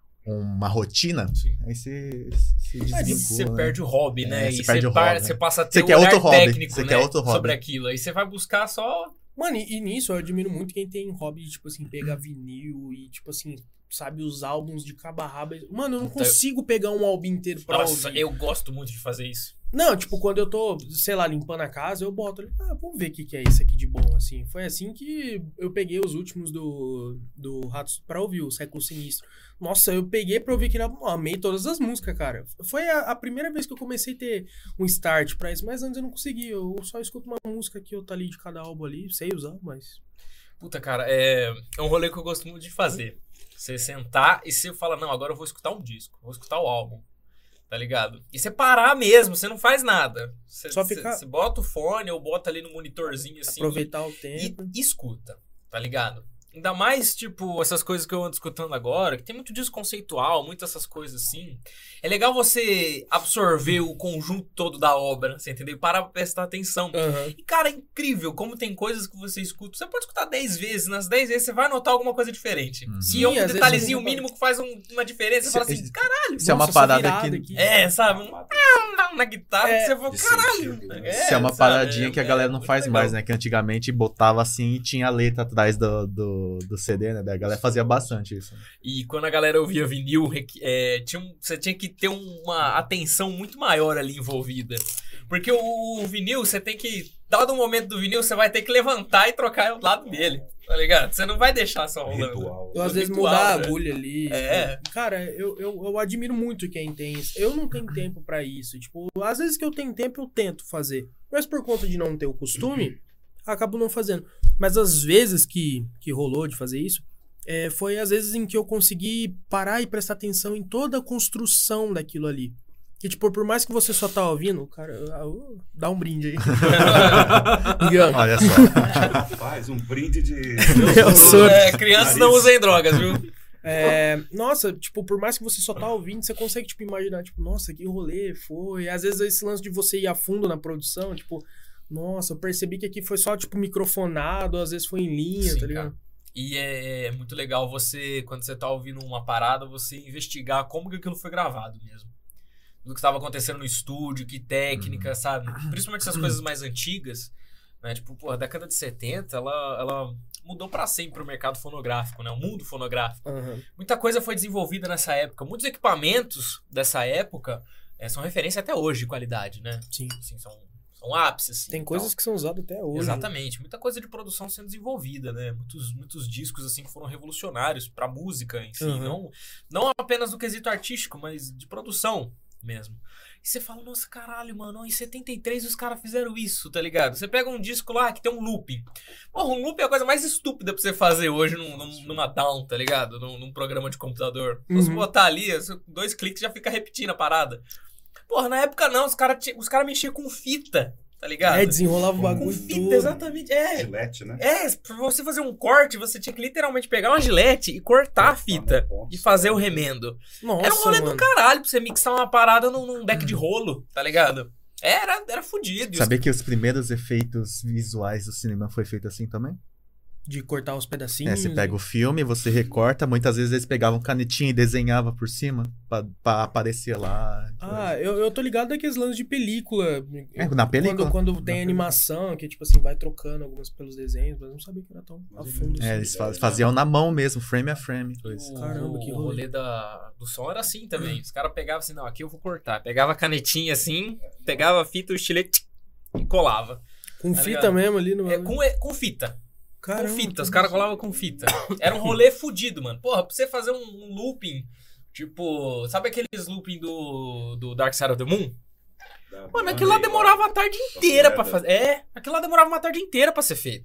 B: uma rotina,
C: Sim.
B: aí você se
C: Aí
B: desvincula.
C: você
B: né?
C: perde o hobby,
B: É,
C: né?
B: você
C: e
B: perde
C: você,
B: o
C: par-
B: hobby, né?
C: você passa a ter
B: Você
C: um
B: quer
C: olhar
B: outro hobby,
C: técnico,
B: você
C: né?
B: quer outro hobby.
C: Sobre aquilo. Aí você vai buscar só...
A: Mano, e, e nisso eu admiro muito quem tem hobby de, tipo assim, pegar vinil e, tipo assim, sabe, os álbuns de cabo a rabo. Mano, eu não
C: Então,
A: consigo pegar um álbum inteiro pra
C: Nossa,
A: ouvir.
C: eu gosto muito de fazer isso.
A: Não, tipo, quando eu tô, sei lá, limpando a casa, eu boto ali, ah, vamos ver o que, que é isso aqui de bom, assim. Foi assim que eu peguei os últimos do, do Ratos pra ouvir, o Século Sinistro. Nossa, eu peguei pra ouvir aquele álbum, amei todas as músicas, cara. Foi a, a primeira vez que eu comecei a ter um start pra isso, mas antes eu não conseguia. Eu só escuto uma música que eu tá ali de cada álbum ali, sei usar, mas...
C: Puta, cara, é, é um rolê que eu gosto muito de fazer. Você sentar e você fala, não, agora eu vou escutar um disco, vou escutar o álbum. Tá ligado? E você parar mesmo, você não faz nada. Você,
A: Só
C: você-
A: ficar-
C: você bota o fone ou bota ali no monitorzinho assim
A: Aproveitar o
C: e,
A: tempo.
C: e escuta, tá ligado? Ainda mais, tipo, essas coisas que eu ando escutando agora, que tem muito disco conceitual, muitas essas coisas assim. É legal você absorver o conjunto todo da obra, você entendeu? E parar pra prestar atenção.
A: Aham.
C: E, cara, é incrível como tem coisas que você escuta. Você pode escutar dez vezes, nas dez vezes você vai notar alguma coisa diferente.
B: Uhum.
C: Se
A: Sim,
C: é um
A: às vezes
C: detalhezinho
A: você-
C: mínimo que faz um- uma diferença, você fala assim, caralho.
B: Isso é uma
A: Nossa, essa
B: parada
A: virada
B: que...
A: aqui.
C: É, sabe? Um na, na guitarra
A: É,
C: que você fala,
D: de
C: caralho.
D: sentido, né?
C: É,
B: Isso é uma
C: sabe?
B: paradinha que a
C: É,
B: galera
C: é
B: não
C: muito
B: faz
C: legal.
B: mais, né? Que antigamente botava assim e tinha a letra atrás do, do, do C D, né? Daí a galera fazia bastante isso.
C: E quando a galera ouvia vinil, requ- é, tinha um- você tinha que ter uma atenção muito maior ali envolvida. Porque o, o vinil, você tem que... Dado o momento do vinil, você vai ter que levantar e trocar o lado dele, tá ligado? Você não vai deixar só rolando.
D: Ritual.
A: Eu, às
C: Do
A: vezes,
C: ritual,
A: mudar a
C: né?
A: agulha ali.
C: É.
A: Cara, eu, eu, eu admiro muito quem tem isso. Eu não tenho tempo pra isso. Tipo, às vezes que eu tenho tempo, eu tento fazer. Mas por conta de não ter o costume, acabo não fazendo. Mas às vezes que, que rolou de fazer isso, é, foi às vezes em que eu consegui parar e prestar atenção em toda a construção daquilo ali. Que, tipo, por mais que você só tá ouvindo, cara, ah, uh, dá um brinde aí. Engano.
B: Olha só.
D: Rapaz, um brinde de...
A: Eu sou-
C: É, crianças não usem drogas, viu?
A: É, nossa, tipo, por mais que você só tá ouvindo, você consegue, tipo, imaginar, tipo, nossa, que rolê foi. Às vezes esse lance de você ir a fundo na produção, tipo, nossa, eu percebi que aqui foi só, tipo, microfonado, às vezes foi em linha,
C: Sim,
A: tá ligado?
C: cara. E é, é muito legal você, quando você tá ouvindo uma parada, você investigar como que aquilo foi gravado mesmo. Tudo que estava acontecendo no estúdio, que técnica, sabe? Principalmente essas coisas mais antigas, né? Tipo, pô, a década de setenta, ela, ela mudou pra sempre o mercado fonográfico, né? O mundo fonográfico.
A: Aham.
C: Muita coisa foi desenvolvida nessa época. Muitos equipamentos dessa época é, são referência até hoje de qualidade, né?
A: Sim.
C: Assim, são, são ápices. Assim,
A: Tem
C: e
A: coisas
C: tal.
A: que são usadas até hoje.
C: Exatamente. Muita coisa de produção sendo desenvolvida, né? Muitos, muitos discos, assim, que foram revolucionários pra música em si.
A: Uhum.
C: Não, não apenas no quesito artístico, mas de produção mesmo. E você fala, nossa, caralho, mano, em setenta e três os caras fizeram isso, tá ligado? Você pega um disco lá que tem um looping. Porra, um looping é a coisa mais estúpida pra você fazer hoje num, num- numa down, tá ligado? Num, num programa de computador. Se você
A: Uhum.
C: botar ali, dois cliques já fica repetindo a parada. Porra, na época não, os caras os cara mexiam com fita, tá ligado?
A: É, desenrolava o
C: com
A: bagulho
C: fita,
A: tudo.
C: exatamente, é.
D: Gilete, né?
C: É, pra você fazer um corte, você tinha que literalmente pegar uma gilete e cortar a fita e fazer o remendo.
A: Nossa,
C: Era um rolê
A: mano.
C: do caralho pra você mixar uma parada num, num deck de rolo, tá ligado? Era, era fudido. E os-
B: Sabia que os primeiros efeitos visuais do cinema foi feito assim também?
A: De cortar os pedacinhos.
B: É, você pega o filme, você recorta, muitas vezes eles pegavam canetinha e desenhava por cima pra, pra aparecer lá.
A: Ah, eu, eu tô ligado daqueles lances de película.
B: É, na película.
A: Quando, quando tem animação, que tipo assim, vai trocando algumas pelos desenhos, mas eu não sabia que era tão a fundo
B: É,
A: assim.
B: eles fa- faziam na mão mesmo, frame a frame. Coisa.
C: o,
A: Caramba, que
C: o
A: rolê.
C: rolê da, do som era assim também. Os caras pegavam assim, não, aqui eu vou cortar. Pegava a canetinha assim, pegava a fita, o estilete e colava.
A: Com
C: Tá
A: fita
C: ligado?
A: mesmo ali no.
C: É, com, é, com fita.
A: Caramba,
C: com fita,
A: que
C: os caras colavam com fita. Era um rolê fudido, mano. Porra, pra você fazer um, um looping, tipo, sabe aqueles looping do, do Dark Side of the Moon? Mano, aquilo lá demorava a tarde inteira pra fazer. É, aquilo lá demorava uma tarde inteira pra ser feito.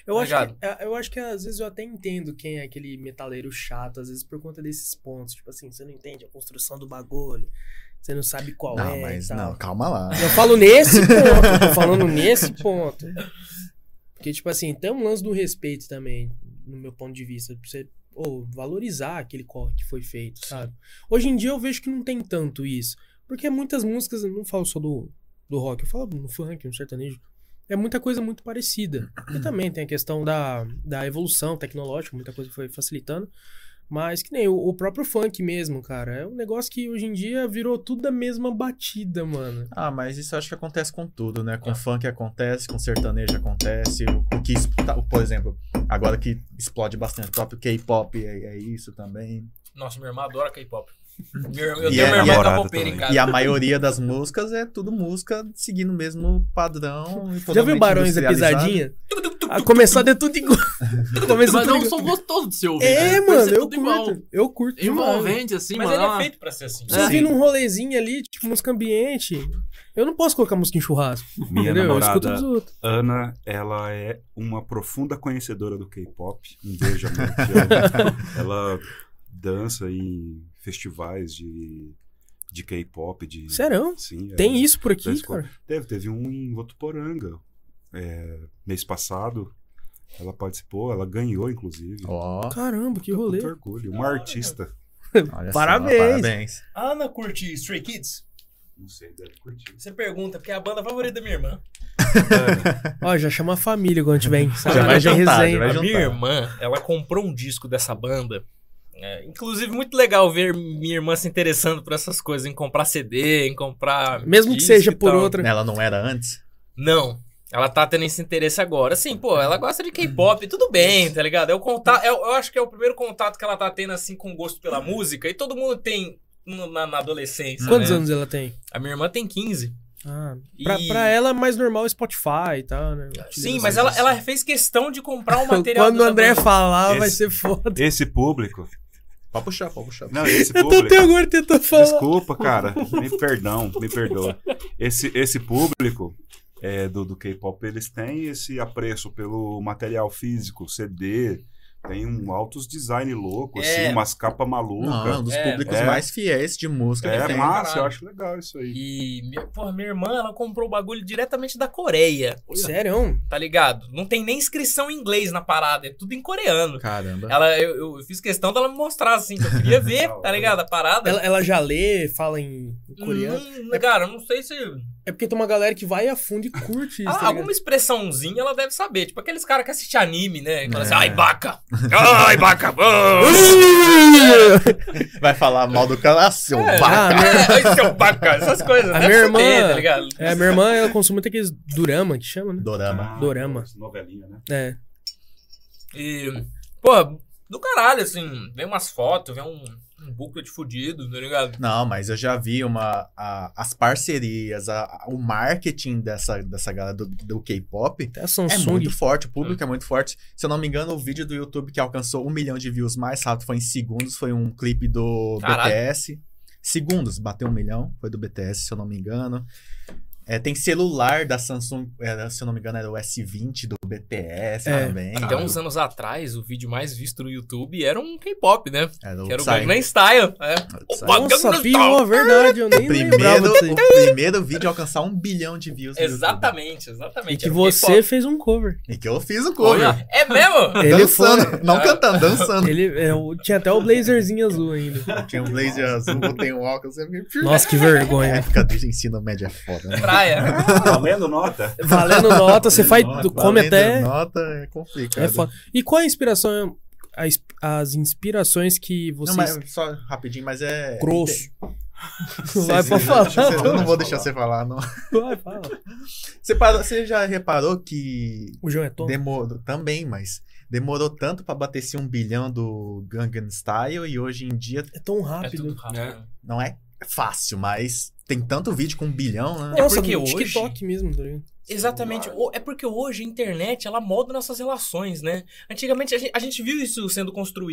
A: Eu acho,
C: Obrigado.
A: que, eu acho que às vezes eu até entendo quem é aquele metaleiro chato, às vezes por conta desses pontos. Tipo assim, você não entende a construção do bagulho, você não sabe qual
B: Não,
A: é.
B: mas
A: e tal.
B: não, calma lá.
A: Eu falo nesse ponto, eu tô falando nesse ponto. Porque, tipo assim, tem um lance do respeito também, no meu ponto de vista, pra você ou, valorizar aquele corre que foi feito, sabe? Hoje em dia eu vejo que não tem tanto isso. Porque muitas músicas, eu não falo só do, do rock, eu falo no funk, no sertanejo, é muita coisa muito parecida. E também tem a questão da, da evolução tecnológica, muita coisa foi facilitando. Mas que nem o, o próprio funk mesmo, cara. É um negócio que hoje em dia virou tudo da mesma batida, mano.
B: Ah, mas isso eu acho que acontece com tudo, né? Com funk acontece, com sertanejo acontece. O, o que, exp- por exemplo, agora que explode bastante, o próprio K-pop é, é isso também.
C: Nossa, minha irmã adora K-pop. Minha- Eu
B: E
C: tenho
B: é-
C: uma
B: e
C: irmã
D: é-
C: K-popeira em casa.
B: E a maioria das músicas é tudo música seguindo o mesmo padrão.
A: Já viu Barões da Pisadinha? A começar de tudo igual. Começou
E: Mas é
A: tudo
E: um
A: igual.
E: som gostoso de se ouvir.
A: É,
E: né?
A: mano,
E: Parece
A: eu
E: tudo igual.
A: curto. Eu curto demais.
E: Envolvente, assim,
C: Mas
E: mano.
C: ele
E: ah,
C: é feito pra ser assim.
A: Você
E: É.
A: ouvindo um rolezinho ali, tipo música ambiente, eu não posso colocar música em churrasco.
D: Minha
A: entendeu? Eu escuto
D: namorada-
A: dos outros.
D: Ana, ela é uma profunda conhecedora do K-pop. Um beijo, amor. te amo. Ela dança em festivais de, de K-pop. De...
A: Sério?
D: Sim.
A: Tem
D: é,
A: isso por aqui,
D: dança-
A: cara?
D: Teve, teve um em Votuporanga. É, mês passado. Ela participou, ela ganhou, inclusive.
B: Ó,
A: Caramba, que
D: Com
A: rolê.
D: muito orgulho. Uma artista.
B: olha
A: Parabéns.
B: só, parabéns.
C: A Ana curte Stray Kids?
D: Não sei, deve curtir.
C: Você pergunta, porque é a banda favorita da minha irmã.
A: Ó, já chama a família quando tiver em sabe?
B: Já vai
A: Tem
B: jantar,
A: resenha.
B: já vai
C: A
B: juntar.
C: minha irmã, ela comprou um disco dessa banda. É, inclusive, muito legal ver minha irmã se interessando por essas coisas, em comprar C D, em comprar.
A: Mesmo que
C: disco
A: seja
C: e
A: por
C: tal.
A: outra.
B: Ela não era antes?
C: Não. Ela tá tendo esse interesse agora. Assim, pô, ela gosta de K-pop, tudo bem, tá ligado? É o contato, eu, eu acho que é o primeiro contato que ela tá tendo, assim, com gosto pela música. E todo mundo tem no- na, na adolescência.
A: Quantos
C: né?
A: anos ela tem?
C: A minha irmã tem quinze.
A: Ah, pra,
C: E-
A: pra ela é mais normal o Spotify e tal, né?
C: Sim, mas ela, ela fez questão de comprar um material.
A: Quando o
C: dessa
A: André
C: banda.
A: falar, vai
D: Esse-
A: ser foda.
D: Esse público.
B: Pode puxar, pode puxar.
D: Não, esse
A: Eu tô
D: público.
A: até agora tentando falar.
D: Desculpa, cara. Me perdão, me perdoa. Esse, esse público é, do, do K-pop, eles têm esse apreço pelo material físico, C D. Tem um altos design louco,
C: É.
D: assim, umas capas
B: Não, é um
D: malucas.
B: dos
C: É.
B: públicos
D: É.
B: mais fiéis de música
D: É,
B: que tem.
D: massa,
C: caralho.
D: eu acho legal isso aí.
C: E, minha, porra, minha irmã, ela comprou o bagulho diretamente da Coreia,
A: Sério?
C: tá ligado? Não tem nem inscrição em inglês na parada, é tudo em coreano.
B: Caramba.
C: Ela, eu, eu fiz questão dela me mostrar, assim, que eu queria ver, tá ligado? A parada.
A: Ela, ela já lê, fala em em coreano?
C: Não, cara, eu não sei se...
A: É porque tem uma galera que vai a fundo e curte isso,
C: Ah,
A: tá
C: alguma
A: ligado?
C: expressãozinha ela deve saber. Tipo aqueles caras que assistem anime, né? Que falam assim,
B: É.
C: ai, baca! Ai, baca!
B: Vai falar mal do cara, ah, seu
C: É,
B: vaca.
A: Ah, minha-
C: é, ai, seu baca! Essas coisas.
A: A
C: Deve
A: minha
C: saber,
A: irmã-
C: tá ligado?
A: É, minha irmã, ela consome muito aqueles dorama, que chama, né?
B: Dorama.
D: Ah,
A: Dorama.
D: Novelinha, né?
A: É.
C: E, pô, do caralho, assim, vem umas fotos, vem um, um booklet fudido, tá ligado?
B: Não, mas eu já vi uma, a- as parcerias, a- a- o marketing dessa, dessa galera do, do K-pop
A: Até a
B: é
A: Samsung.
B: muito forte, o público é muito forte. Se eu não me engano, o vídeo do YouTube que alcançou um milhão de views mais rápido foi em segundos, foi um clipe do
C: Caralho.
B: B T S. Segundos, bateu um milhão, foi do B T S, se eu não me engano. É, tem celular da Samsung, é, se eu não me engano, era o S vinte do B T S
A: É.
B: também.
C: Até uns anos atrás, o vídeo mais visto no YouTube era um K-pop, né?
B: Era o
C: Que era o
B: Psy.
C: Gangnam Style. É.
B: Psy.
C: Opa,
A: Nossa,
C: Gangnam
A: pior,
C: Style.
A: verdade, eu nem
B: Primeiro,
A: lembrava disso aí.
B: o primeiro vídeo a alcançar um bilhão de views no YouTube.
C: Exatamente, exatamente.
A: E que
C: era um
A: você
C: K-pop.
A: fez um cover.
B: E que eu fiz o cover.
C: Olha, é mesmo?
A: Ele
B: dançando,
A: foi-
B: não cantando, dançando.
A: Ele é, o- tinha até o blazerzinho azul ainda.
B: Tinha um blazer azul, botei um óculos. eu me-
A: Nossa, que
B: A
A: vergonha.
B: época do ensino médio é foda, né?
C: Praia.
D: Valendo nota?
A: Valendo nota, você faz,
B: Nota,
A: come
B: valendo
A: até...
B: Nota é complicado.
A: É foda. E qual a inspiração, as, as inspirações que
B: Não,
A: vocês...
B: mas só rapidinho, mas é.
A: Grosso.
B: Cê-
A: Vai
B: cê-
A: pra falar.
B: deixa eu- Eu não vou deixar você falar, não.
A: Vai, fala.
B: Você, parou- você já reparou que
A: O João é tonto?
B: demorou também, mas demorou tanto pra bater esse um bilhão do Gangnam Style e hoje em dia
A: É tão
C: É
A: rápido.
C: tudo rápido.
E: É.
B: não é fácil, mas tem tanto vídeo com um bilhão, né?
C: É
A: Nossa,
C: porque
A: no
C: hoje-
A: TikTok mesmo, tá ligado?
C: Exatamente. O- É porque hoje a internet, ela molda nossas relações, né? Antigamente a gente, a gente viu isso sendo construído.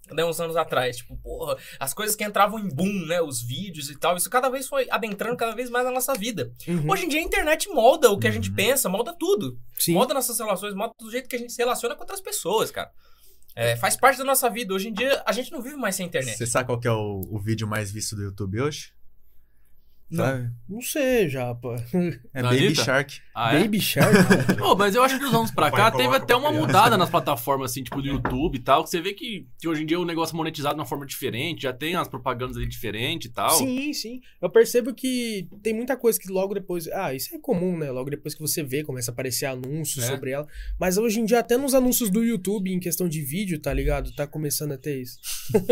C: né, uns anos atrás. Tipo, porra, as coisas que entravam em boom, né? Os vídeos e tal. Isso cada vez foi adentrando cada vez mais na nossa vida.
A: Uhum.
C: Hoje em dia a internet molda o que a gente
B: Uhum.
C: pensa, molda tudo.
A: Sim.
C: Molda nossas relações, molda do jeito que a gente se relaciona com outras pessoas, cara. É, faz parte da nossa vida. Hoje em dia, a gente não vive mais sem internet.
B: Você sabe qual que é o, o vídeo mais visto do YouTube hoje?
A: Não.
B: Sabe?
A: Não sei já, pô.
B: É
E: Não
B: Baby
E: acredita?
B: Shark.
E: Ah, é?
A: Baby Shark?
E: Pô, mas eu acho que dos anos pra
D: Pai
E: cá
D: coloca
E: teve até
D: pra
E: uma
D: criança.
E: mudada nas plataformas, assim, tipo do YouTube e tal, que você vê que, que hoje em dia o negócio é monetizado de uma forma diferente, já tem as propagandas ali diferentes e tal.
A: Sim, sim. Eu percebo que tem muita coisa que logo depois... Ah, isso é comum, né? Logo depois que você vê, começa a aparecer anúncios
C: É.
A: sobre ela. Mas hoje em dia, até nos anúncios do YouTube, em questão de vídeo, tá ligado? Tá começando a ter isso.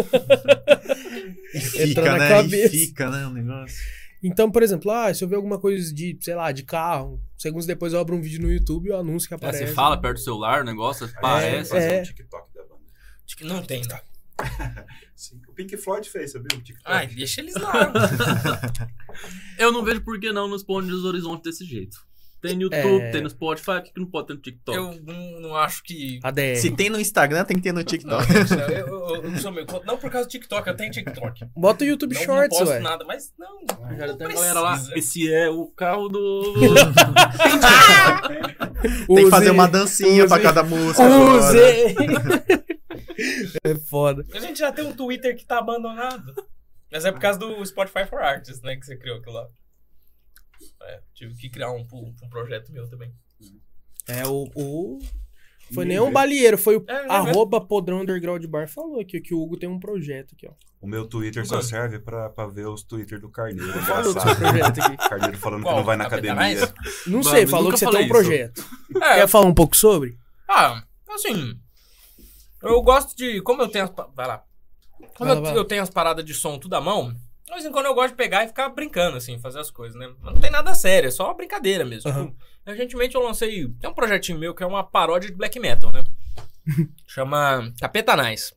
B: E
A: Entra
B: fica,
A: na
B: né?
A: cabeça.
B: E fica, né? O negócio.
A: Então, por exemplo, ah, se eu ver alguma coisa de, sei lá, de carro, segundos depois eu abro um vídeo no YouTube e o anúncio que
E: É,
A: aparece.
E: você fala perto do celular, o negócio parece.
D: fazer
A: é.
D: um TikTok da banda.
C: Acho que não tem, né?
D: Sim. O Pink Floyd fez, sabia? Um TikTok.
C: Ai, deixa eles lá.
E: Eu não vejo por que não nos expande os horizontes desse jeito. Tem no YouTube,
A: É.
E: tem no Spotify, por que que não pode ter no TikTok?
C: Eu não, não acho que...
A: A D R.
B: Se tem no Instagram, tem que ter no
C: Não,
B: TikTok.
C: gente, eu, eu, eu não sou meio... Não por causa do TikTok, eu tenho TikTok.
A: Bota o YouTube
C: Não,
A: Shorts,
C: não posto
A: ué.
C: nada, mas não, não,
E: Já
C: não
E: tem a
C: precisa.
E: galera lá, esse é o carro do...
B: Tem que fazer uma dancinha pra cada música. agora.
A: Use! É foda.
C: A gente já tem um Twitter que tá abandonado. Mas é por causa do Spotify for Artists, né, que você criou aquilo lá. É, tive que criar um, um, um projeto meu também.
A: É, o... o... Foi
D: Ninguém
A: nem um
D: vê.
A: balieiro, foi o
C: É, é,
A: arroba podrão underground bar falou aqui que o Hugo tem um projeto aqui, ó.
D: O meu Twitter só serve pra, pra ver os Twitter do Carneiro.
A: Falou do seu
D: Engraçado.
A: projeto aqui.
D: Carneiro falando
C: Qual?
D: que não vai na
C: A
D: academia.
C: Petanais?
A: Não
E: Mano,
A: sei,
E: eu
A: falou
E: nunca
A: que você tem
E: falei
A: um
E: isso.
A: projeto.
C: É,
A: Quer falar um pouco sobre?
C: ah, assim... Eu gosto de... Como eu tenho as... pa- Vai lá. Como
A: Vai lá,
C: eu,
A: vai lá.
C: eu tenho as paradas de som tudo à mão, de vez em quando eu gosto de pegar e ficar brincando, assim, fazer as coisas, né? Mas não tem nada sério, é só uma brincadeira mesmo.
A: Aham.
C: Tipo, recentemente eu lancei... Tem um projetinho meu que é uma paródia de black metal, né? Chama Capetanais.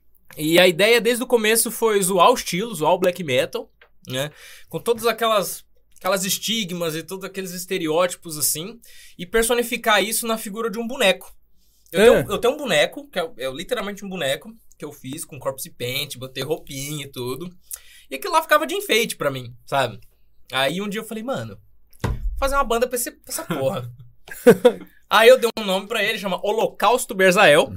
C: E a ideia desde o começo foi zoar o estilo, zoar o black metal, né? Com todas aquelas... Aquelas estigmas e todos aqueles estereótipos, assim, e personificar isso na figura de um boneco. Eu,
A: É.
C: tenho, eu tenho um boneco, que é, é literalmente um boneco, que eu fiz com corpse paint, botei roupinha e tudo. E aquilo lá ficava de enfeite pra mim, sabe? Aí um dia eu falei, mano, vou fazer uma banda pra, esse, pra essa porra. Aí eu dei um nome pra ele, chama Holocausto Berzael.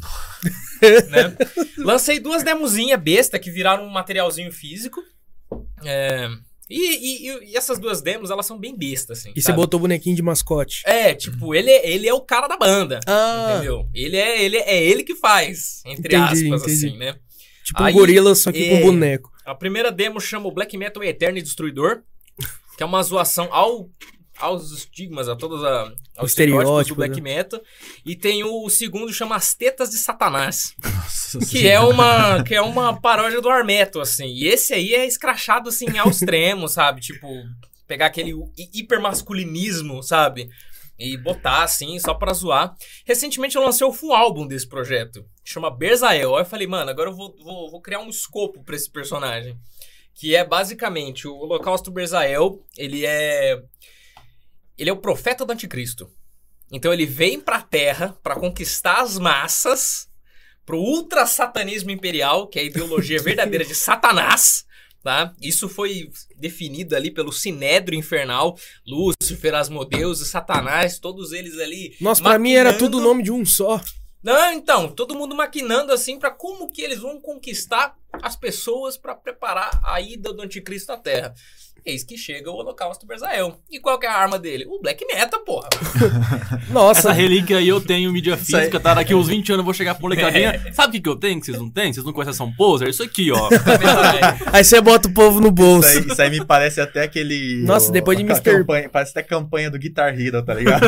C: Né? Lancei duas demozinhas besta que viraram um materialzinho físico. É... E, e- e essas duas demos, elas são bem bestas, assim.
A: E você
C: sabe?
A: botou o bonequinho de mascote.
C: É, tipo, ele, é- ele é o cara da banda.
A: Ah,
C: Entendeu? Ele é, ele é ele que faz, entre
A: Entendi,
C: aspas,
A: entendi.
C: assim, né?
A: tipo
C: Aí,
A: um gorila, só que
C: é,
A: com boneco.
C: A primeira demo chama o Black Metal Eterno e Destruidor, que é uma zoação ao, aos estigmas, a todos a, aos estereótipos
A: Estereótipo,
C: do Black
A: né?
C: Metal. E tem o segundo, chama As Tetas de Satanás,
B: Nossa
C: que é uma, que é uma paródia do Armeto, assim. E esse aí é escrachado, assim, ao extremo, sabe? Tipo, pegar aquele hi- hipermasculinismo, sabe? E botar, assim, só pra zoar. Recentemente eu lancei o full álbum desse projeto, que chama Berzael. Aí eu falei, mano, agora eu vou, vou, vou criar um escopo pra esse personagem. Que é basicamente o Holocausto Berzael, ele é. Ele é o profeta do anticristo. Então ele vem pra Terra pra conquistar as massas, pro ultra satanismo imperial, que é a ideologia verdadeira de Satanás. Tá? Isso foi definido ali pelo Sinédrio Infernal, Lúcifer, Asmodeus e Satanás, todos eles ali.
A: Nossa, pra mim era
C: maquinando.
A: tudo o nome de um só.
C: Não, então, todo mundo maquinando assim pra como que eles vão conquistar as pessoas pra preparar a ida do anticristo à Terra. Eis que chega o Holocausto Berzael. E qual que é a arma dele? O Black Metal, porra.
A: Nossa,
E: Essa relíquia aí eu tenho mídia
B: Isso aí.
E: física, tá? Daqui uns vinte anos eu vou chegar pro molecadinha. Sabe o que, que eu tenho que vocês não têm? Vocês não conhecem São Poser? Isso aqui, ó.
A: aí você bota o povo no bolso.
B: Isso aí, isso aí me parece até aquele.
A: Nossa,
B: o-
A: depois de
B: aquela
A: mister
B: campanha- parece até a campanha do Guitar Hero, tá ligado?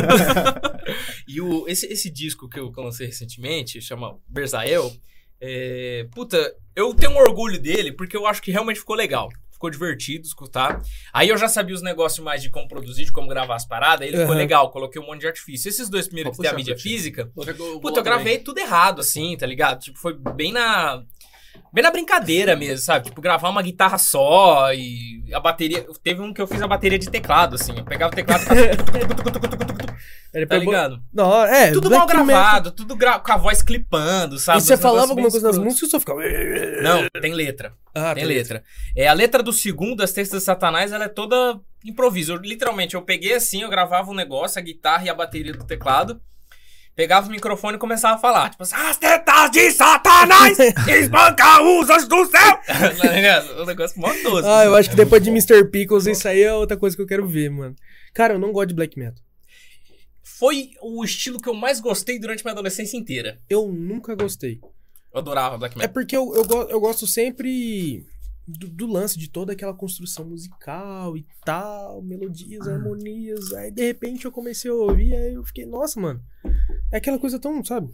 C: E o, esse, esse disco que eu, que eu lancei recentemente, chama Berzael, é, puta, eu tenho um orgulho dele porque eu acho que realmente ficou legal. Ficou divertido escutar. Aí eu já sabia os negócios mais de como produzir, de como gravar as paradas. Aí ele ficou
A: Uhum.
C: legal, coloquei um monte de artifício. Esses dois primeiros
B: Pode
C: que tem a
B: puxar,
C: mídia
B: puxa.
C: física,
E: Puta,
C: puta, eu gravei tudo errado, assim, tá ligado? Tipo, foi bem na... Bem na brincadeira mesmo, sabe? Tipo, gravar uma guitarra só e a bateria... Teve um que eu fiz a bateria de teclado, assim. Eu pegava o teclado e
A: Ele
C: tá
A: pegou-
C: ligado?
A: Não, é,
C: Tudo
A: Black
C: mal gravado,
A: Metal.
C: tudo gra... com a voz clipando, sabe?
A: E você
C: Uns
A: falava
C: negócios
A: alguma
C: bem
A: coisa nas
C: escrotos.
A: músicas e só ficava...
C: Não, tem letra.
A: Ah,
C: Tem letra. É, a letra do segundo, as textas de Satanás, ela é toda improviso. Eu, literalmente, eu peguei assim, eu gravava um negócio, a guitarra e a bateria do teclado, pegava o microfone e começava a falar, tipo assim, as tetas de Satanás espanca os anjos do céu! Tá ligado? Um negócio mó tosco.
A: Ah, eu acho que depois de mister Pickles, isso aí é outra coisa que eu quero ver, mano. Cara, eu não gosto de Black Metal.
C: Foi o estilo que eu mais gostei durante minha adolescência inteira.
A: Eu nunca gostei.
C: Eu adorava Black
A: É
C: Metal.
A: porque eu, eu, go- eu gosto sempre do, do lance de toda aquela construção musical e tal, melodias, harmonias. Aí, de repente, eu comecei a ouvir, aí eu fiquei, nossa, mano. É aquela coisa tão, sabe?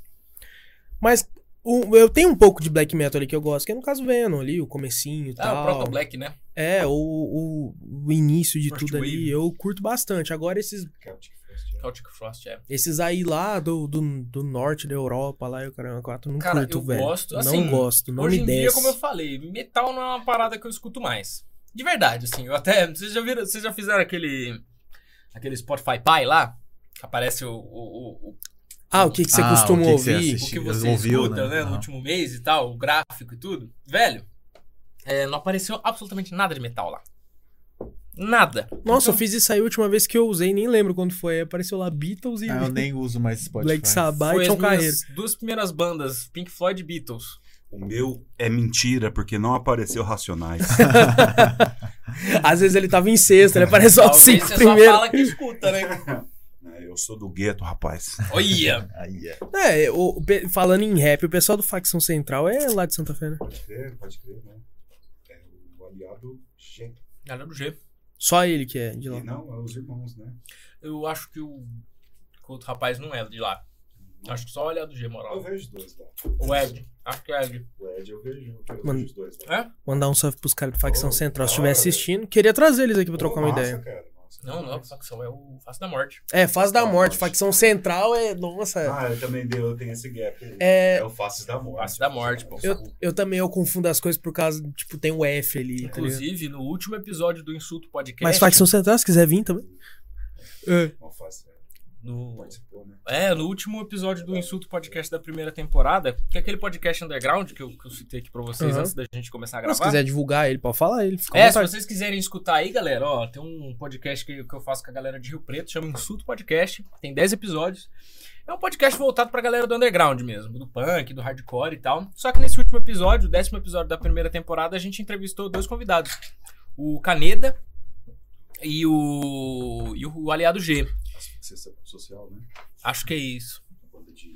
A: Mas o- eu tenho um pouco de Black Metal ali que eu gosto, que é no caso Venom ali, o comecinho e
C: Ah,
A: tal.
C: o Proto Black, né?
A: É, o, o, o início de
C: First
A: tudo ali,
C: Wave.
A: eu curto bastante. Agora esses,
D: Celtic Frost, é.
C: Celtic Frost, é.
A: esses aí lá do, do, do norte da Europa, lá e o caramba, quatro, eu não
C: Cara,
A: curto,
C: eu
A: velho.
C: gosto,
A: não
C: assim,
A: gosto, não
C: Hoje
A: me
C: em
A: desce.
C: dia, como eu falei, metal não é uma parada que eu escuto mais. De verdade, assim, eu até... Vocês já viram, vocês já fizeram aquele... Aquele Spotify Pi lá? Que aparece o... o, o, o
A: Ah, o que, que você
B: Ah,
A: costuma
B: o que que você
A: ouvir?
C: o
B: assiste?
C: que você
B: ouviu,
C: escuta,
B: né?
C: né, no
B: Aham.
C: último mês e tal, o gráfico e tudo. Velho, é, não apareceu absolutamente nada de metal lá. Nada.
A: Nossa,
C: Então,
A: eu fiz isso aí a última vez que eu usei, nem lembro quando foi. Apareceu lá Beatles e
B: Ah, eu nem uso mais Spotify.
A: Black Sabbath
C: foi
A: e
C: as
A: John Carreiro.
C: minhas duas primeiras bandas, Pink Floyd e Beatles.
D: O meu é mentira, porque não apareceu Racionais.
A: Às vezes ele tava em sexta, ele aparece só os
C: Talvez
A: cinco
C: você
A: primeiros.
C: só fala que escuta, né?
D: É, eu sou do gueto, rapaz.
C: Olha!
B: Aí é.
A: É, o, o pe- falando em rap, o pessoal do Facção Central é lá de Santa Fé, né?
D: Pode crer, pode crer, né? É o aliado G.
C: Galera do G.
A: Só ele que é de lá.
D: E não, é os irmãos, né?
C: Eu acho que o, que o outro rapaz não é de lá. Acho que só o Aliado do G,
D: Eu
C: moral.
D: vejo os dois lá.
C: O Ed. Acho que é Ed.
D: O Ed eu vejo, eu
A: Mano.
D: vejo os dois lá.
C: É?
A: Mandar um salve pros caras do Facção
D: Oh,
A: Central. Se
D: da
A: estiver
D: hora,
A: assistindo, queria trazer eles aqui pra trocar
D: Pô,
A: uma
D: massa,
A: ideia.
D: cara, massa.
C: Não, não é o facção, é o Face da Morte.
A: É, Fase da
D: Da
A: Morte.
D: Morte.
A: Facção Central é. Nossa.
D: Ah, eu também dei, eu tenho esse gap aí.
A: É.
D: É o Faces da Morte.
C: Faces da Morte, pô.
A: Eu, eu também eu confundo as coisas por causa, tipo, tem o F ali. tá ligado?
C: Inclusive, no último episódio do Insulto Podcast.
A: Mas Facção Central, se quiser vir também. É.
D: Uma face, é,
C: No,
D: participou, né?
C: é, no último episódio do Insulto Podcast da primeira temporada, que é aquele podcast underground que eu, que eu citei aqui pra vocês
A: Uhum.
C: antes da gente começar a
A: Mas se
C: gravar.
A: quiser divulgar ele, pode falar ele. Fica à
C: É, se
A: vontade.
C: vocês quiserem escutar aí, galera, ó, tem um podcast que, que eu faço com a galera de Rio Preto, chama Insulto Podcast, tem dez episódios. É um podcast voltado pra galera do underground mesmo, do punk, do hardcore e tal. Só que nesse último episódio, o décimo episódio da primeira temporada, a gente entrevistou dois convidados. O Caneda e o, e o Aliado G.
D: Asfixia social, né?
C: Acho que é isso.
D: Uma banda de,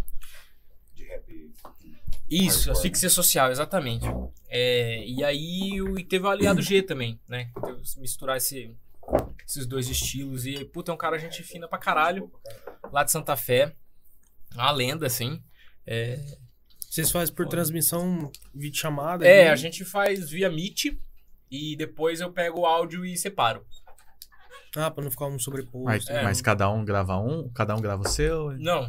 D: de rap.
C: Isso,
D: Hardcore,
C: asfixia social, exatamente. É, e aí o, e teve o Aliado G também, né? Teve que misturar esse, esses dois estilos. E, puta, é um cara gente fina pra caralho, lá de Santa Fé. Uma lenda, assim. É,
A: Vocês fazem por transmissão, vídeo chamada?
C: é,
A: ali?
C: a gente faz via Meet e depois eu pego o áudio e separo.
A: Ah, pra não ficar um sobreposto.
B: Mas,
C: É.
B: mas cada um grava um? Cada um grava o seu?
C: Não.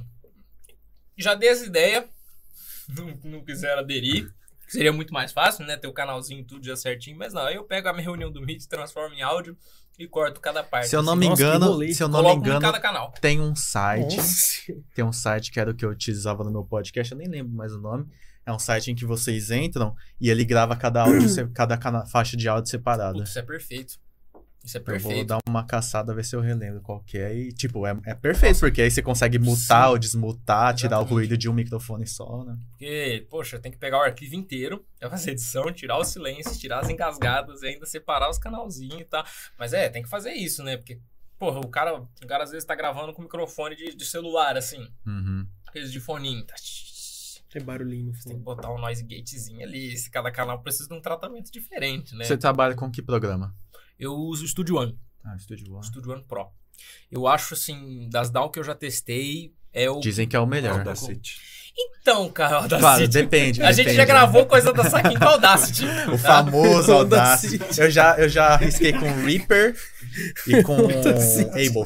C: Já dei essa ideia. Não, não quiseram aderir. Seria muito mais fácil, né? Ter o canalzinho tudo já certinho. Mas não, aí eu pego a minha reunião do Meet, transformo em áudio e corto cada parte.
B: Se eu não
C: assim.
B: me
A: Nossa, que
B: engano,
A: rolê.
B: se eu não me
C: Coloco um em
B: engano,
C: cada canal.
B: tem um site.
A: Nossa.
B: Tem um site que era o que eu utilizava no meu podcast, eu nem lembro mais o nome. É um site em que vocês entram e ele grava cada áudio, se- cada cana- faixa de áudio separada.
C: Putz, isso é perfeito. Isso é
B: Eu vou
C: perfeito.
B: dar uma caçada, ver se eu relembro qual que é. E, tipo, é, é perfeito, porque aí você consegue mutar
C: Sim.
B: ou desmutar, tirar o
C: Exatamente.
B: ruído de um microfone só, né?
C: Porque, poxa, tem que pegar o arquivo inteiro, já fazer edição, tirar os silêncios, tirar as engasgadas e ainda separar os canalzinhos e tal. Mas é, tem que fazer isso, né? Porque, porra, o cara, o cara às vezes tá gravando com microfone de, de celular, assim.
B: Uhum.
C: Aqueles de foninho. Tá?
A: Tem barulhinho no
C: Você tem que
A: fundo.
C: botar um noise gatezinho ali. Se cada canal precisa de um tratamento diferente, né?
B: Você trabalha com que programa?
C: Eu uso o Studio One.
B: Ah, Studio One.
C: Studio One Pro. Eu acho, assim, das D A W que eu já testei, é o...
B: Dizem que é o melhor.
D: Audacity.
C: Então, cara, o Audacity...
B: Claro, depende.
C: A gente
B: depende.
C: já gravou coisa da Saquinho com Audacity.
B: O famoso
A: Audacity.
B: Audacity. Eu já, eu já arrisquei com Reaper e com
A: Audacity.
B: Ableton.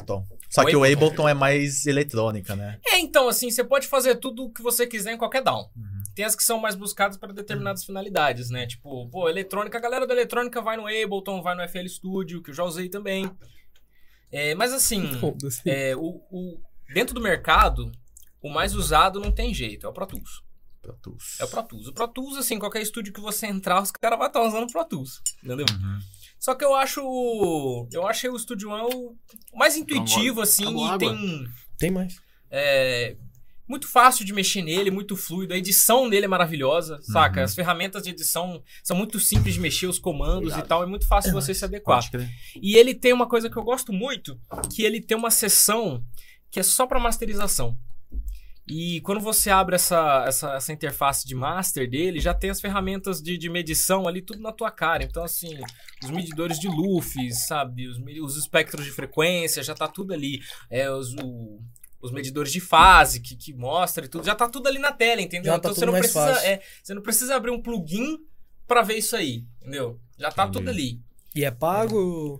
B: Só
C: O
B: que o
C: Ableton.
B: Ableton é mais eletrônica, né?
C: É, então, assim, você pode fazer tudo o que você quiser em qualquer D A W.
B: Uhum.
C: Tem as que são mais buscadas para determinadas finalidades, né? Tipo, pô, eletrônica, a galera da eletrônica vai no Ableton, vai no F L Studio, que eu já usei também. É, mas assim,
A: Foda-se.
C: é, o, o- dentro do mercado, o mais usado não tem jeito, é o Pro Tools.
B: Pro Tools.
C: É o Pro Tools. O Pro Tools, assim, qualquer estúdio que você entrar, os caras vão estar usando o Pro Tools, entendeu?
B: Uhum.
C: Só que eu acho, eu achei o Studio One o mais intuitivo, assim,
E: Acabou a
C: e
E: água.
C: tem...
A: Tem mais.
C: É, muito fácil de mexer nele, muito fluido. A edição nele é maravilhosa, saca?
B: Uhum.
C: As ferramentas de edição são muito simples de mexer, os comandos
E: Obrigado.
C: e tal. É muito fácil
A: É
C: você
A: nóis.
C: se adequar.
E: Pode crer.
C: E ele tem uma coisa que eu gosto muito, que ele tem uma seção que é só pra masterização. E quando você abre essa, essa, essa interface de master dele, já tem as ferramentas de, de medição ali, tudo na tua cara. Então, assim, os medidores de lufs, sabe? Os, me- os espectros de frequência, já tá tudo ali. É, os, o- os medidores de fase que, que mostra e tudo, já tá tudo ali na tela, entendeu?
A: Já tá
C: então
A: tudo
C: você não
A: mais
C: precisa.
A: fácil.
C: É, você não precisa abrir um plugin pra ver isso aí, entendeu? Já tá
B: Entendi.
C: tudo ali.
A: E é pago?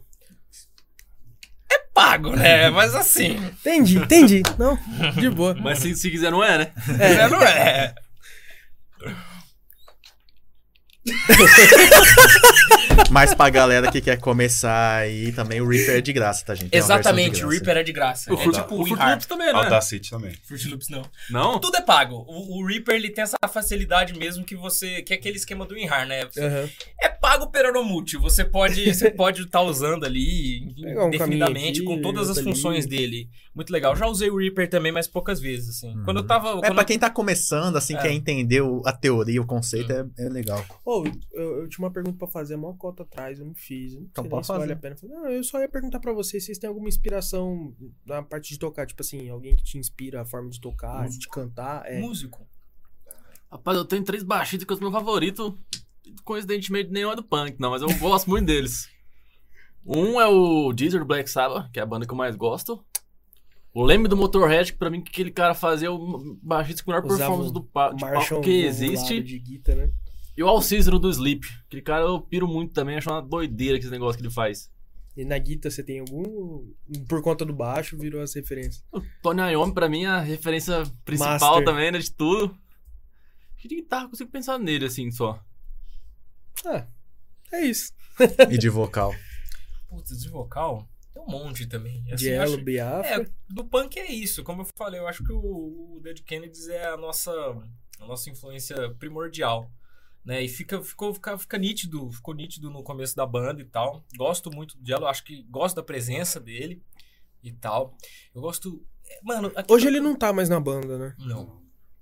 C: Pago, né? Mas assim.
A: Entendi, entendi. Não, de boa.
E: Mas se, se quiser, não é, né?
C: É, não é.
B: Mas pra galera que quer começar aí, também o Reaper é de graça, tá, gente? Tem uma versão de
C: Exatamente, o
B: graça.
C: Reaper é de graça.
E: O
C: é
E: Fruit,
C: tipo
E: o
C: o
E: Fruit
C: WinRAR.
E: Loops também, né?
D: Audacity também.
C: Fruit Loops não.
E: Não?
C: Tudo é pago. O, o Reaper ele tem essa facilidade mesmo que você. Que é aquele esquema do WinRAR, né? Você-
A: Aham.
C: É pago peroromútil. Você pode você pode estar usando ali
A: Pegar um
C: indefinidamente
A: caminho
C: com
A: aqui,
C: todas as
A: outro ali.
C: funções dele. Muito legal. Já usei o Reaper também, mas poucas vezes, assim.
B: Uhum.
C: Quando eu tava.
B: É,
C: quando
B: pra quem tá começando, assim,
C: É.
B: quer entender o- a teoria, o conceito, é, é legal.
A: Ô, eu, eu tinha uma pergunta pra fazer, a maior cota atrás, eu não fiz. Eu não
B: Então
A: sei nem
B: pode
A: se vale
B: fazer.
A: a pena. Não, eu só ia perguntar pra vocês se vocês têm alguma inspiração na parte de tocar. Tipo assim, alguém que te inspira a forma de tocar, de cantar. É.
C: músico.
E: Rapaz, eu tenho três baixistas que são meu favorito. Coincidentemente, nenhum é do punk, não, mas eu gosto muito deles. Um é o Deezer do Black Sabbath, que é a banda que eu mais gosto. O Leme do Motorhead, que pra mim, que aquele cara fazia é o baixista com a melhor
A: Usava
E: performance do pa de
A: Marshall
E: palco que
A: volado
E: existe.
A: de guitarra, né?
E: E o Al Cícero do Sleep. Aquele cara eu piro muito também, acho uma doideira esse negócio que ele faz.
A: E na guitarra você tem algum. Por conta do baixo, virou as referências.
E: O Tony Iommi, pra mim, é a referência principal
A: Master.
E: também, né, de tudo. Acho que de guitarra eu consigo pensar nele, assim, só.
A: Ah, é isso.
B: E de vocal.
C: Putz, de vocal, tem um monte também. Assim,
A: De
C: eu
A: Elo,
C: acho-
A: Biafra.
C: É, do punk é isso. Como eu falei, eu acho que o, o Dead Kennedys é a nossa, a nossa influência primordial. Né? E fica, ficou, fica, fica nítido, ficou nítido no começo da banda e tal. Gosto muito do Jello, acho que gosto da presença dele e tal. Eu gosto. é, Mano, aquilo-
A: Hoje ele não tá mais na banda, né?
C: Não.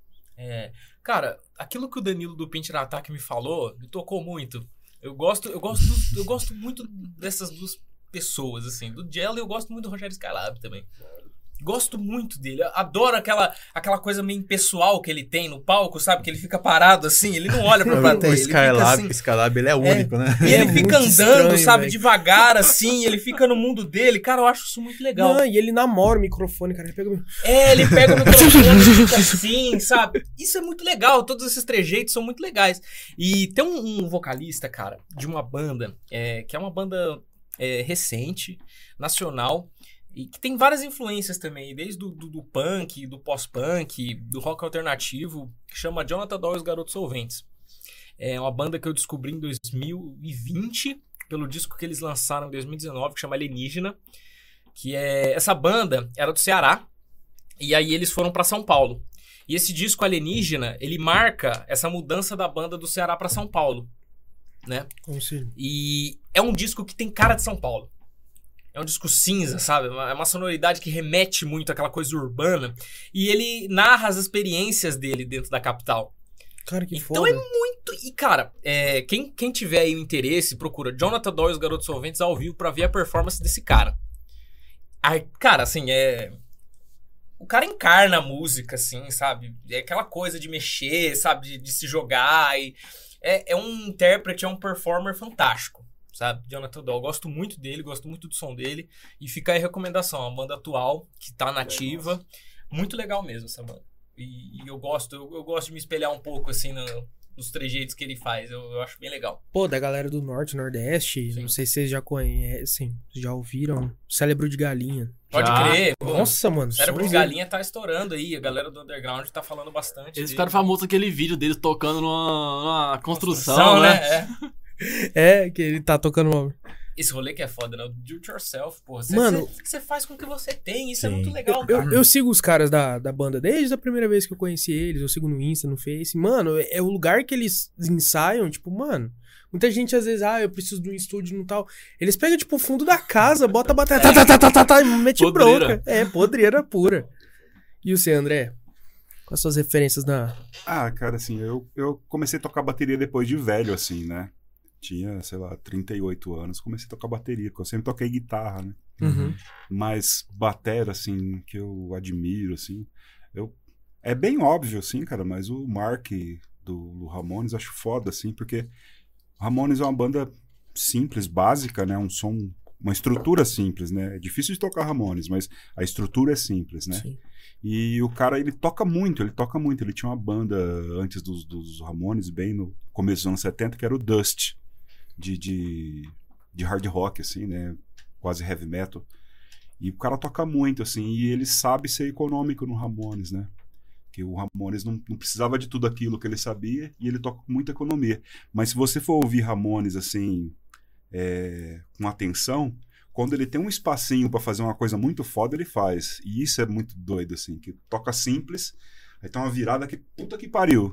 C: É, cara, aquilo que o Danilo do Pinch na Ataque me falou me tocou muito. Eu gosto, eu gosto, do- eu gosto muito dessas duas pessoas, assim. Do Jello e eu gosto muito do Rogério Skylab também. Gosto muito dele. Eu adoro aquela, aquela coisa meio impessoal que ele tem no palco, sabe? Que ele fica parado assim, ele não olha pra
B: O
C: plateia. Ele fica
B: Skylab,
C: assim,
B: Skylab, ele é único, né?
C: e ele
A: É
C: fica
A: muito
C: andando,
A: estranho,
C: sabe?
A: velho.
C: Devagar, assim. Ele fica no mundo dele. Cara, eu acho isso muito legal.
A: Não, e ele namora o microfone, cara. Ele pega o
C: É, ele pega o microfone e fica assim, sabe? Isso é muito legal, todos esses trejeitos são muito legais. E tem um, um vocalista, cara, de uma banda, é, que é uma banda é, recente, nacional, e que tem várias influências também, desde do, do, do punk, do pós-punk, do rock alternativo, que chama Jonathan Doyle e os Garotos Solventes. É uma banda que eu descobri em dois mil e vinte, pelo disco que eles lançaram em dois mil e dezenove, que chama Alienígena, que é... Essa banda era do Ceará, e aí eles foram pra São Paulo. E esse disco Alienígena, ele marca essa mudança da banda do Ceará pra São Paulo, né?
A: Como se...
C: E é um disco que tem cara de São Paulo. É um disco cinza, sabe? É uma sonoridade que remete muito àquela coisa urbana. E ele narra as experiências dele dentro da capital.
A: Cara, que
C: Então
A: foda.
C: é muito... E, cara, é, quem, quem tiver aí o interesse, procura Jonathan Doyle e os Garotos Solventes ao vivo pra ver a performance desse cara. Ai, cara, assim, é... O cara encarna a música, assim, sabe? É aquela coisa de mexer, sabe? De, de se jogar. E é, é um intérprete, é um performer fantástico, sabe? Jonathan Doyle. Gosto muito dele, gosto muito do som dele. E fica aí a recomendação. Uma banda atual, que tá nativa. Muito legal mesmo essa banda. E, e eu gosto, eu, eu gosto de me espelhar um pouco, assim, no, dos trejeitos que ele faz. Eu, eu acho bem legal.
A: Pô, da galera do Norte, Nordeste,
C: Sim.
A: não sei se vocês já conhecem, já ouviram. Cérebro de Galinha.
C: Pode
E: Já.
C: crer. Pô,
A: Nossa, mano.
C: Cérebro de
A: somzinho.
C: Galinha tá estourando aí. A galera do underground tá falando bastante.
E: Eles
C: dele.
E: ficaram famosos aquele vídeo deles tocando numa, numa construção,
C: Construção,
E: né?
C: É.
A: É, que ele tá tocando uma...
C: Esse rolê que é foda, né? O do it yourself, porra. Você,
A: Mano-
C: você, você faz com o que você tem. Isso é
B: Sim.
C: muito legal,
A: Eu,
C: cara.
A: eu sigo os caras da, da banda desde a primeira vez que eu conheci eles. Eu sigo no Insta, no Face. Mano, é, é o lugar que eles ensaiam. Tipo, mano, muita gente às vezes, ah, eu preciso de um estúdio no tal. Eles pegam, tipo, o fundo da casa, bota a bateria, tá, tá, tá, tá, tá, tá, e mete
E: Podreira.
A: bronca. É, podreira pura. E você, André? Quais as suas referências na...
D: Ah, cara, assim, eu, eu comecei a tocar bateria depois de velho, assim, né? Tinha, sei lá, trinta e oito anos, comecei a tocar bateria, porque eu sempre toquei guitarra, né?
A: Uhum.
D: Mas batera, assim, que eu admiro, assim, eu... É bem óbvio, assim, cara, mas o Mark do, do Ramones eu acho foda, assim, porque o Ramones é uma banda simples, básica, né? Um som, uma estrutura simples, né? É difícil de tocar Ramones, mas a estrutura é simples, né?
A: Sim.
D: E o cara, ele toca muito, ele toca muito. Ele tinha uma banda antes dos, dos Ramones, bem no começo dos anos setenta, que era o Dust, de, de, de hard rock, assim, né? Quase heavy metal. E o cara toca muito, assim, e ele sabe ser econômico no Ramones, né? Que o Ramones não, não precisava de tudo aquilo que ele sabia, e ele toca com muita economia. Mas se você for ouvir Ramones, assim, é, com atenção... Quando ele tem um espacinho pra fazer uma coisa muito foda, ele faz. E isso é muito doido, assim, que toca simples, aí tem uma virada que, puta que pariu.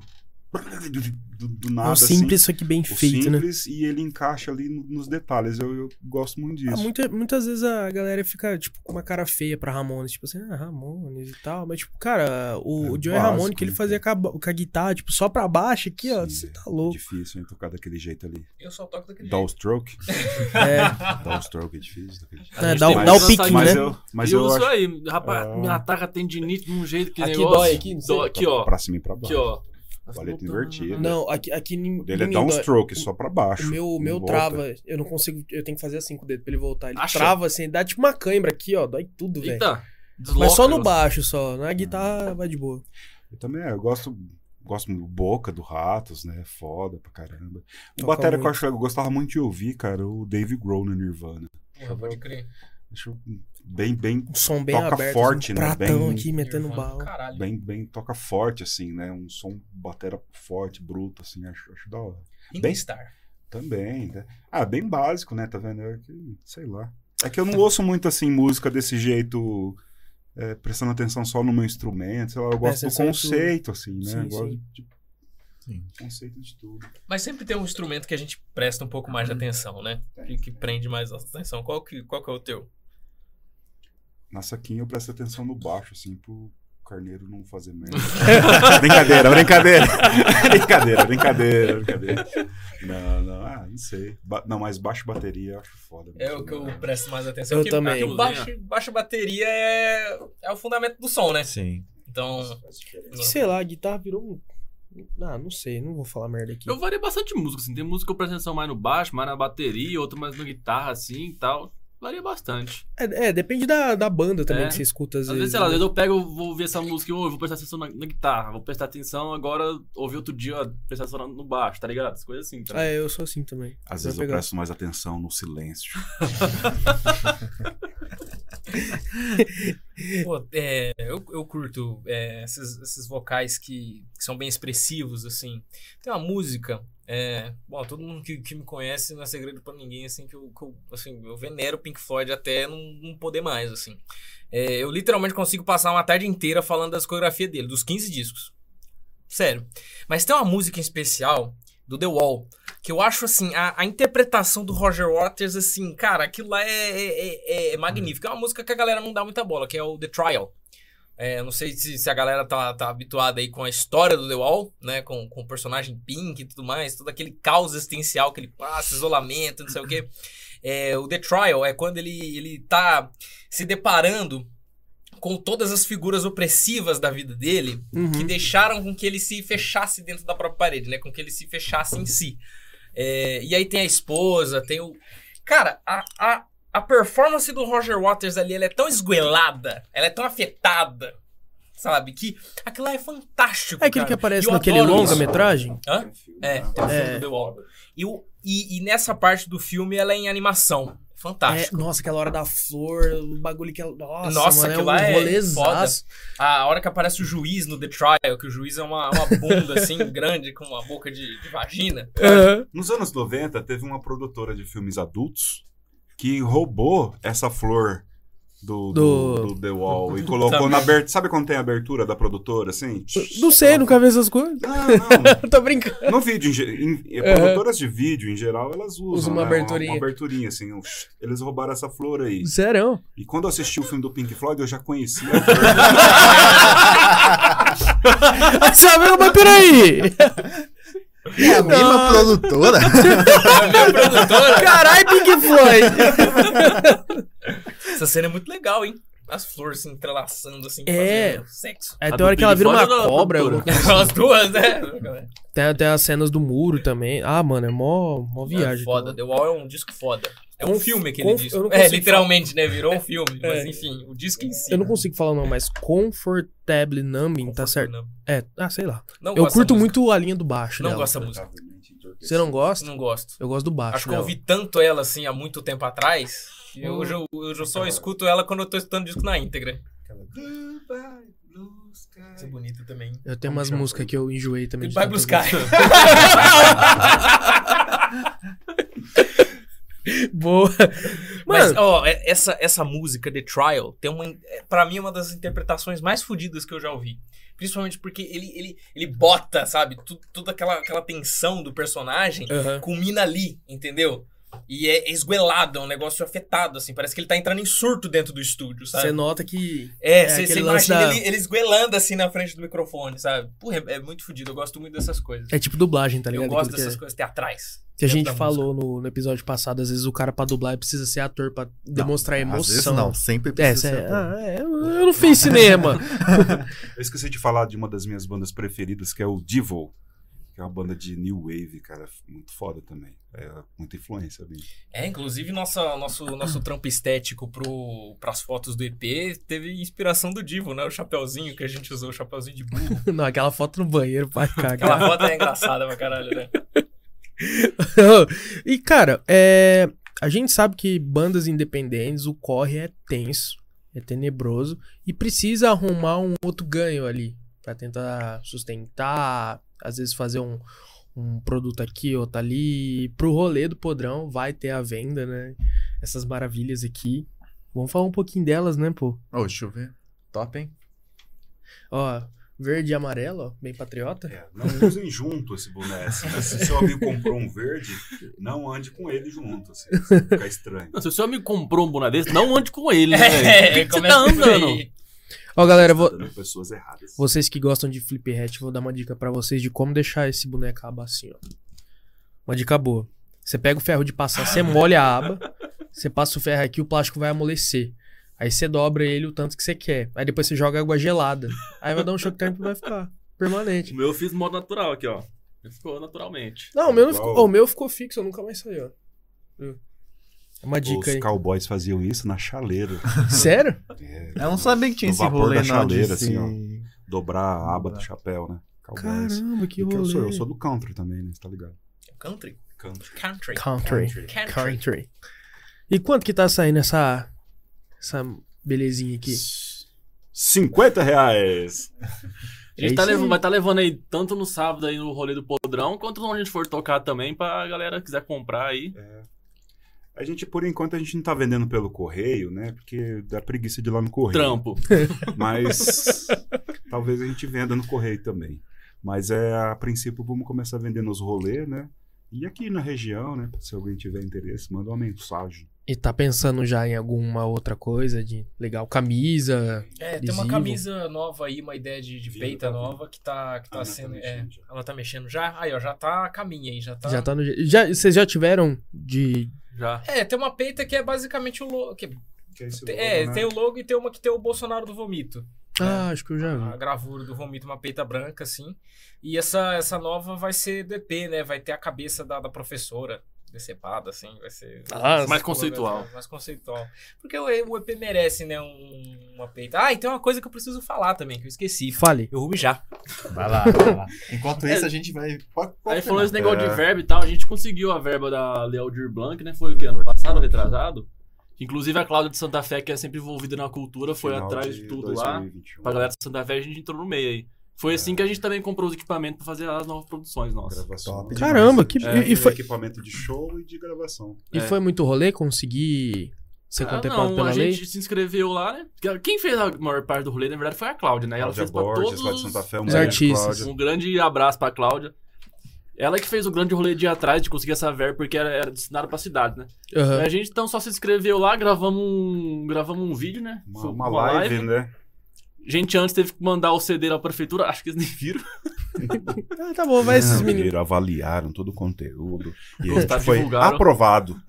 D: Do, do
A: É
D: nada,
A: o simples, só que bem
D: assim. O
A: feito, né?
D: simples, e ele encaixa ali no- nos detalhes. Eu, eu gosto muito disso.
A: Ah, muita- muitas vezes a galera fica, tipo, com uma cara feia pra Ramones. Tipo assim, ah, Ramones e tal. Mas, tipo, cara, o,
D: É
A: o Joey
D: básico,
A: Ramone, que ele
D: né,
A: fazia com a, bo- com a guitarra, tipo, só pra baixo aqui, ó.
D: Sim,
A: Você tá
D: é
A: louco.
D: difícil, hein, tocar daquele jeito ali.
C: Eu só toco daquele
D: Dá o
C: jeito.
D: stroke.
A: É,
D: Dá o stroke é difícil. Daquele jeito.
A: é,
E: gente
A: dá, o-
E: tem
A: dá o
E: mais
A: pique,
E: essa-
D: Mas
A: né?
D: eu, mas
E: e
D: eu
E: uso
D: acho
E: aí, rapaz,
D: Ah.
E: me ataca tendinite de um jeito que
A: Aqui
E: negócio.
A: dói, aqui, não sei.
E: Dói, aqui, ó.
D: pra cima e pra baixo.
E: Aqui, ó.
D: Paleta invertida.
A: Não, aqui, aqui em
D: O dele é
A: em
D: dar um
A: mim dói.
D: stroke, só pra baixo.
A: O meu, o
D: Não
A: meu
D: volta.
A: trava, eu não consigo, eu tenho que fazer assim com o dedo pra ele voltar. Ele
E: Acha?
A: trava assim, dá tipo uma cãibra aqui, ó, dói tudo, velho.
E: Eita. Desloca,
A: Mas só no
E: negócio.
A: baixo, só. Na guitarra vai de boa.
D: Eu também, é, eu gosto, gosto do Boca, do Ratos, né? Foda pra caramba. O
A: Toca
D: batera que eu,
A: muito.
D: acho, eu gostava muito de ouvir, cara, o Dave Grohl no Nirvana.
C: Porra, pode crer.
D: Acho bem, bem,
A: Um som bem
D: Toca
A: aberto,
D: forte,
A: um
D: né?
A: pratão
D: Bem-
A: aqui, metendo
C: Nirvana,
A: bala.
C: Caralho.
D: bem, bem, toca forte, assim, né? Um som batera forte, bruto, assim, acho, acho da hora.
C: Ringo
D: Bem-
C: Starr.
D: Também, né? Ah, bem básico, né? Tá vendo? É que, sei lá. É que eu não ouço muito, assim, música desse jeito, é, prestando atenção só no meu instrumento, sei lá, eu gosto do
A: atenção em tudo.
D: conceito, assim, né?
A: Sim,
D: eu gosto
A: sim.
D: de
B: Sim.
D: conceito de tudo.
C: Mas sempre tem um instrumento que a gente presta um pouco mais de atenção, né? Que, que prende mais nossa atenção. Qual que, qual que é o teu?
D: Na saquinha eu presto atenção no baixo, assim, pro carneiro não fazer merda. brincadeira, brincadeira. brincadeira, brincadeira, brincadeira. Não, não, ah, não sei. Ba- não, mas baixo bateria eu acho foda.
C: É o que eu presto mais atenção.
A: Eu
C: porque
A: também.
C: o baixo, baixo bateria é, é o fundamento do som, né?
B: Sim.
C: Então,
A: Que, sei lá, a guitarra virou um... Ah, não sei, não vou falar merda aqui.
E: Eu varia bastante de música, assim. Tem música que eu presto atenção mais no baixo, mais na bateria, outra mais na guitarra, assim e tal. Varia bastante.
A: É, é, depende da, da banda também
E: É.
A: que você escuta às
E: Às
A: vezes.
E: vezes, sei lá, às
A: né?
E: vezes eu pego, eu vou ouvir essa música e eu vou prestar atenção na, na guitarra. Vou prestar atenção agora, ouvir outro dia, ó, prestar atenção no baixo, tá ligado? As coisas assim. Tá?
A: Ah, é, eu sou assim também.
D: Às
A: Vai
D: vezes eu
A: pegar.
D: presto mais atenção no silêncio.
C: pô, é, eu, eu curto é, esses, esses vocais que, que são bem expressivos, assim. Tem uma música, é, bom, todo mundo que, que me conhece não é segredo pra ninguém, assim, que eu, que eu, assim, eu venero o Pink Floyd até não, não poder mais, assim. É, eu literalmente consigo passar uma tarde inteira falando da discografia dele, dos quinze discos. Sério. Mas tem uma música em especial, do The Wall, que eu acho, assim, a, a interpretação do Roger Waters, assim, cara, aquilo lá é, é, é, é magnífico. É uma música que a galera não dá muita bola, que é o The Trial. É, não sei se, se a galera tá, tá habituada aí com a história do The Wall, né, com, com o personagem Pink e tudo mais, todo aquele caos existencial que ele passa, isolamento, não sei o quê. É, o The Trial é quando ele, ele tá se deparando com todas as figuras opressivas da vida dele,
A: Uhum.
C: que deixaram com que ele se fechasse dentro da própria parede, né? Com que ele se fechasse em si. É, e aí tem a esposa, tem o... Cara, a, a, a performance do Roger Waters ali, ela é tão esguelada, ela é tão afetada, sabe? Que aquilo lá é fantástico,
A: É aquele
C: cara.
A: que aparece
C: E eu
A: naquele
C: adoro isso.
A: longa-metragem?
C: Hã? É, tem o filme
A: É.
C: do The Wall. E, o- e, e nessa parte do filme, ela é em animação.
A: É,
C: Fantástico.
A: nossa, aquela hora da flor, o bagulho que ela. Nossa,
C: Nossa,
A: mano,
C: aquilo
A: é
C: lá
A: um
C: é
A: rolezaço.
C: A hora que aparece o juiz no The Trial, que o juiz é uma, uma bunda assim, grande, com uma boca de, de vagina.
A: Aham.
D: Nos anos noventa, teve uma produtora de filmes adultos que roubou essa flor do, do,
A: Do-
D: do The Wall e colocou
C: Também.
D: na abertura. Sabe quando tem a abertura da produtora, assim?
A: Não sei, nunca vi essas coisas.
D: Não, não.
A: Tô brincando.
D: No vídeo, em, ge- em-
A: Aham.
D: produtoras de vídeo, em geral, elas usam
A: Usa uma
D: né,
A: aberturinha.
D: Uma, aberturinha, assim. um- Eles roubaram essa flor aí.
A: Sério?
D: E quando eu assisti o filme do Pink Floyd, eu já conhecia.
A: Ah, sabe, mas peraí.
B: É a mesma
A: Não.
B: produtora?
C: A minha produtora.
A: Caralho, Pink Floyd.
C: Essa cena é muito legal, hein? As flores se entrelaçando assim,
A: É.
C: fazendo sexo.
A: Aí
E: A
A: tem hora
E: do
A: que ela
E: Pink
A: vira uma
E: Floyd ou da
A: cobra.
E: produtora?
A: alguma coisa assim.
C: As duas, né?
A: Tem, tem as cenas do muro também. Ah, mano, é mó, mó viagem.
C: É foda. The Wall é um disco foda. É um
A: Conf-
C: filme aquele
A: conf-
C: disco.
A: eu não
C: É,
A: consigo
C: literalmente, né? Virou um filme.
A: É.
C: Mas enfim, o disco em si.
A: Eu não consigo falar não, mas Comfortable Numbing, tá certo?
C: Não,
A: É, ah, sei lá.
C: não
A: Eu
C: gosto
A: curto
C: da música.
A: muito a linha do baixo
C: Não
A: dela.
C: gosto da música.
A: Você não gosta?
C: Não gosto.
A: Eu gosto do baixo
C: Acho que eu
A: dela.
C: ouvi tanto ela assim há muito tempo atrás. Que
A: Hum.
C: hoje eu, hoje eu só escuto ela quando eu tô escutando disco na íntegra. Isso é bonito também.
A: Eu tenho umas músicas que eu enjoei também. de
C: Vai
A: tanto
C: buscar.
A: ouvir. Boa.
C: Mas,
A: Mano,
C: ó, é- essa, essa música, The Trial, tem uma. é, Pra mim, é uma das interpretações mais fodidas que eu já ouvi. Principalmente porque ele, ele, ele bota, sabe? Tu, toda aquela, aquela tensão do personagem
A: aham.
C: culmina ali, entendeu? E é esguelado, é um negócio afetado, assim. Parece que ele tá entrando em surto dentro do estúdio,
A: Você
C: sabe?
A: nota que.
C: É,
A: é
C: você
A: aquele lance
C: imagina
A: da-
C: ele, ele esguelando assim na frente do microfone, sabe? Porra, é, é muito fodido. Eu gosto muito dessas coisas.
A: É tipo dublagem, tá ligado?
C: eu gosto
A: Aquilo
C: dessas
A: que, é-
C: coisas teatrais.
A: que a
C: dentro
A: gente
C: da
A: falou no, no episódio passado. Às vezes o cara pra dublar ele precisa ser ator pra demonstrar emoção.
B: Às vezes não, sempre
A: É,
B: precisa
A: cê-
B: ser.
A: ah, é, eu não fiz cinema.
D: Eu esqueci de falar de uma das minhas bandas preferidas, que é o Devil, que é uma banda de New Wave, cara, muito foda também. É muita influência, bem.
C: É, inclusive nossa, nosso, nosso trampo estético pro, pras fotos do E P teve inspiração do Divo, né? O chapeuzinho que a gente usou, o chapeuzinho de burro.
A: Não, aquela foto no banheiro pra cá.
C: Aquela foto é engraçada pra caralho, né?
A: E, cara, é, a gente sabe que bandas independentes, o corre é tenso, é tenebroso e precisa arrumar um outro ganho ali pra tentar sustentar, às vezes fazer um, um produto aqui, outro ali. Pro rolê do Podrão vai ter a venda, né? Essas maravilhas aqui. Vamos falar um pouquinho delas, né, pô?
B: Ô, deixa eu ver. Top, hein?
A: Ó, verde e amarelo, ó, bem patriota.
D: É, não usem junto esse boné. Assim, né? Se seu amigo comprou um verde, não ande com ele junto, assim, fica estranho.
E: Não, se o seu amigo comprou um boné desse, não ande com ele, né, velho?
C: É,
E: Por que que você
C: começa
E: tá
C: por aí.
E: andando?
A: Ó, galera, vou,
D: Tá dando pessoas erradas.
A: vocês que gostam de flip hat, vou dar uma dica pra vocês de como deixar esse boneco aba assim, ó. Uma dica boa. Você pega o ferro de passar, você molha a aba, você passa o ferro aqui, o plástico vai amolecer. Aí você dobra ele o tanto que você quer. Aí depois você joga água gelada. Aí vai dar um choque térmico e vai ficar permanente.
E: O meu eu fiz no modo natural aqui, ó. Ele ficou naturalmente.
A: Não, o meu, não
D: Igual-
A: ficou, o meu ficou fixo, eu nunca mais saiu, ó. Viu? É uma dica
D: Os
A: aí.
D: cowboys faziam isso na chaleira.
A: Sério?
D: É,
B: Eu não sabia que tinha
D: No
B: esse
D: vapor
B: rolê
D: da
B: não
D: chaleira,
B: de
D: assim,
B: se-
D: ó. dobrar a aba do chapéu, né? Cowboys.
A: Caramba, que
D: E que eu
A: rolê.
D: sou, eu sou do country também, né? Você tá ligado?
C: Country?
D: Country.
C: Country.
A: Country.
C: Country.
A: Country. E quanto que tá saindo essa, essa belezinha aqui?
D: cinquenta reais!
E: A gente
A: É
E: tá
A: isso
E: levando,
A: aí.
E: vai estar levando aí tanto no sábado aí no rolê do Podrão, quanto onde a gente for tocar também, pra galera que quiser comprar aí.
D: A gente, por enquanto, a gente não tá vendendo pelo correio, né? Porque dá preguiça de ir lá no correio.
E: Trampo.
D: Mas talvez a gente venda no correio também. Mas é, a princípio, vamos começar a vender nos rolês, né? E aqui na região, né? Se alguém tiver interesse, manda uma mensagem.
A: E tá pensando já em alguma outra coisa de legal? Camisa?
C: É, tem uma
A: Adesivo.
C: camisa nova aí, uma ideia de, de
D: Vindo,
C: peita
D: tá vindo.
C: nova que tá, que tá
D: Ah, não, tá
C: sendo. é,
D: mexendo já.
C: ela tá mexendo já? Aí, ó, já tá a caminho aí, já tá.
A: Já tá no jeito. Já, vocês já tiveram de.
E: Já.
C: É, tem uma peita que é basicamente o logo. Que,
D: Que é, esse
C: tem-
D: logo,
C: é,
D: né?
C: tem o logo e tem uma que tem o Bolsonaro do Vomito.
A: Ah, acho que eu já
C: A
A: vi.
C: gravura do Vomito, uma peita branca, assim. E essa, essa nova vai ser do E P, né? Vai ter a cabeça da, da professora. decepado, assim, vai ser...
A: Ah,
E: mais conceitual.
C: Mais conceitual. Porque o, o E P merece, né, um, uma peita. Ah, e tem uma coisa que eu preciso falar também, que eu esqueci.
A: Fale.
C: Eu rubi já.
B: Vai lá, vai lá. Enquanto isso, a gente vai... Pode, pode
E: Aí falou esse
B: terminar.
E: negócio
D: É.
E: de verba e tal, a gente conseguiu a verba da Lealdir Blanc, né? Foi o que? Ano passado, retrasado? Inclusive a Cláudia de Santa Fé, que é sempre envolvida na cultura, foi
D: Final
E: atrás de tudo lá.
D: dois mil e vinte e um.
E: Pra galera de Santa Fé, a gente entrou no meio aí. Foi assim que a gente também comprou os equipamentos pra fazer as novas produções nossas.
D: Gravação.
B: Top
A: Caramba,
B: demais.
A: que...
E: É,
A: e, e foi,
D: equipamento de show e de gravação.
A: e
E: É.
A: foi muito rolê conseguir ser
E: Ah,
A: contemplado
E: não,
A: pela
E: a
A: lei?
E: gente se inscreveu lá, né? Quem fez a maior parte do rolê, na verdade, foi a Cláudia, né? Ela
D: Cláudia
E: fez pra
D: Borges,
E: todos
D: lá de Santa Fé, um
A: os
D: beijo,
A: artistas.
D: Cláudia.
E: Um grande abraço pra Cláudia. Ela que fez o grande rolê de ir atrás de conseguir essa verba, porque era, era destinada pra cidade, né?
A: Aham.
E: A gente então só se inscreveu lá, gravamos um, gravamos um vídeo, né?
D: Uma,
E: Foi
D: uma live, né?
E: A gente antes teve que mandar o C D na prefeitura, acho que eles nem viram.
A: Ah, tá bom, vai esses
D: Não,
A: meninos.
D: viram, avaliaram todo o conteúdo. E a
E: Gostaram,
D: gente foi
E: divulgaram.
D: aprovado.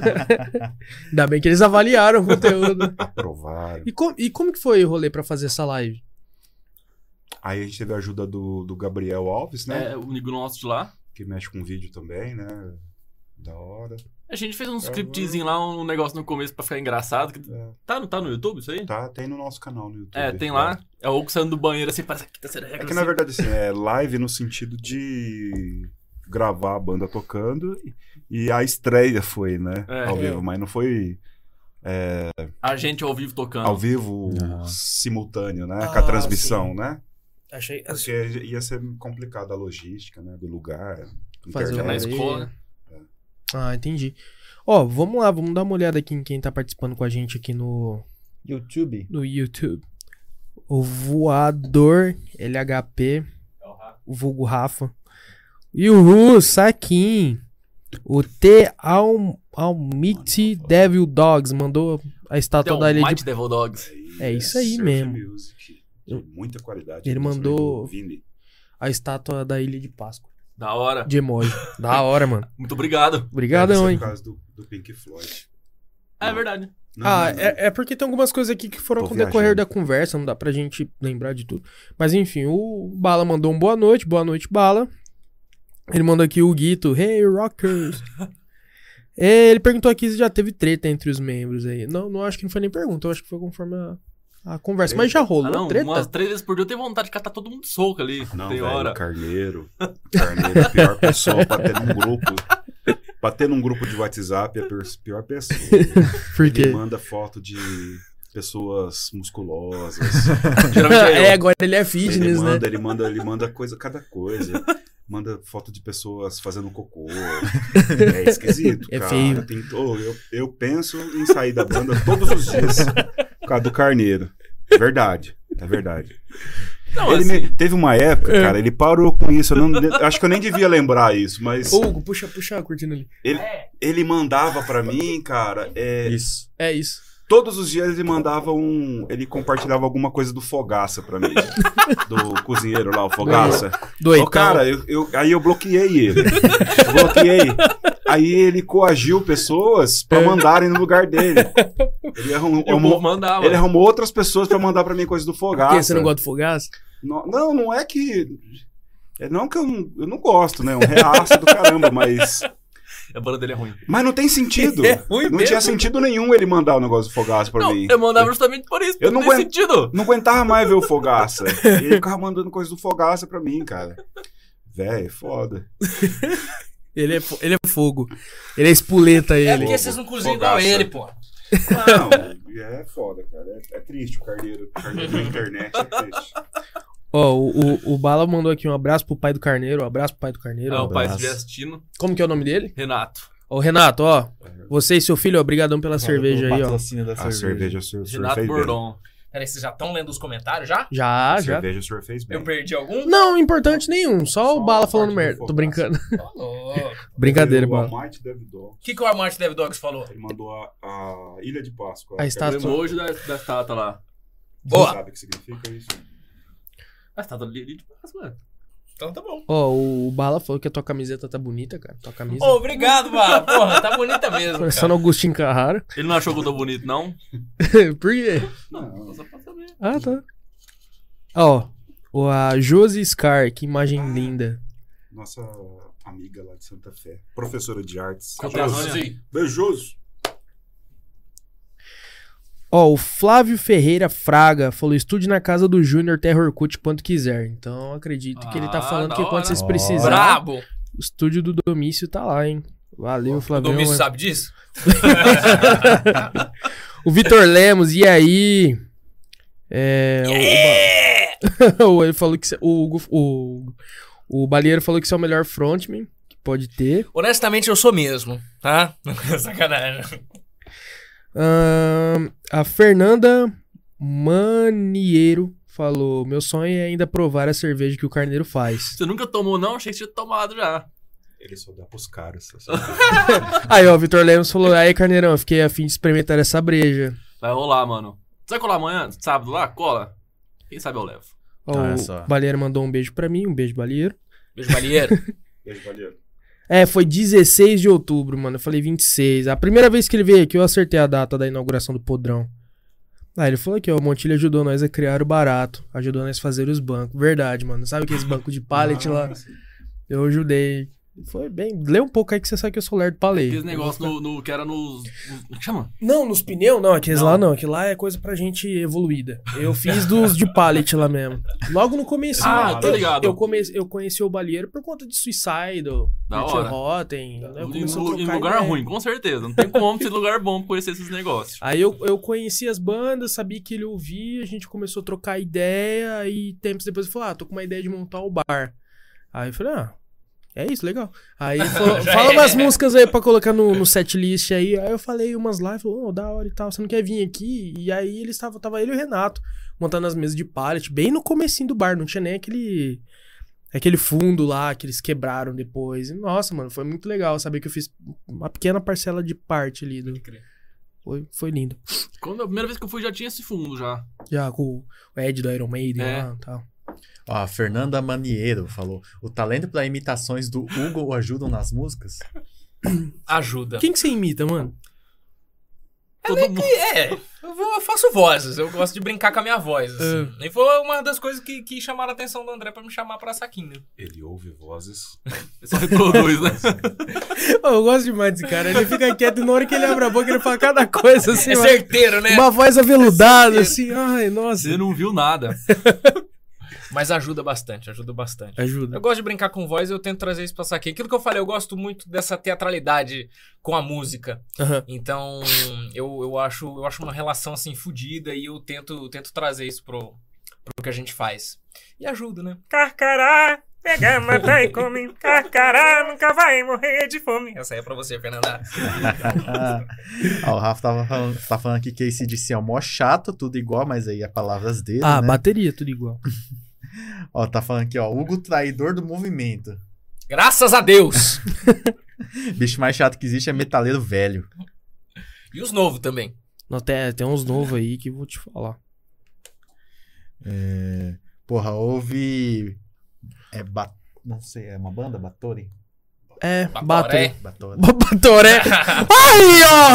A: Ainda bem que eles avaliaram o conteúdo.
D: Aprovaram.
A: E, com- e como que foi o rolê pra fazer essa live?
D: Aí a gente teve a ajuda do, do Gabriel Alves, né?
E: É, o amigo nosso de lá.
D: Que mexe com vídeo também, né? Da hora.
E: A gente fez um
D: É,
E: scriptzinho lá, um negócio no começo pra ficar engraçado. que-
D: É,
E: Tá, no- tá no YouTube isso aí?
D: tá, tem no nosso canal no YouTube.
E: É, tem lá. É o Hugo saindo do banheiro assim, parece que tá sendo regra.
D: É que na verdade, assim, é live no sentido de gravar a banda tocando e, e a estreia foi, né?
E: É.
D: ao
A: É.
D: vivo, mas não foi
E: A gente ao vivo tocando.
D: ao vivo
B: Não.
D: simultâneo, né? Com
A: Ah,
D: a transmissão, né?
A: Achei.
D: Porque ia ser complicado a logística, né? Do lugar.
A: Fazer
E: Já na
A: rolê.
E: escola, né?
A: Ah, entendi. Ó, vamos lá, vamos dar uma olhada aqui em quem tá participando com a gente aqui no,
B: YouTube.
A: no YouTube. O Voador L H P, o vulgo Rafa. E o Ru Saquin. O T Al Almighty Devil Dogs mandou a estátua
E: Então,
A: da ilha
E: Mighty
A: de...
E: Devil Dogs.
A: É isso aí
D: Surf
A: mesmo.
D: Music, de muita qualidade.
A: Ele
D: nosso
A: mandou-
D: amigo Vini.
A: a estátua da ilha de Páscoa.
E: Da hora.
A: De emoji. Da hora, mano.
E: Muito obrigado.
A: Obrigadão,
D: Deve ser
A: hein.
D: por causa do, do Pink Floyd.
E: É
D: Não.
E: verdade.
D: Não,
A: Ah,
D: não, não.
A: é, é porque tem algumas coisas aqui que foram
D: Tô
A: com o decorrer
D: viajando.
A: da conversa, não dá pra gente lembrar de tudo. Mas enfim, o Bala mandou um boa noite, boa noite, Bala. Ele mandou aqui o Guito, hey, rockers. É, ele perguntou aqui se já teve treta entre os membros aí. Não, não acho que não foi nem pergunta, eu acho que foi conforme a, a conversa. Mas já rolou
E: Ah, não,
A: treta?
E: umas três vezes por dia eu tenho vontade de catar todo mundo soco ali.
D: Não,
E: tem
D: velho,
E: hora.
D: o Carneiro. O Carneiro é a pior pessoa pra ter num grupo. Pra ter num grupo de WhatsApp é a pior- pior pessoa.
A: Por
D: Ele
A: quê?
D: manda foto de pessoas musculosas.
E: Geralmente é eu.
A: É, agora ele é
D: ele
A: fitness, né?
D: manda, ele manda, ele manda coisa, cada coisa. Manda foto de pessoas fazendo cocô. É esquisito,
A: É
D: cara.
A: feio.
D: Tem- oh, eu, eu penso em sair da banda todos os dias por causa do Carneiro. É verdade, é verdade.
E: Não,
D: Ele
E: assim,
D: me- teve uma época, cara, ele parou com isso. Eu não- acho que eu nem devia lembrar isso, mas
A: Ô, Hugo, puxa, puxa a cortina ali.
D: ele mandava pra mim, cara, é,
B: Isso.
A: É isso.
D: todos os dias ele mandava um. Ele compartilhava alguma coisa do Fogaça pra mim. Do cozinheiro lá, o Fogaça.
A: Do
D: Ô,
A: Eitão.
D: cara, eu, eu- aí eu bloqueei ele. Eu bloqueei. Aí ele coagiu pessoas pra mandarem no lugar dele. Ele arrumou,
E: o povo
D: arrumou-
E: mandava.
D: ele arrumou outras pessoas pra mandar pra mim coisa do
A: Por
D: Fogaça.
A: que você não gosta do fogaço?
D: Não, não, não é que. É não que eu não, eu não gosto, né? Um reaço do caramba, mas.
E: A banda dele é ruim.
D: Mas não tem sentido.
A: É ruim
D: não
A: mesmo.
D: tinha sentido nenhum ele mandar o negócio do Fogaça pra
E: Não,
D: mim.
E: eu mandava justamente por isso.
D: Eu
E: não
D: não
E: tem
D: aguento-
E: sentido.
D: Não aguentava mais ver o Fogaça. Ele ficava mandando coisa do Fogaça pra mim, cara. Véi, foda.
A: Ele é, fo- ele é fogo. Ele é espoleta,
C: É
A: ele.
C: porque vocês não cozinham
D: Fogaça.
C: igual ele, pô.
D: Não, é foda, cara. É, é triste o Carneiro. O Carneiro na internet é triste.
A: Ó, o, o, o Bala mandou aqui um abraço pro pai do Carneiro. Um abraço pro pai do Carneiro.
E: É,
A: ó.
E: o pai
B: abraço.
E: estiver assistindo.
A: Como que é o nome dele?
E: Renato.
A: Ô, Renato, ó. Você e seu filho, obrigadão pela
B: Valeu
A: cerveja
B: pelo
A: aí, ó.
B: patrocínio da
D: A
B: cerveja.
D: cerveja o senhor, o senhor
E: Renato
D: fez bem.
E: Bordon.
C: Peraí, vocês já estão lendo os comentários já?
A: Já,
D: A
A: já.
D: cerveja o senhor fez bem.
C: Eu perdi algum?
A: Não, importante nenhum. Só,
D: Só
A: o Bala
D: a
A: falando
D: parte do
A: merda. Tô
D: fogaço.
A: brincando.
C: Tá louco.
A: Brincadeira,
D: o
A: Bala.
D: Almighty Devil Dog.
C: O que, que o Armand Dev Dogs falou?
D: Ele mandou a, a Ilha de Páscoa.
A: A
E: O
A: estátua.
E: emoji da, da estátua lá.
C: Boa.
D: Sabe o que significa isso?
E: A estátua ali de Páscoa, mano.
C: Então tá bom.
A: Ó, o Bala falou que a tua camiseta tá bonita, cara. Tua camisa.
C: Ô, obrigado, mano. Porra, tá bonita mesmo.
A: Começando
C: Cara.
A: Augustinho Carrara.
E: Ele não achou que eu tô bonito, não?
A: Por quê?
E: Não, só pra saber.
A: Ah, tá. Ó, o- a Josi Scar, que imagem linda.
D: Nossa amiga lá de Santa Fé. Professora de artes.
E: Conterrânea.
C: Sim.
D: Beijoso.
A: Ó, o Flávio Ferreira Fraga falou: estude na casa do Júnior Terrorcut quanto quiser. Então acredito que ele tá
E: Ah,
A: falando
E: da
A: que quando
E: hora.
A: vocês
B: Ó.
A: precisarem,
C: Brabo.
A: o estúdio do Domício tá lá, hein? Valeu,
C: O
A: Flávio.
C: Domício sabe disso?
A: O Vitor Lemos, e aí? É, o- ele falou que cê- o, o, o Balieiro falou que você é o melhor frontman que pode ter.
C: Honestamente, eu sou mesmo, tá? Sacanagem.
A: Ahn, a Fernanda Maniero falou: meu sonho é ainda provar a cerveja que o Carneiro faz.
E: Você nunca tomou, não? Achei que você tinha tomado já.
D: Ele só dá pros caras.
A: Aí, ó, o Vitor Lemos falou: aí, Carneirão, eu fiquei a fim de experimentar essa breja.
E: Vai rolar, mano. Você vai colar amanhã, sábado lá? Cola. Quem sabe eu levo.
A: Ó,
B: Olha
A: o
B: só.
A: Balieiro mandou um beijo pra mim, um beijo, Balieiro.
C: Beijo, Balieiro.
D: Beijo, valeu.
A: É, foi dezesseis de outubro, mano. Eu falei vinte e seis. A primeira vez que ele veio aqui, eu acertei a data da inauguração do Podrão. Aí ele falou aqui, ó, o Montilho ajudou nós a criar o barato. Ajudou nós a fazer os bancos. Verdade, mano. Sabe aqueles bancos de pallet lá? Eu ajudei. Foi bem. Lê um pouco aí que você sabe que eu sou lerdo pra ler.
E: Aqueles negócios no, no, que era nos... nos- Como que chama?
A: Não, nos pneus não. Aqueles
E: Não.
A: lá não. Aquilo lá é coisa pra gente evoluída. Eu fiz dos de pallet lá mesmo. Logo no começo.
E: Ah, tô
A: eu,
E: ligado.
A: Eu, comecei, eu conheci o Balieiro por conta de Suicidal,
E: Da
A: Dirty
E: hora.
A: Rotten. Né? Eu
E: Em,
A: comecei a
E: lu- em
A: trocar
E: lugar
A: ideia.
E: ruim, com certeza. Não tem como ter lugar bom pra conhecer esses negócios.
A: Aí eu, eu conheci as bandas, sabia que ele ouvia, a gente começou a trocar ideia e tempos depois ele falou: ah, tô com uma ideia de montar o bar. Aí eu falei: ah, é isso, legal. Aí ele falou:
C: Já
A: fala
C: é.
A: umas músicas aí pra colocar no, no setlist aí. Aí eu falei umas lá, ele falou: oh, da hora e tal, você não quer vir aqui? E aí eles estavam, tava ele e o Renato montando as mesas de pallet, bem no comecinho do bar, não tinha nem aquele aquele fundo lá que eles quebraram depois. E, nossa, mano, foi muito legal saber que eu fiz uma pequena parcela de parte ali do... Foi, foi lindo.
E: Quando a primeira vez que eu fui já tinha esse fundo já.
A: Já com o Ed do Iron Maiden
E: É.
A: lá e tal.
B: Ó, a Fernanda Maniero falou: o talento para imitações do Hugo o ajudam nas músicas?
C: Ajuda.
A: Quem que você imita, mano?
E: Todo mundo...
C: É, eu, vou- eu faço vozes, eu gosto de brincar com a minha voz, assim. E foi uma das coisas que, que chamaram a atenção do André pra me chamar pra saquinho.
D: Ele ouve vozes.
E: Só reproduz, né?
A: Ô, eu gosto demais desse cara. Ele fica quieto e na hora que ele abre a boca ele fala cada coisa assim.
C: É
A: uma-
C: certeiro, né?
A: Uma voz aveludada, assim. Ai, nossa.
E: Você não viu nada.
C: Mas ajuda bastante, ajuda bastante.
A: Ajuda.
C: Eu gosto de brincar com voz e eu tento trazer isso pra saquinho. Aquilo que eu falei, eu gosto muito dessa teatralidade com a música.
A: Aham.
C: Então, eu, eu, acho, eu acho uma relação assim fodida e eu tento, tento trazer isso pro, pro que a gente faz. E ajuda, né? Carcará, pega, mata e come. Carcará, nunca vai morrer de fome. Essa aí é pra você, Fernanda.
B: Ó, o Rafa tava falando, tá falando aqui que esse D C é o mó chato, tudo igual, mas aí é palavras dele,
A: Ah,
B: né?
A: bateria, tudo igual.
B: Ó, tá falando aqui, ó, Hugo traidor do movimento.
C: Graças a Deus!
B: Bicho mais chato que existe é metaleiro velho.
C: E os novos também.
A: Não, tem, tem uns novos aí que eu vou te falar.
B: É... Porra, houve... É, ba... não sei, é uma banda? Batori?
A: É,
C: Batoré.
A: Batoré.
B: Batori.
A: Batoré. Aí, ó!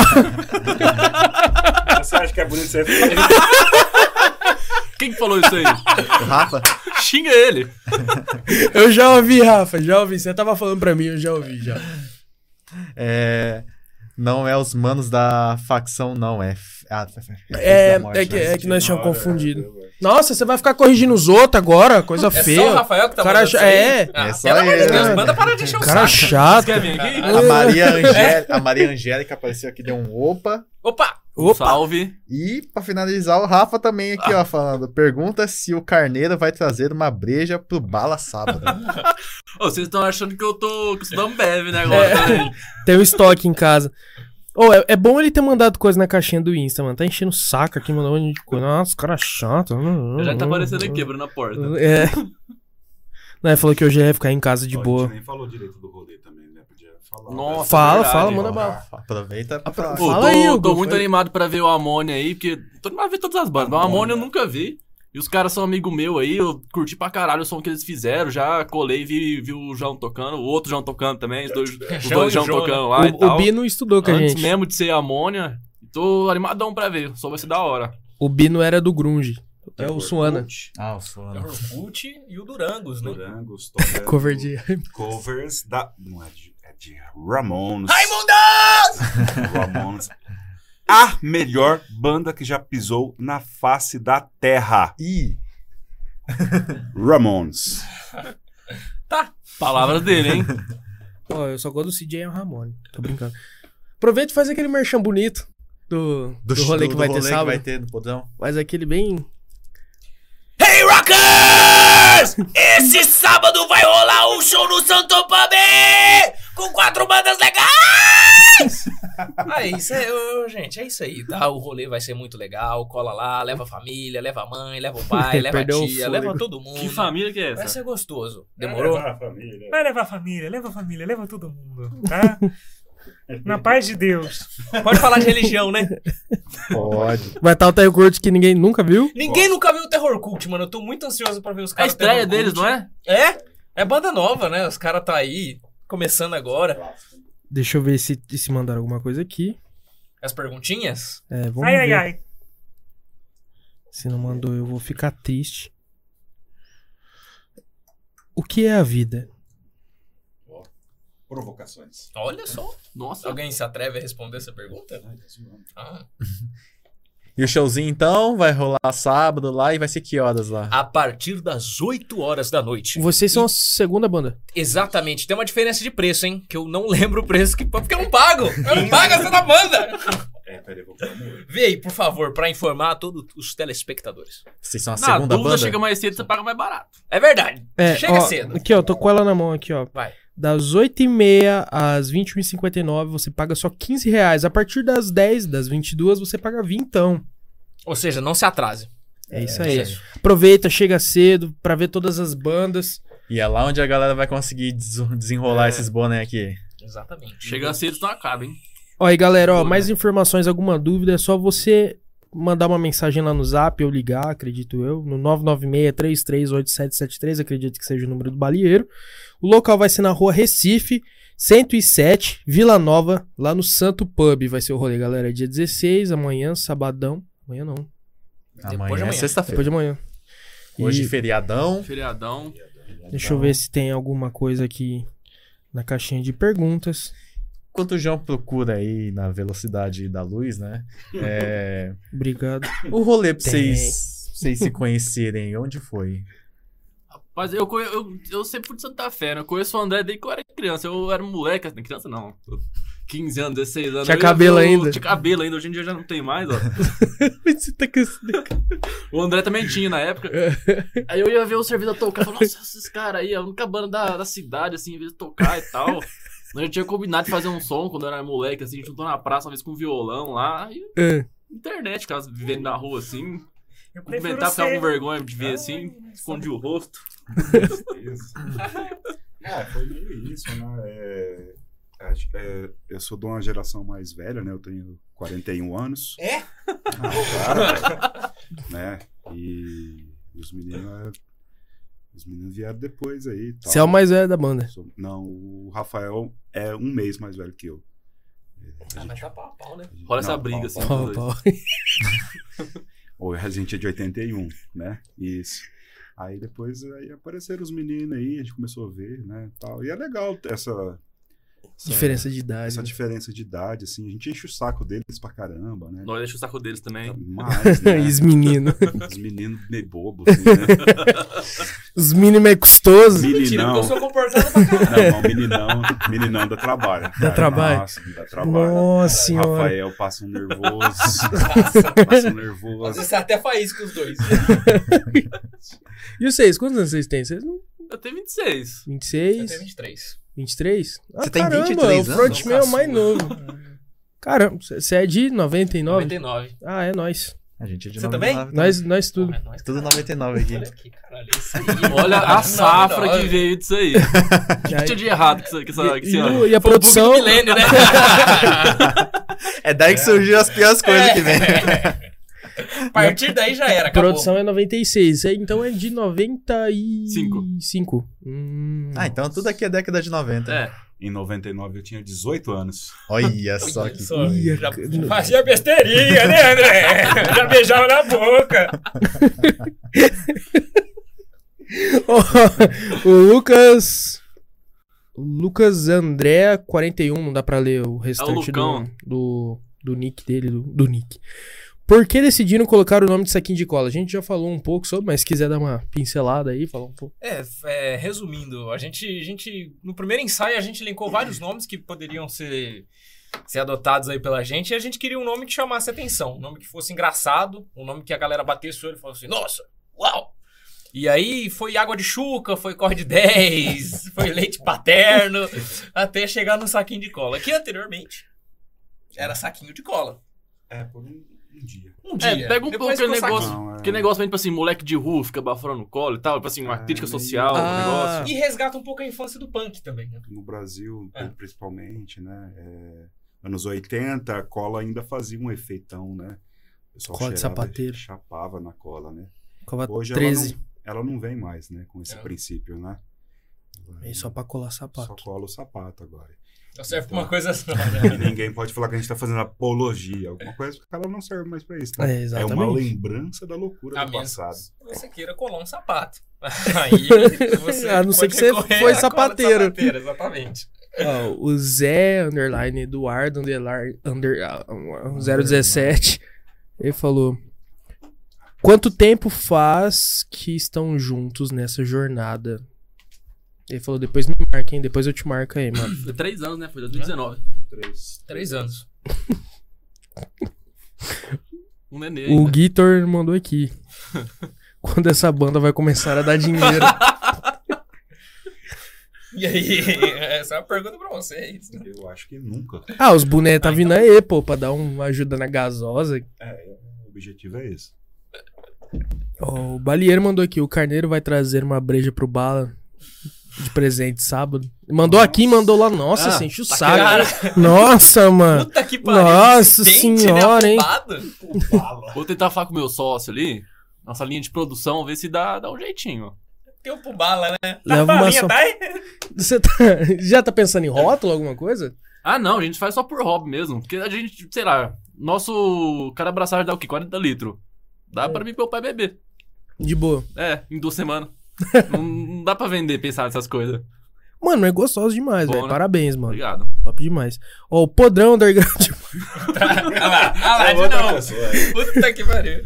D: Você acha que é bonito você?
E: Quem que falou isso aí?
B: O Rafa?
E: Xinga ele.
A: Eu já ouvi, Rafa, já ouvi. Você tava falando pra mim, eu já ouvi, já.
B: É... Não é os manos da facção, não, é... Ah,
A: É,
B: da morte,
A: é que,
B: né?
A: é que nós tínhamos
D: Na hora,
A: confundido.
D: é,
A: Nossa, você vai ficar corrigindo os outros agora? Coisa
C: É
A: feia.
C: só o Rafael que tá
A: O cara
C: mandando isso
A: acha-
C: aí?
A: é.
C: Ah,
B: É só
C: pelo amor de
B: ele,
C: Deus,
B: né?
C: manda parar de encher o
A: Cara
C: saco.
A: chato.
E: Quer vir aqui?
B: A Maria, Angé... a Maria Angélica apareceu aqui, deu um opa.
C: Opa!
A: Opa!
E: Salve.
B: E, pra finalizar, o Rafa também aqui, ó, falando. Pergunta se o Carneiro vai trazer uma breja pro Bala sábado.
E: Ô, vocês estão achando que eu tô... que eu sou da Ambev, né, agora.
A: É. Tem um estoque em casa. Ô, é, é bom ele ter mandado coisa na caixinha do Insta, mano. Tá enchendo o saco aqui, mandou um monte de coisa. Nossa, cara chato.
E: Já tá aparecendo aqui, abrindo a porta.
A: É. Não, ele falou que hoje ia ficar em casa de
D: Ó, A
A: boa.
D: gente nem falou direito do rolê também, né? Podia falar.
E: Nossa,
A: Fala,
E: verdade.
A: fala, manda
B: Ó,
A: bala.
B: Rafa, aproveita pra falar.
E: Pô,
A: Fala
E: tô,
A: aí, Hugo,
E: tô muito
A: foi-
E: animado pra ver o Amônia aí, porque tô animado pra ver todas as bandas, mas o Amônia eu nunca vi. E os caras são amigo meu aí, eu curti pra caralho o som que eles fizeram, já colei e vi, vi o João tocando, o outro João tocando também, os dois, os
C: João
E: dois
C: e
E: João
C: João,
E: tocando lá e
A: O, o
E: tal.
A: Bino estudou com a
E: Antes
A: gente.
E: mesmo de ser Amônia, tô animadão pra ver, o som vai ser da hora.
A: O Bino era do Grunge. É o Suana.
B: Ah, o
C: É o
B: Suana.
C: Orkut e o Durangos, né?
D: Durangos, tô vendo
A: Cover de...
D: covers da... Não é de... É de Ramones.
C: Raimundos!
D: Ramones. A melhor banda que já pisou na face da terra.
B: Ih,
D: Ramones.
C: Tá.
E: Palavras dele, hein?
A: Ó, eu só gosto do C J Ramone. Tô brincando. Aproveita e faz aquele merchan bonito do, do, rolê
B: do-
A: que vai
B: do
A: ter
B: rolê
A: sábado.
B: vai ter no podão.
A: Mas aquele bem...
C: Hey, Rockers! Esse sábado vai rolar um show no Santo Pub com quatro bandas legais! Ah, isso é, ô, gente, é isso aí, tá? O rolê vai ser muito legal. Cola lá, leva a família, leva a mãe, leva o pai, leva a
A: Perdeu o
C: tia,
A: fôlego.
C: leva todo mundo.
E: Que família que é
C: Vai
E: essa?
C: ser gostoso. Demorou?
D: Vai levar a família.
F: Vai levar a família, leva a família, leva todo mundo, tá? Na paz de Deus.
C: Pode falar de religião, né?
B: Pode.
A: Vai estar o Taio Curto que ninguém nunca viu.
C: Ninguém nunca viu o Terror Cult, mano. Eu tô muito ansioso pra ver os
E: A
C: caras. do
E: estreia
C: Terror
E: deles,
C: Cult.
E: não é?
C: É? É banda nova, né? Os caras tá aí, começando agora.
A: Deixa eu ver se, se mandaram alguma coisa aqui.
C: As perguntinhas?
A: É, vamos
F: Ai, ai,
A: ver.
F: ai.
A: Se não mandou, eu vou ficar triste. O que é a vida?
D: Provocações.
C: Olha só.
E: Nossa.
C: Alguém se atreve a responder essa pergunta? Ah.
B: E o showzinho, então, vai rolar sábado lá e vai ser que horas lá?
C: A partir das oito horas da noite.
A: Vocês são
C: E-
A: a segunda banda.
C: Exatamente. Tem uma diferença de preço, hein? Que eu não lembro o preço, que... porque eu não pago. Eu não pago essa da banda.
D: É, peraí, vou falar muito.
C: Vê aí, por favor, pra informar a todos os telespectadores.
B: Vocês são a
E: Na
B: segunda
E: dúvida,
B: banda?
E: chega mais cedo, você paga mais barato.
C: É verdade.
A: É,
C: Chega
A: ó,
C: cedo.
A: Aqui, ó, tô com ela na mão aqui, ó.
C: Vai.
A: Das oito e meia às vinte e uma e cinquenta e nove, você paga só quinze reais. A partir das dez, das vinte e duas, você paga vintão.
C: Ou seja, não se atrase.
A: É isso
C: É
A: aí.
C: isso.
A: Aproveita, chega cedo pra ver todas as bandas.
B: E é lá onde a galera vai conseguir des- desenrolar
E: É.
B: esses boné aqui.
C: Exatamente.
E: Chega cedo, senão acaba, hein?
A: Ó, e galera, ó,
E: Boa,
A: mais
E: né?
A: informações, alguma dúvida, é só você mandar uma mensagem lá no Zap ou ligar, acredito eu, no nove nove seis, três três oito sete sete três, acredito que seja o número do balieiro. O local vai ser na rua Recife, cento e sete, Vila Nova, lá no Santo Pub. Vai ser o rolê, galera, dia dezesseis, amanhã, sabadão. Amanhã não,
C: Depois de
B: Amanhã é
C: amanhã.
B: sexta-feira.
A: depois de amanhã.
B: Hoje
A: E
B: feriadão.
E: Feriadão.
A: deixa eu ver se tem alguma coisa aqui na caixinha de perguntas.
B: Enquanto o João procura aí na velocidade da luz, né? É,
A: Obrigado.
B: o rolê pra
A: Tem.
B: vocês, vocês se conhecerem, onde foi?
E: Mas eu, conhe- eu, eu sempre fui de Santa Fé, né? Eu conheço o André desde que eu era criança. Eu era moleque, assim, criança não. quinze anos, dezesseis anos.
A: Tinha
E: Eu ia
A: cabelo
E: ver o-
A: ainda.
E: Tinha cabelo ainda, hoje em dia já não tem mais, ó.
A: Você tá cansado.
E: O André também tinha na época. Aí eu ia ver o servidor tocar e falava, nossa, esses caras aí, a única banda da, da cidade, assim, em vez de tocar e tal. Nós já tinha combinado de fazer um som quando eu era moleque, assim, a gente juntou na praça uma vez com um violão lá. E
A: É.
E: internet, caras vivendo na rua, assim.
F: Eu prefiro
E: Cumprimentar, ficava com
F: ser...
E: vergonha de ver, assim, escondia o rosto.
D: Isso. É, foi meio isso, né? É, acho que, é, eu sou de uma geração mais velha, né? Eu tenho quarenta e um anos.
C: É?
D: Ah, claro, velho. Né? E os meninos, é, os meninos vieram depois aí. Tal.
A: Você é o mais velho da banda.
D: Sou- Não, o Rafael é um mês mais velho que eu. A
C: Ah,
D: gente-
C: mas tá pau a pau, né?
E: Rola essa
D: Não,
E: briga,
D: pau,
E: assim.
D: pau.
A: Pau, pau.
D: Ou a gente é de oitenta e um, né? Isso. Aí depois aí apareceram os meninos aí, a gente começou a ver, né? Tal. E é legal essa, essa
A: Diferença de idade.
D: essa
A: né?
D: diferença de idade, assim. A gente enche o saco deles pra caramba, né?
E: Nós deixa o saco deles também.
D: Mas, né?
A: Os meninos.
D: Os meninos meio bobos, assim, né?
A: Os meninos meio custosos.
C: Mentira, porque
D: Meninão.
C: eu sou comportado pra caralho.
D: Não, não, meninão, meninão dá trabalho.
A: Dá trabalho?
D: Nossa, dá trabalho.
A: Nossa
D: O
A: senhora.
D: Rafael passa um nervoso.
C: Nossa.
D: Passa um
C: Às
D: nervoso.
C: vezes você até faz com os dois.
A: E vocês? Quantos anos vocês têm? Vocês não...
E: Eu tenho vinte e seis.
A: vinte e
C: Eu
A: seis?
C: tenho vinte e três.
A: vinte e três? Ah,
B: Você tem
A: caramba,
B: vinte e três
A: o
B: anos?
A: frontman é o mais
C: Caçula.
A: novo. Caramba, você é de noventa e nove?
C: noventa e nove.
A: Ah, é nóis.
B: A gente é de
C: Você
B: noventa e nove também.
A: Nós, nós tudo.
C: Porra, é nóis,
B: Tudo
C: caralho.
B: noventa e nove aqui.
C: Olha aqui, caralho. Isso aí.
E: Olha a safra que
C: nove.
E: veio disso aí. O que tinha de errado com isso- com essa- com
A: E,
E: esse
A: e
E: ano?
A: o- e a
C: Foi o bug
A: produção...
C: do milênio, né?
B: É daí que surgiu as piores coisas que vem.
C: A partir daí já era,
A: A
C: acabou.
A: produção é noventa e seis, é, então é de noventa e
E: Cinco.
A: cinco. Hum,
B: Ah, então tudo aqui é década de noventa.
E: É.
D: Em noventa e nove eu tinha dezoito anos.
B: Olha só que...
C: Só,
A: Ia,
C: já
A: cara.
C: fazia besteirinha, né, André? Já beijava na boca.
A: Ó, o Lucas. O Lucas André quarenta e um, não dá pra ler o restante do,
E: Lucão.
A: do, do nick dele, do, do nick. Por que decidiram colocar o nome de saquinho de cola? A gente já falou um pouco sobre, mas se quiser dar uma pincelada aí, falar um pouco.
C: É, é, resumindo, a gente, a gente. No primeiro ensaio, a gente elencou vários nomes que poderiam ser, ser adotados aí pela gente. E a gente queria um nome que chamasse atenção. Um nome que fosse engraçado. Um nome que a galera batesse o olho e falasse assim: nossa, uau! E aí foi água de chuca, foi corre de dez, foi leite paterno, até chegar no saquinho de cola. Que anteriormente era saquinho de cola.
D: É, por um, um dia.
C: Um dia.
E: É, pega um pouco
C: Depois
E: aquele
C: ficou
E: negócio,
C: saquinho.
D: Não, é-
E: aquele negócio vem, tipo assim, moleque de rua, fica bafurando no colo e tal, tipo assim, uma
D: É,
E: crítica
D: meio-
E: social,
A: Ah.
E: um negócio.
C: E resgata um pouco a infância do punk também, né?
D: No Brasil,
C: É.
D: principalmente, né? é, anos oitenta, a cola ainda fazia um efeitão, né? O pessoal
A: Cola de
D: cheirava e
A: sapateiro.
D: chapava na cola, né?
A: Cova
D: Hoje
A: treze.
D: ela não, ela não vem mais, né? Com esse
C: É.
D: princípio, né?
A: Aí só pra colar
D: Só
A: sapato.
D: cola o sapato agora.
C: Só serve pra uma coisa só,
D: E
C: né?
D: ninguém pode falar que a gente tá fazendo apologia, alguma coisa, porque ela não serve mais pra isso,
A: É,
D: né? É
A: exatamente.
D: uma lembrança da loucura
C: A
D: do
C: menos
D: passado.
C: que você queira colar um sapato. Aí você
A: A não ser
C: pode
A: que você
C: recorrer
A: foi
C: à cola de
A: sapateiro.
C: sapateiro, exatamente.
A: Ó, o Zé, underline, Eduardo, underline, under, ah, zero dezessete, ele falou: quanto tempo faz que estão juntos nessa jornada? Ele falou: depois me marca, hein? Depois eu te marco aí, mano.
E: Foi três anos, né? Foi dois mil e dezenove.
D: Três.
C: Três anos.
E: Um nenê
A: O
E: ainda.
A: Guitor mandou aqui: quando essa banda vai começar a dar dinheiro?
C: E aí, essa é uma pergunta pra vocês.
D: Eu acho que nunca.
A: Ah, os bonecos tá vindo aí, pô, pra dar uma ajuda na gasosa.
D: É, o objetivo é esse.
A: Ó, o Balieiro mandou aqui: o Carneiro vai trazer uma breja pro Bala de presente sábado. Mandou aqui e mandou lá. Nossa,
E: Ah,
A: você enche o
E: tá
A: saco.
C: Cara,
A: Nossa, mano.
C: puta que pariu.
A: Nossa
C: insistente,
A: senhora,
C: né?
A: hein?
C: Afobado.
E: Vou tentar falar com o meu sócio ali, nossa linha de produção, ver se dá, dá um jeitinho.
C: Tem o Pubala, né? Tá
A: Leva
C: com
A: uma
C: balinha,
A: só-
C: tá aí?
A: Você tá- já tá pensando em rótulo, alguma coisa?
E: Ah, não, a gente faz só por hobby mesmo. Porque a gente, sei lá, nosso cada abraçagem dá o quê? quarenta litros. Dá pra mim e meu pai beber.
A: De boa.
E: É, em duas semanas. não, não dá pra vender, pensar nessas coisas.
A: Mano, é gostoso demais,
E: Bom,
A: velho.
E: né?
A: Parabéns, mano.
E: Obrigado.
A: Top demais. Ó, o Podrão Underground.
C: Olha lá, olha lá, de novo. Puta que pariu.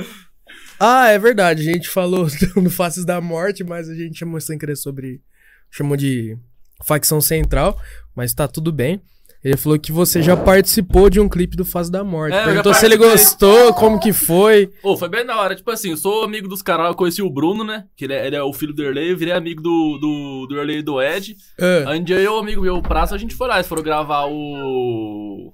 A: Ah, é verdade. A gente falou no Faces da Morte, mas a gente chamou sem querer sobre... Chamou de facção central, mas tá tudo bem. Ele falou que você já participou de um clipe do Faces da Morte.
E: É, eu
A: Perguntou
E: já
A: se ele
E: participei.
A: gostou, como que foi.
E: Ô, foi bem da hora. Tipo assim, eu sou amigo dos caras lá, eu conheci o Bruno, né? Que ele é, ele é o filho do Erlei, eu virei amigo do, do, do Erlei e do Ed.
A: Ah,
E: Aí um dia eu, amigo meu, o Praça, a gente foi lá, eles foram gravar o...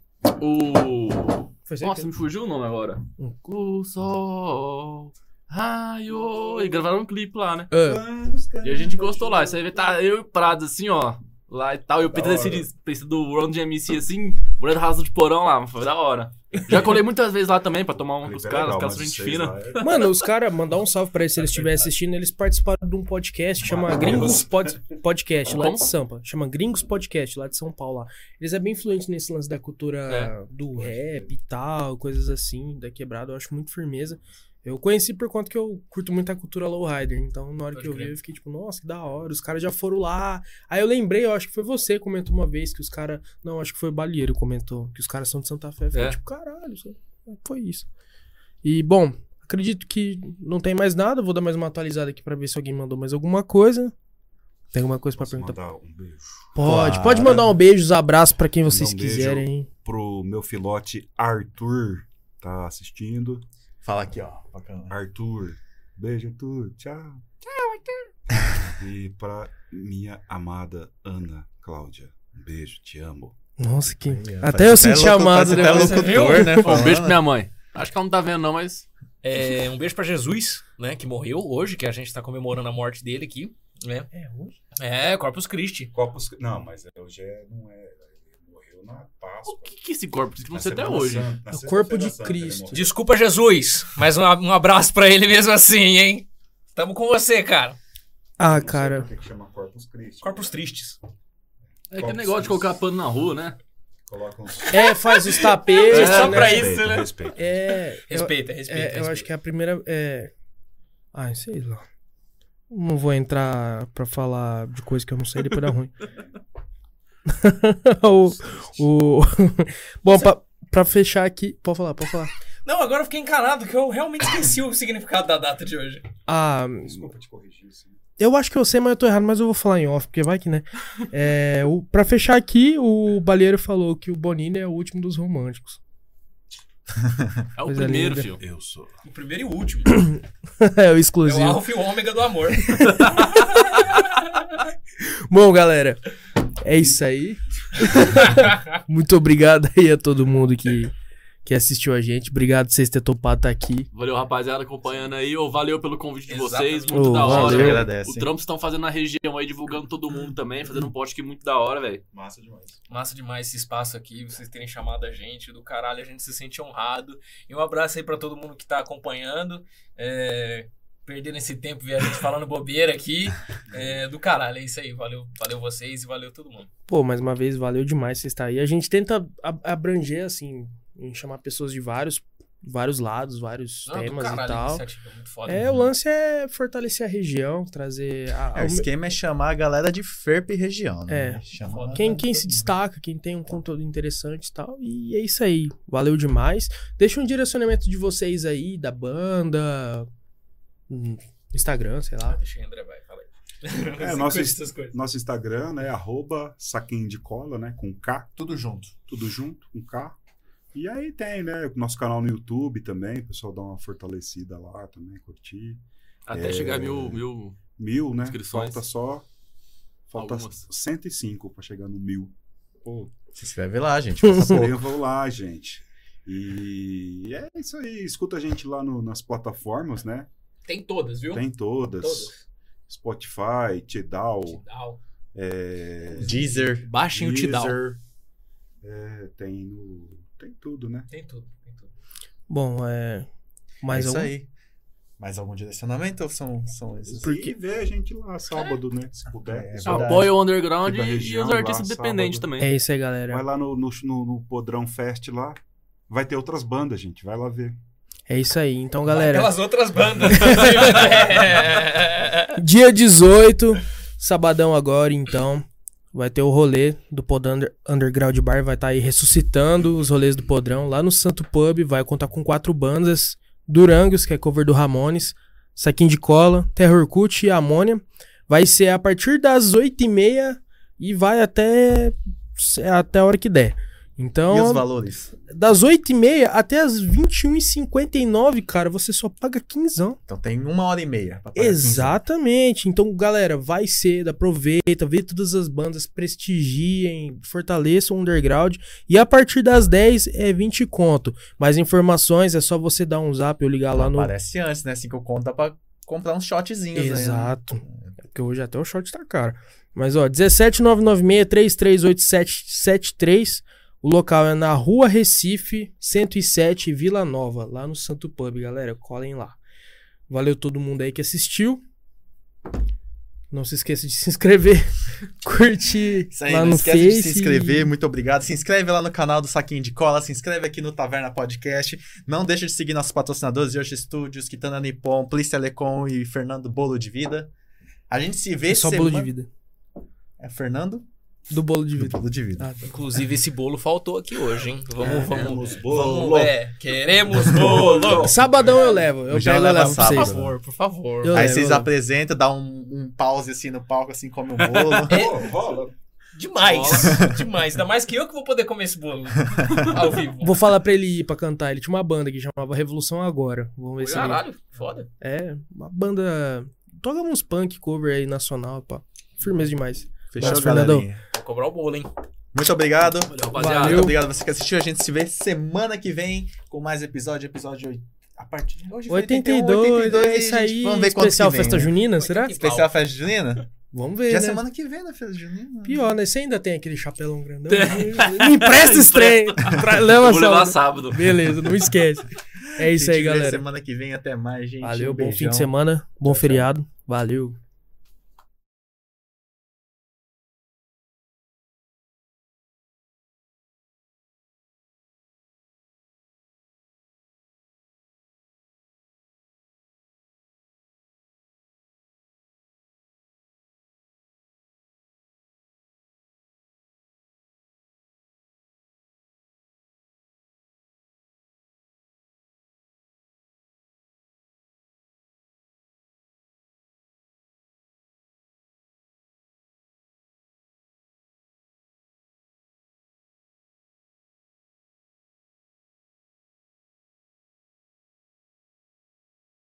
E: O...
A: foi sem
E: Nossa,
A: querer.
E: me fugiu o nome agora.
A: Hum.
E: O sol... Raio... E gravaram um clipe lá, né?
A: Ah,
E: E a gente gostou lá. Isso aí tá eu e o Prado, assim, ó. Lá e tal. E o Peter
D: Da hora.
E: desse pensa do Run de M C, assim, mulher raso de porão lá. Foi da hora. Já colei muitas vezes lá também pra tomar uma com os
D: Clipe é
E: caras, os
D: legal,
E: caras
D: mas
E: são gente
D: vocês
E: fina.
D: lá é-
A: Mano, os caras, mandar um salve pra eles se eles estiverem assistindo. Eles participaram de um podcast que chama Gringos Pod- Podcast, lá
E: Como?
A: de Sampa. Chama Gringos Podcast, lá de São Paulo. Lá. Eles é bem influentes nesse lance da cultura
E: É.
A: do rap e tal, coisas assim, da quebrada. Eu acho muito firmeza. Eu conheci por conta que eu curto muito a cultura lowrider. Então, na hora
C: Pode
A: que eu vi,
C: crer.
A: eu fiquei tipo, nossa, que da hora. Os caras já foram lá. Aí eu lembrei, eu acho que foi você que comentou uma vez que os caras. Não, acho que foi o Balieiro que comentou que os caras são de Santa Fé. Eu fiquei
E: É.
A: tipo, caralho, isso- foi isso. E, bom, acredito que não tem mais nada. Vou dar mais uma atualizada aqui pra ver se alguém mandou mais alguma coisa. Tem alguma coisa pra
D: Posso
A: perguntar?
D: mandar um beijo
A: Pode,
B: Claro.
A: pode mandar um beijo, um abraço pra quem vocês
D: Mandar um beijo.
A: quiserem. hein?
D: pro meu filote Arthur, tá assistindo.
B: Fala aqui, ó. Bacana.
D: Arthur, beijo, Arthur, tchau. Tchau, Arthur. E pra minha amada Ana Cláudia, um beijo, te amo.
A: Nossa, que.
B: Aí, ó,
A: Até eu
B: parece
A: senti
B: louco-
A: amado
B: parece até
A: depois.
B: locutor, né?
E: Um
B: falando.
E: beijo pra minha mãe. Acho que ela não tá vendo, não, mas.
C: É, um beijo pra Jesus, né? Que morreu hoje, que a gente tá comemorando a morte dele aqui, né?
A: É, hoje?
C: É, Corpus Christi.
D: Copos. Não, mas hoje é, não é. Ele morreu na
E: O
D: Páscoa.
E: que que é esse corpo? Isso que não
D: na
E: sei até
D: Semana
E: hoje.
D: Santa, na
A: É o corpo de
D: Sexta-feira Santa ele
A: Cristo.
D: morreu.
C: Desculpa, Jesus, mas um, um abraço pra ele mesmo assim, hein? Tamo com você, cara.
A: Ah,
D: Não sei
A: cara.
D: por que que chama Corpus Christi.
C: Corpus Tristes.
E: É aquele negócio de colocar pano na rua, né?
D: Coloca uns...
A: É, faz os tapetes.
C: É, só
A: né?
C: pra
D: Respeita,
C: isso, né?
D: respeita.
A: É.
C: Respeita,
A: eu,
C: respeita.
A: é, eu
C: respeita.
A: acho que a primeira. É... Ai, sei lá. Não vou entrar pra falar de coisa que eu não sei, depois dá ruim. o, o... Bom, pra, pra fechar aqui. Pode falar, pode falar.
C: Não, agora eu fiquei encanado, que eu realmente esqueci o significado da data de hoje.
A: Ah,
D: Desculpa te corrigir, sim.
A: eu acho que eu sei, mas eu tô errado, mas eu vou falar em off, porque vai que, né? É, o, pra fechar aqui, o Balheiro falou que o Bonini é o último dos românticos.
E: É o
A: Coisa
E: primeiro,
A: linda.
E: filho.
D: Eu sou.
C: O primeiro e o último.
A: É o
C: É o
A: exclusivo.
C: alfa e o ômega do amor.
A: Bom, galera, é isso aí. Muito obrigado aí a todo mundo que, que assistiu a gente. Obrigado por vocês terem topado estar aqui.
E: Valeu, rapaziada, acompanhando aí. Ô, valeu pelo convite de
C: Exatamente.
E: vocês. Muito
A: Ô,
E: da hora.
A: valeu.
E: velho.
B: Agradece.
E: O trampo estão fazendo na região aí, divulgando todo mundo também, fazendo um post aqui muito da hora, velho.
D: Massa demais.
C: Massa demais esse espaço aqui, vocês terem chamado a gente, do caralho, a gente se sente honrado. E um abraço aí pra todo mundo que tá acompanhando. É... Perdendo esse tempo, ver a gente falando bobeira aqui. É... Do caralho, é isso aí. Valeu, valeu vocês e valeu todo mundo.
A: Pô, mais uma vez, valeu demais você estar aí. A gente tenta a- abranger, assim, em chamar pessoas de vários, vários lados, vários
C: Não, do
A: temas
C: caralho,
A: e tal.
C: iniciativa, muito foda.
A: É, o lance é fortalecer a região, trazer... A,
B: É, o
A: o-
B: esquema é chamar a galera de Ferp e região, né?
A: É.
B: Chama
A: Quem, quem se destaca, quem tem um conteúdo interessante e tal. E é isso aí. Valeu demais. Deixa um direcionamento de vocês aí, da banda, hum, Instagram, sei
C: Ah,
A: lá.
C: deixa o André, vai, fala aí.
D: É,
C: Você
D: nosso,
C: curte essas coisas.
D: nosso Instagram, né? Arroba saquinho de cola, né? Com K,
B: Tudo junto.
D: tudo junto, com K. E aí tem, né? O nosso canal no YouTube também. O pessoal dá uma fortalecida lá também, curtir.
E: Até
D: É.
E: chegar a mil, mil.
D: Mil, né?
E: Inscrições.
D: Falta só. Falta
E: Algumas.
D: cento e cinco pra chegar no mil. Pô,
B: Se inscreve lá, gente. Por favor.
D: inscrevam lá, gente. E é isso aí. Escuta a gente lá no- nas plataformas, né?
C: Tem todas, viu?
D: Tem todas.
C: Todas.
D: Spotify, Tidal,
C: Tidal.
D: é,
B: Deezer.
C: Baixem o Tidal.
D: Deezer, é, tem no, tem tudo, né?
C: Tem tudo, tem tudo.
A: Bom, é... Mais
B: é isso
A: algum?
B: aí. Mais algum direcionamento ou são, são esses?
D: E vê a gente lá sábado, né? Se puder.
B: É
D: pessoal.
B: verdade.
E: Apoia o underground
D: Aqui da
E: e,
D: região,
E: os artistas
D: lá,
E: independentes
D: sábado.
E: também.
A: É isso aí, galera.
D: Vai lá no, no, no, no Podrão Fest lá. Vai ter outras bandas, gente. Vai lá ver.
A: É isso aí. Então, galera,
C: Aquelas outras bandas.
A: dia dezoito, sabadão agora, então, vai ter o rolê do Pod Under- Underground Bar, vai estar aí ressuscitando os rolês do Podrão lá no Santo Pub, vai contar com quatro bandas, Durangos, que é cover do Ramones, Saquinho de Cola, Terror Cult e Amônia. Vai ser a partir das oito e meia e vai até, até a hora que der. Então,
B: E os valores?
A: das oito e meia até as vinte e uma e cinquenta e nove, cara, você só paga quinzão.
B: Então tem uma hora e meia. pra pagar
A: Exatamente. Então, galera, vai cedo, aproveita, vê todas as bandas, prestigiem, fortaleçam o underground. E a partir das dez é vinte conto. Mais informações é só você dar um zap ou ligar
B: quinze.
A: lá no...
B: Aparece antes, né? cinco conto dá pra comprar uns shotzinhos aí, né?
A: Exato. É porque hoje até o short tá caro. Mas, ó, dezessete nove nove seis, três três oito sete sete três. O local é na Rua Recife, cento e sete, Vila Nova, lá no Santo Pub, galera. Colhem lá. Valeu todo mundo aí que assistiu. Não se esqueça de se inscrever, curtir
B: Isso aí,
A: lá
B: não
A: no
B: esquece
A: Face.
B: de se inscrever, muito obrigado. Se inscreve lá no canal do Saquinho de Cola, se inscreve aqui no Taverna Podcast. Não deixa de seguir nossos patrocinadores, Yoshi Studios, Kitana Nippon, Please Telecom e Fernando Bolo de Vida. A gente se vê
A: É só
B: semana...
A: bolo de vida.
B: É Fernando?
A: Do bolo de
B: Do
A: vida.
B: Bolo de Vida.
A: Ah, tá.
C: Inclusive, esse bolo faltou aqui hoje, hein? Vamos, vamos.
D: Queremos bolo.
C: Vamos, é, queremos bolo.
A: Sabadão eu levo. Eu
B: Já
A: pego e
B: leva
A: levo pra
B: sábado.
C: Por
A: vocês.
C: favor, por favor.
A: Eu
B: Aí
A: levo,
B: vocês
A: eu levo.
B: apresentam, dá um, um pause assim no palco, assim, come um bolo.
D: Pô, rola.
C: Demais, demais. Ainda mais que eu que vou poder comer esse bolo ao vivo.
A: Vou falar pra ele ir pra cantar. Ele tinha uma banda que chamava Revolução Agora. Vamos ver se ele...
C: Caralho, foda.
A: É, uma banda... Toca uns punk cover aí, nacional, pá. Firmeza demais.
B: Fechou,
A: Nossa, Fernandão.
B: galerinha.
C: Vou cobrar o bolo, hein?
B: Muito obrigado.
E: Valeu, rapaziada.
A: Valeu.
B: Muito obrigado a você que assistiu. A gente se vê semana que vem com mais episódio. Episódio oit- a partir de hoje. foi
A: oitenta e dois,
B: oitenta e dois,
A: é isso aí.
B: Vamos ver quanto
A: Especial
B: que vem,
A: Festa
B: né?
A: Junina, será?
B: Especial Festa Junina?
A: Vamos ver,
B: Já
A: né?
B: semana que vem na Festa Junina.
A: Pior, né? Você ainda tem aquele chapelão grandão?
E: Tem.
A: Me empresta esse trem. Tra-
E: Eu
A: Leva
E: vou levar
A: sábado.
E: sábado.
A: Beleza, não esquece. É isso
B: A
A: aí,
B: gente vê
A: galera.
B: Semana que vem, até mais, gente.
A: Valeu,
B: Um
A: bom fim
B: beijão.
A: de semana. Bom feriado. Valeu.